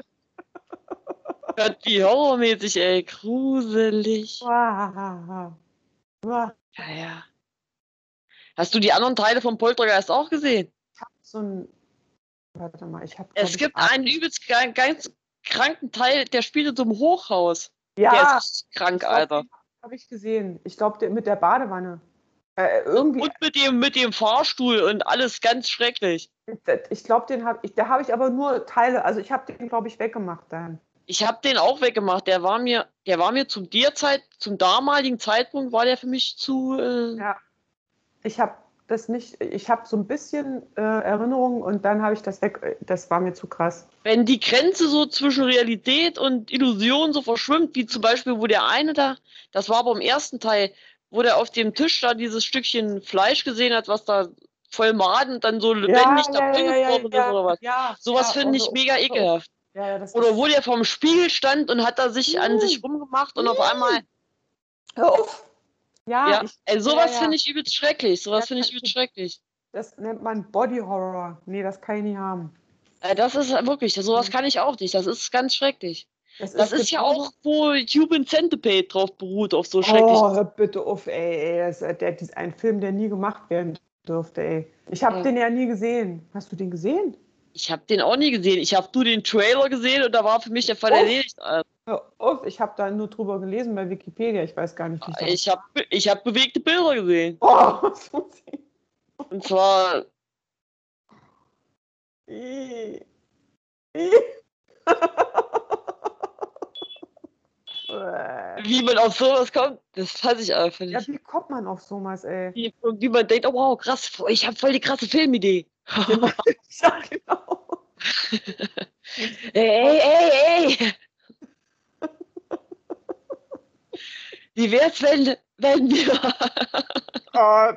Gott, wie horrormäßig, ey. Gruselig. Wow. Wow. Ja, ja. Hast du die anderen Teile vom Poltergeist auch gesehen? Ich habe so ein. Warte mal, ich habe. Es gibt einen übelst ganz, ganz kranken Teil, der spielt in so einem Hochhaus. Ja. Der ist krank, Alter. Habe ich gesehen. Ich glaube, mit der Badewanne. Äh, irgendwie. Und mit dem, mit dem Fahrstuhl und alles ganz schrecklich. Ich glaube, den habe ich. Da habe ich aber nur Teile. Also ich habe den, glaube ich, weggemacht dann. Ich habe den auch weggemacht. Der war mir, der war mir zum derzeit, zum damaligen Zeitpunkt war der für mich zu. Äh ja. Ich habe das nicht. Ich habe so ein bisschen äh, Erinnerungen und dann habe ich das weg. Das war mir zu krass. Wenn die Grenze so zwischen Realität und Illusion so verschwimmt, wie zum Beispiel, wo der eine da, das war aber im ersten Teil, wo der auf dem Tisch da dieses Stückchen Fleisch gesehen hat, was da voll Maden und dann so lebendig ja, da ja, drin ja, geworden ja, ist oder was. Ja, Sowas ja, finde ich also, mega also, ekelhaft. Ja, ja, das oder ist, wo der vorm Spiegel stand und hat da sich an sich rumgemacht und auf einmal. Hör auf! Ja, Ja, ich, ey, sowas ja, ja. finde ich übelst schrecklich. Sowas Ja, finde ich kann- übelst schrecklich. Das nennt man Body Horror. Nee, das kann ich nicht haben. Äh, Das ist wirklich, sowas kann ich auch nicht. Das ist ganz schrecklich. Das Das ist, ist ja genauso- auch, wo Human Centipede drauf beruht, auf so schrecklich. Oh, hör bitte auf, ey. ey das, der, das ist ein Film, der nie gemacht werden dürfte, ey. Ich habe Ja. den ja nie gesehen. Hast du den gesehen? Ich habe den auch nie gesehen. Ich habe nur den Trailer gesehen und da war für mich der Fall Oh. erledigt. Alter. Hör auf, ich habe da nur drüber gelesen bei Wikipedia. Ich weiß gar nicht, wie Ich habe ich hab bewegte Bilder gesehen. Oh, was muss ich? Und zwar, Ih. Ih. Äh. wie man auf sowas kommt, das fasse ich einfach Ja, nicht. wie kommt man auf sowas, ey? Wie, wie man denkt, oh wow, krass, ich habe voll die krasse Filmidee. Ja, genau. Ey, ey, ey! Wie wär's, wenn, wenn wir. Gott.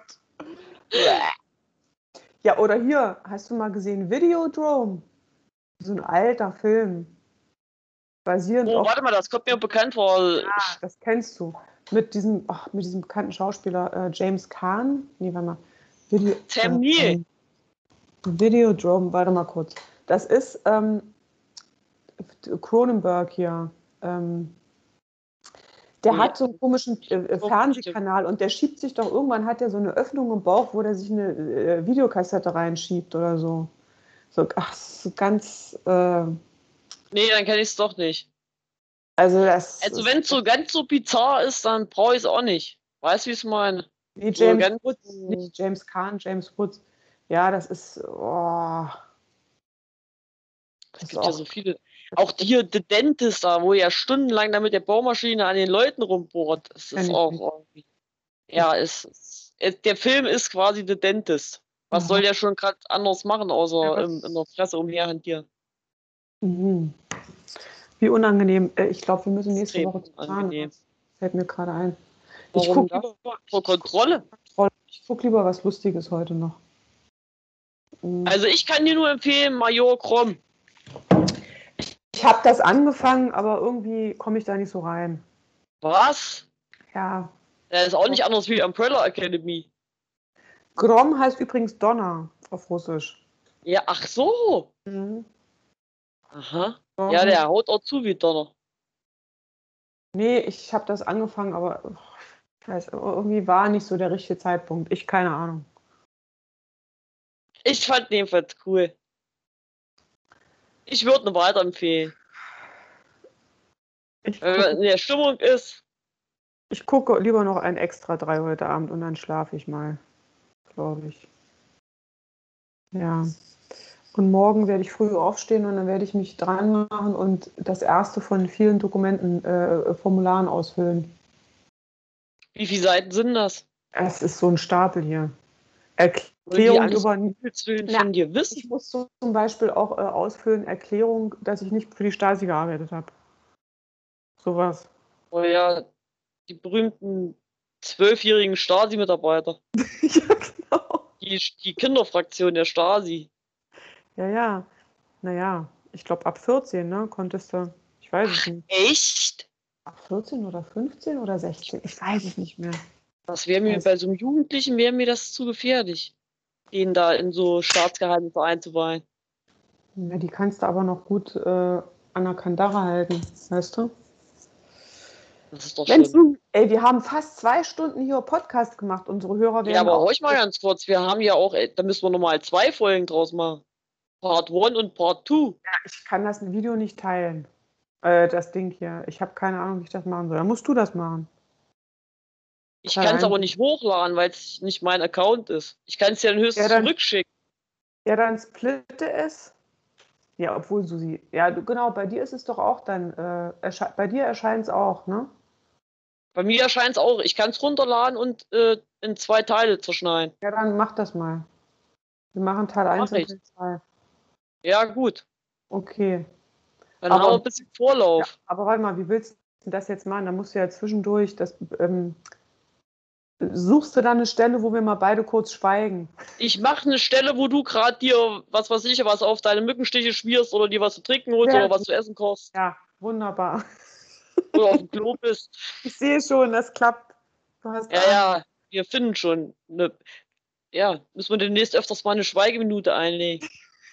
Ja, oder hier, hast du mal gesehen Videodrome? So ein alter Film. Basierend Oh, auf. warte mal, das kommt mir bekannt vor. Ja, das kennst du. Mit diesem, ach, mit diesem bekannten Schauspieler äh, James Caan. Nee, warte mal. Video, Sam äh, Neill. ähm, Videodrome, warte mal kurz. Das ist ähm, Cronenberg hier. Ähm, der Nee. hat so einen komischen äh, Fernsehkanal und der schiebt sich doch, irgendwann hat er so eine Öffnung im Bauch, wo der sich eine äh, Videokassette reinschiebt oder so. So, ach, so ganz, äh, Nee, dann kenne ich es doch nicht. also das Also ist wenn es so ganz so bizarr ist, dann brauche ich es auch nicht. Weißt du, wie ich es meine? wie so James ganz- Woods, nicht James Caan, James Woods. Ja, das ist, oh, Es das gibt ist ja auch, so viele. Auch hier The Dentist da, wo er stundenlang da mit der Bohrmaschine an den Leuten rumbohrt. Das Kenn ist ich auch nicht. irgendwie. Ja, es, es, der Film ist quasi The Dentist. Was Aha. soll der schon gerade anders machen, außer Ja, was- im, in der Fresse umherhantieren? mhm. Wie unangenehm. Äh, Ich glaube, wir müssen nächste Extrem Woche zum unangenehm. Zahnarzt. Fällt mir gerade ein. Ich Warum gucke das? lieber, Vor Kontrolle. ich guck lieber was Lustiges heute noch. Mhm. Also ich kann dir nur empfehlen, Major Krom. Ich habe das angefangen, aber irgendwie komme ich da nicht so rein. Was? Ja. Der ist auch nicht anders wie Umbrella Academy. Grom heißt übrigens Donner auf Russisch. Ja, ach so. Mhm. Aha. Ja, der haut auch zu wie Donner. Nee, ich habe das angefangen, aber oh, ich weiß, irgendwie war nicht so der richtige Zeitpunkt. Ich keine Ahnung. Ich fand den jedenfalls cool. Ich würde ihn weiterempfehlen. Ich Wenn man in gucke der Stimmung ist. Ich gucke lieber noch ein Extra drei heute Abend und dann schlafe ich mal, glaube ich. Ja. Und morgen werde ich früh aufstehen und dann werde ich mich dran machen und das erste von vielen Dokumenten, äh, Formularen ausfüllen. Wie viele Seiten sind das? Es ist so ein Stapel hier. Wollen die Erklärung alles über. um Himmels Willen Na, von dir wissen? ich muss zum Beispiel auch äh, ausfüllen, Erklärung, dass ich nicht für die Stasi gearbeitet habe. Sowas. Oh ja, die berühmten zwölfjährigen Stasi-Mitarbeiter. Ja, genau. Die, die Kinderfraktion der Stasi. Ja, ja. Naja, ich glaube ab vierzehn, ne, konntest du. Ich weiß es nicht. Echt? Ab vierzehn oder fünfzehn oder sechzehn? Ich weiß es nicht mehr. Das wäre mir, Also, bei so einem Jugendlichen wäre mir das zu gefährlich, den da in so Staatsgeheimnisse einzuweihen. ja, die kannst du aber noch gut äh, an der Kandare halten, weißt du? Das ist doch Mensch, schlimm. du, ey, wir haben fast zwei Stunden hier Podcast gemacht. Unsere Hörer Ja, werden aber auch. horch mal ganz kurz, wir haben ja auch, äh, da müssen wir nochmal zwei Folgen draus machen. Part eins und Part zwei. Ja, ich kann das Video nicht teilen. Äh, das Ding hier. Ich habe keine Ahnung, wie ich das machen soll. Dann musst du das machen. Ich Teil kann es eins. aber nicht hochladen, weil es nicht mein Account ist. Ich kann es dir dann Ja, höchstens dann, zurückschicken. ja, dann splitte es. Ja, obwohl Susi. Ja, du, genau, bei dir ist es doch auch dann. Äh, ersche- bei dir erscheint es auch, ne? Bei mir erscheint es auch. Ich kann es runterladen und äh, in zwei Teile zerschneiden. Ja, dann mach das mal. Wir machen Teil eins Mach und ich. Teil zwei. Ja, gut. Okay. Dann haben wir Aber, ein bisschen ja, Vorlauf. aber warte mal, wie willst du das jetzt machen? Da musst du ja zwischendurch, das, ähm, suchst du da eine Stelle, wo wir mal beide kurz schweigen? Ich mache eine Stelle, wo du gerade dir, was weiß ich, was auf deine Mückenstiche schmierst oder dir was zu trinken holst Sehr oder was gut. zu essen kochst Ja, wunderbar. oder auf dem Klo bist. Ich sehe schon, das klappt. Du hast Ja, Ahnung. ja, wir finden schon. Eine, ja, müssen wir demnächst öfters mal eine Schweigeminute einlegen.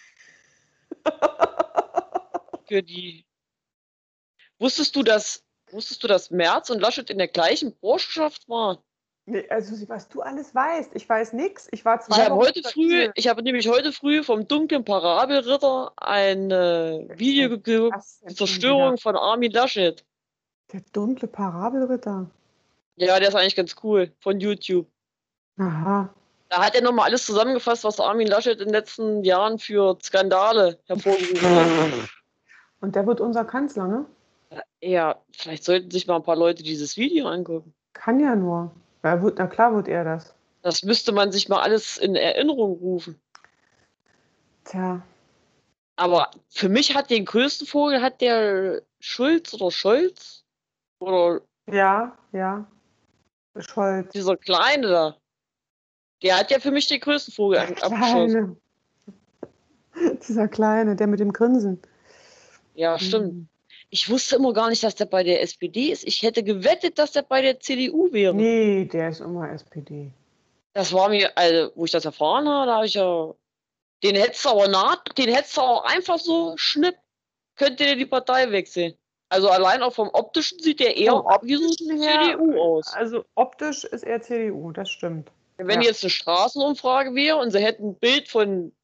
Für die. Wusstest du, dass, wusstest du, dass Merz und Laschet in der gleichen Burschenschaft waren? Nee, also was du alles weißt. Ich weiß nichts. Ich war Ich zwei habe Wochen heute über früh, Insel. ich habe nämlich heute früh vom dunklen Parabelritter ein äh, Wer ist Video denn geguckt, das die denn schon wieder? Zerstörung von Armin Laschet. Der dunkle Parabelritter. Ja, der ist eigentlich ganz cool, von YouTube. Aha. Da hat er nochmal alles zusammengefasst, was Armin Laschet in den letzten Jahren für Skandale hervorgerufen hat. Und der wird unser Kanzler, ne? Ja, vielleicht sollten sich mal ein paar Leute dieses Video angucken. Kann ja nur. Ja, wird, na klar wird er das. Das müsste man sich mal alles in Erinnerung rufen. Tja. Aber für mich hat den größten Vogel, hat der Schulz oder Scholz oder Ja, ja. Scholz. dieser Kleine da. Der hat ja für mich den größten Vogel Der an- abgeschossen. Kleine. Dieser Kleine, der mit dem Grinsen. Ja, stimmt. Hm. Ich wusste immer gar nicht, dass der bei der S P D ist. Ich hätte gewettet, dass der bei der C D U wäre. Nee, der ist immer S P D. Das war mir, also, wo ich das erfahren habe, da habe ich ja. Den hättest du aber naht, den hättest du auch einfach so schnipp, könnte der die Partei wechseln. Also allein auch vom Optischen sieht der eher Vom wie so optischen her, C D U aus. also optisch ist er C D U, das stimmt. Wenn Ja. jetzt eine Straßenumfrage wäre und sie hätten ein Bild von,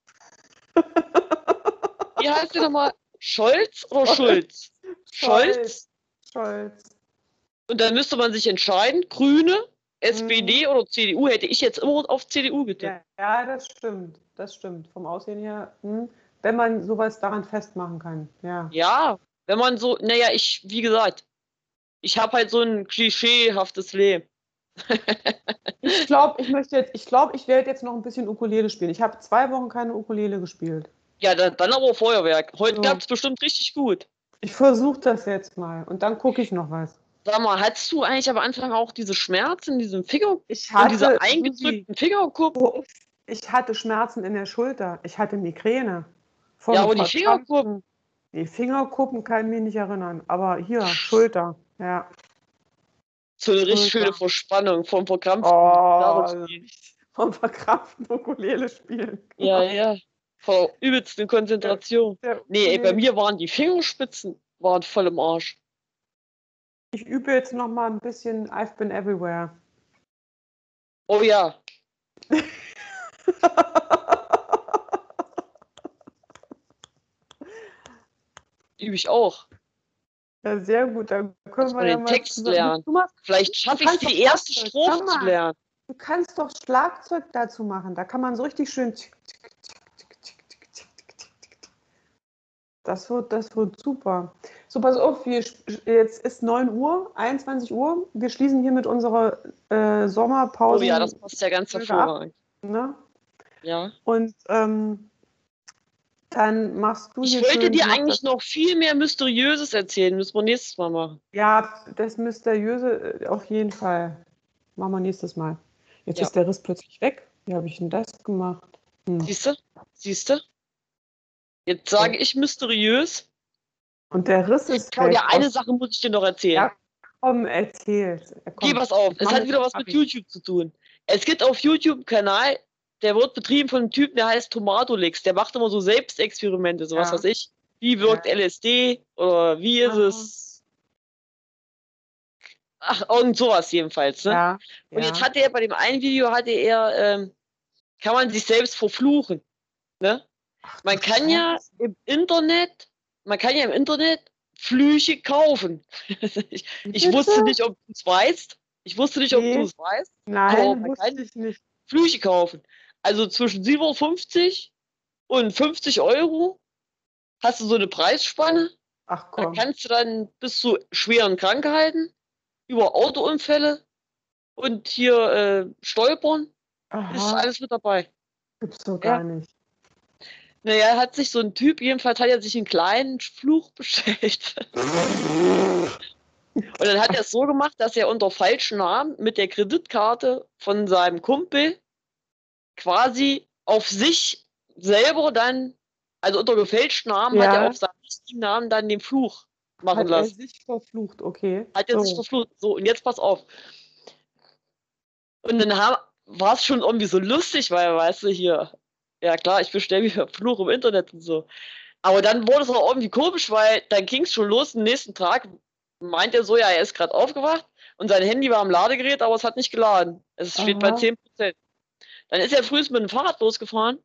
wie heißt der nochmal? Scholz oder Schulz? Scholz. Scholz. Und dann müsste man sich entscheiden, Grüne, S P D Mhm. oder C D U. Hätte ich jetzt immer auf C D U getippt. Ja, ja, das stimmt. Das stimmt. Vom Aussehen her, hm, wenn man sowas daran festmachen kann. Ja. Ja, wenn man so, naja, ich, wie gesagt, ich habe halt so ein klischeehaftes Leben. Ich glaube, ich möchte jetzt, ich glaube, ich werde jetzt noch ein bisschen Ukulele spielen. Ich habe zwei Wochen keine Ukulele gespielt. Ja, dann, dann aber Feuerwerk. Heute So. klappt es bestimmt richtig gut. Ich versuche das jetzt mal und dann gucke ich noch was. Sag mal, hattest du eigentlich am Anfang auch diese Schmerzen in diesem Finger Ich und diese hatte, eingedrückten Fingerkuppen? oh, ich hatte Schmerzen in der Schulter. Ich hatte Migräne. Vom Ja, aber die Fingerkuppen. verkrampften- Die Fingerkuppen kann ich mich nicht erinnern, aber hier, Schulter. Ja. So eine richtig Schulter. schöne Verspannung vom verkrampften Oh, Gitarrespielen. vom verkrampften Ukulele spielen. Ja, ja. Vor übelsten Konzentration. Der Nee, ey, bei Ukulele- mir waren die Fingerspitzen waren voll im Arsch. Ich übe jetzt noch mal ein bisschen I've Been Everywhere. Oh ja. Übe ich auch. Ja, sehr gut. Dann können wir mal ja den mal Text zusammen. lernen. Du, machst, Vielleicht du schaffe ich es, kannst doch die erste Schlagzeug. Strophe Hör zu mal, lernen. du kannst doch Schlagzeug dazu machen. Da kann man so richtig schön. Das wird, das wird super. So, pass auf, wir, jetzt ist neun Uhr, einundzwanzig Uhr. Wir schließen hier mit unserer äh, Sommerpause. Oh ja, das passt ja ganz hervorragend. Ne? Ja. Und ähm, dann machst du ich hier wollte schön, dir du machst eigentlich das- noch viel mehr Mysteriöses erzählen. Müssen wir nächstes Mal machen. Ja, das Mysteriöse äh, auf jeden Fall. Machen wir nächstes Mal. Jetzt Ja. ist der Riss plötzlich weg. Wie habe ich denn das gemacht? Hm. Siehst du? Siehst du? Jetzt sage ich mysteriös. Und der Riss ist Claudia, weg. eine Aus- Sache muss ich dir noch erzählen. Ja, komm, erzähl. Ja, komm. Geh, pass auf. Ich Es mach hat mir wieder einen was mit Kaffee. YouTube zu tun. Es gibt auf YouTube einen Kanal, der wird betrieben von einem Typen, der heißt Tomatolix. Der macht immer so Selbstexperimente, so was Ja. weiß ich. Wie wirkt Ja. L S D oder wie ist Aha. es? Ach, irgend sowas jedenfalls. Ne? Ja. Und ja. jetzt hatte er bei dem einen Video, hatte er, ähm, kann man sich selbst verfluchen. Ne? Ach, Man du kann ja Scheiße. im Internet, man kann ja im Internet Flüche kaufen. ich, Wie ich wusste bitte? nicht, ob du es weißt. Ich wusste nicht, ob du Nee. es weißt. Aber Nein, man wusste kann ich nicht. Flüche kaufen. Also zwischen siebenundfünfzig und fünfzig Euro hast du so eine Preisspanne. Ach Da komm. kannst du dann bis zu schweren Krankheiten, über Autounfälle und hier äh, Stolpern, ist Aha. alles mit dabei. Gibt's doch Ja. gar nicht. Naja, hat sich so ein Typ, jedenfalls hat er sich einen kleinen Fluch bestellt. Und dann hat er es so gemacht, dass er unter falschen Namen mit der Kreditkarte von seinem Kumpel quasi auf sich selber dann, also unter gefälschten Namen, hat er Ja. auf seinen richtigen Namen dann den Fluch machen Hat er lassen. sich verflucht, okay. Hat er so. sich verflucht. So, und jetzt pass auf. Und dann war es schon irgendwie so lustig, weil, weißt du, hier, ja klar, ich bestelle mir Fluch im Internet und so. Aber dann wurde es auch irgendwie komisch, weil dann ging es schon los. Am nächsten Tag meint er so, ja, er ist gerade aufgewacht und sein Handy war am Ladegerät, aber es hat nicht geladen. Es steht Aha. bei zehn Prozent. Dann ist er früh mit dem Fahrrad losgefahren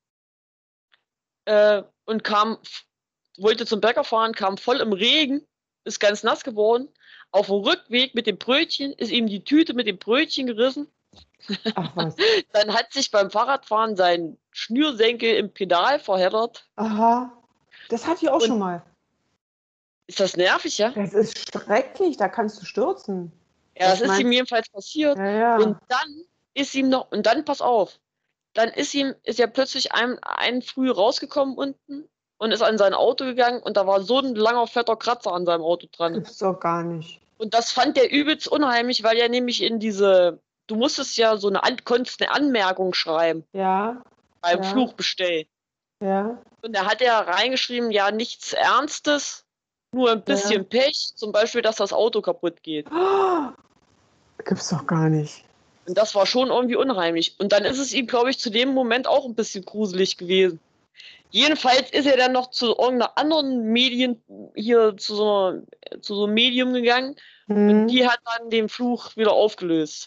äh, und kam, wollte zum Bäcker fahren, kam voll im Regen, ist ganz nass geworden. Auf dem Rückweg mit dem Brötchen ist ihm die Tüte mit dem Brötchen gerissen. Ach was. Dann hat sich beim Fahrradfahren sein Schnürsenkel im Pedal verheddert. Aha. Das hatte ich auch Und schon mal. ist das nervig, ja? Das ist schrecklich, da kannst du stürzen. Ja, Was das ist meinst- ihm jedenfalls passiert. Ja, ja. Und dann ist ihm noch, und dann pass auf, dann ist ihm, ist er plötzlich ein, ein früh rausgekommen unten und ist an sein Auto gegangen und da war so ein langer, fetter Kratzer an seinem Auto dran. Gibt's doch gar nicht. Und das fand der übelst unheimlich, weil er nämlich in diese, du musstest ja so eine, An konntest eine Anmerkung schreiben Ja, beim Ja. Fluchbestell. ja. Und da hat er reingeschrieben, ja, nichts Ernstes, nur ein bisschen Ja. Pech, zum Beispiel, dass das Auto kaputt geht. Oh, gibt's doch gar nicht. Und das war schon irgendwie unheimlich. Und dann ist es ihm, glaube ich, zu dem Moment auch ein bisschen gruselig gewesen. Jedenfalls ist er dann noch zu irgendeiner anderen Medien, hier zu so, einer, zu so einem Medium gegangen Hm. und die hat dann den Fluch wieder aufgelöst.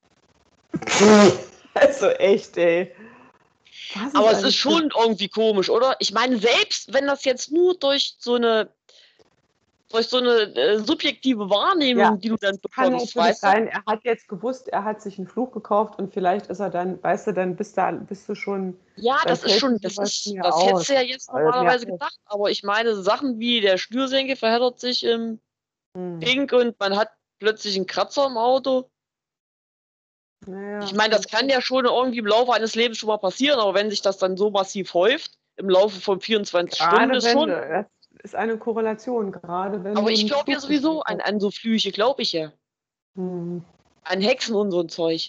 Also echt, ey. Was Aber es alles ist schon irgendwie komisch, oder? Ich meine, selbst wenn das jetzt nur durch so eine durch so eine äh, subjektive Wahrnehmung, Ja, die du dann Kann bekommst, natürlich weißt du? sein, er hat jetzt gewusst, er hat sich einen Fluch gekauft und vielleicht ist er dann, weißt du, dann bist du, bist du schon. Ja, dann das ist fällt schon, dir das sowas ist, mehr das aus. hättest du ja jetzt Also, normalerweise ja. gedacht, aber ich meine, Sachen wie der Schnürsenkel verheddert sich im Hm. Pink und man hat plötzlich einen Kratzer im Auto. Naja, Ich meine, das kann ja schon irgendwie im Laufe eines Lebens schon mal passieren, aber wenn sich das dann so massiv häuft, im Laufe von vierundzwanzig Stunden gerade ist wenn, schon. das ist eine Korrelation, gerade wenn Aber du ich einen glaube ja Fluch sowieso bestellt an, an so Flüche, glaube ich ja. hast. Hm. An Hexen und so ein Zeug.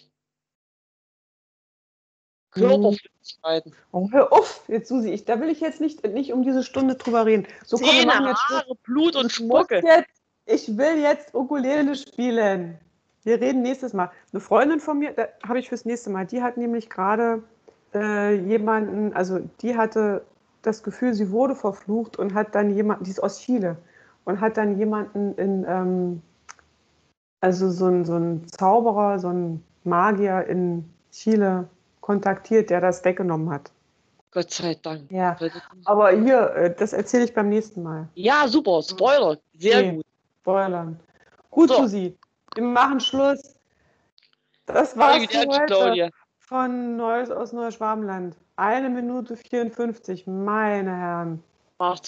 Hm. Körperflüssigkeiten. Oh, hör auf, jetzt Susi, ich, da will ich jetzt nicht, nicht um diese Stunde drüber reden. So, komm, wir Zähne, machen jetzt Schluss. Haare, Blut und Ich muss Spucke. jetzt, ich will jetzt Ukulele spielen. Wir reden nächstes Mal. Eine Freundin von mir, da habe ich fürs nächste Mal, die hat nämlich gerade äh, jemanden, also die hatte das Gefühl, sie wurde verflucht und hat dann jemanden, die ist aus Chile, und hat dann jemanden in, ähm, also so ein, so ein Zauberer, so ein Magier in Chile kontaktiert, der das weggenommen hat. Gott sei Dank. Ja, aber hier, äh, das erzähle ich beim nächsten Mal. Ja, super. Spoiler. Sehr Okay. gut. spoilern. Gut, So. Susi, wir machen Schluss. Das war's für Arrivederci, heute Claudia. von Neues aus Neuschwabenland. Eine Minute vierundfünfzig, meine Herren. Macht's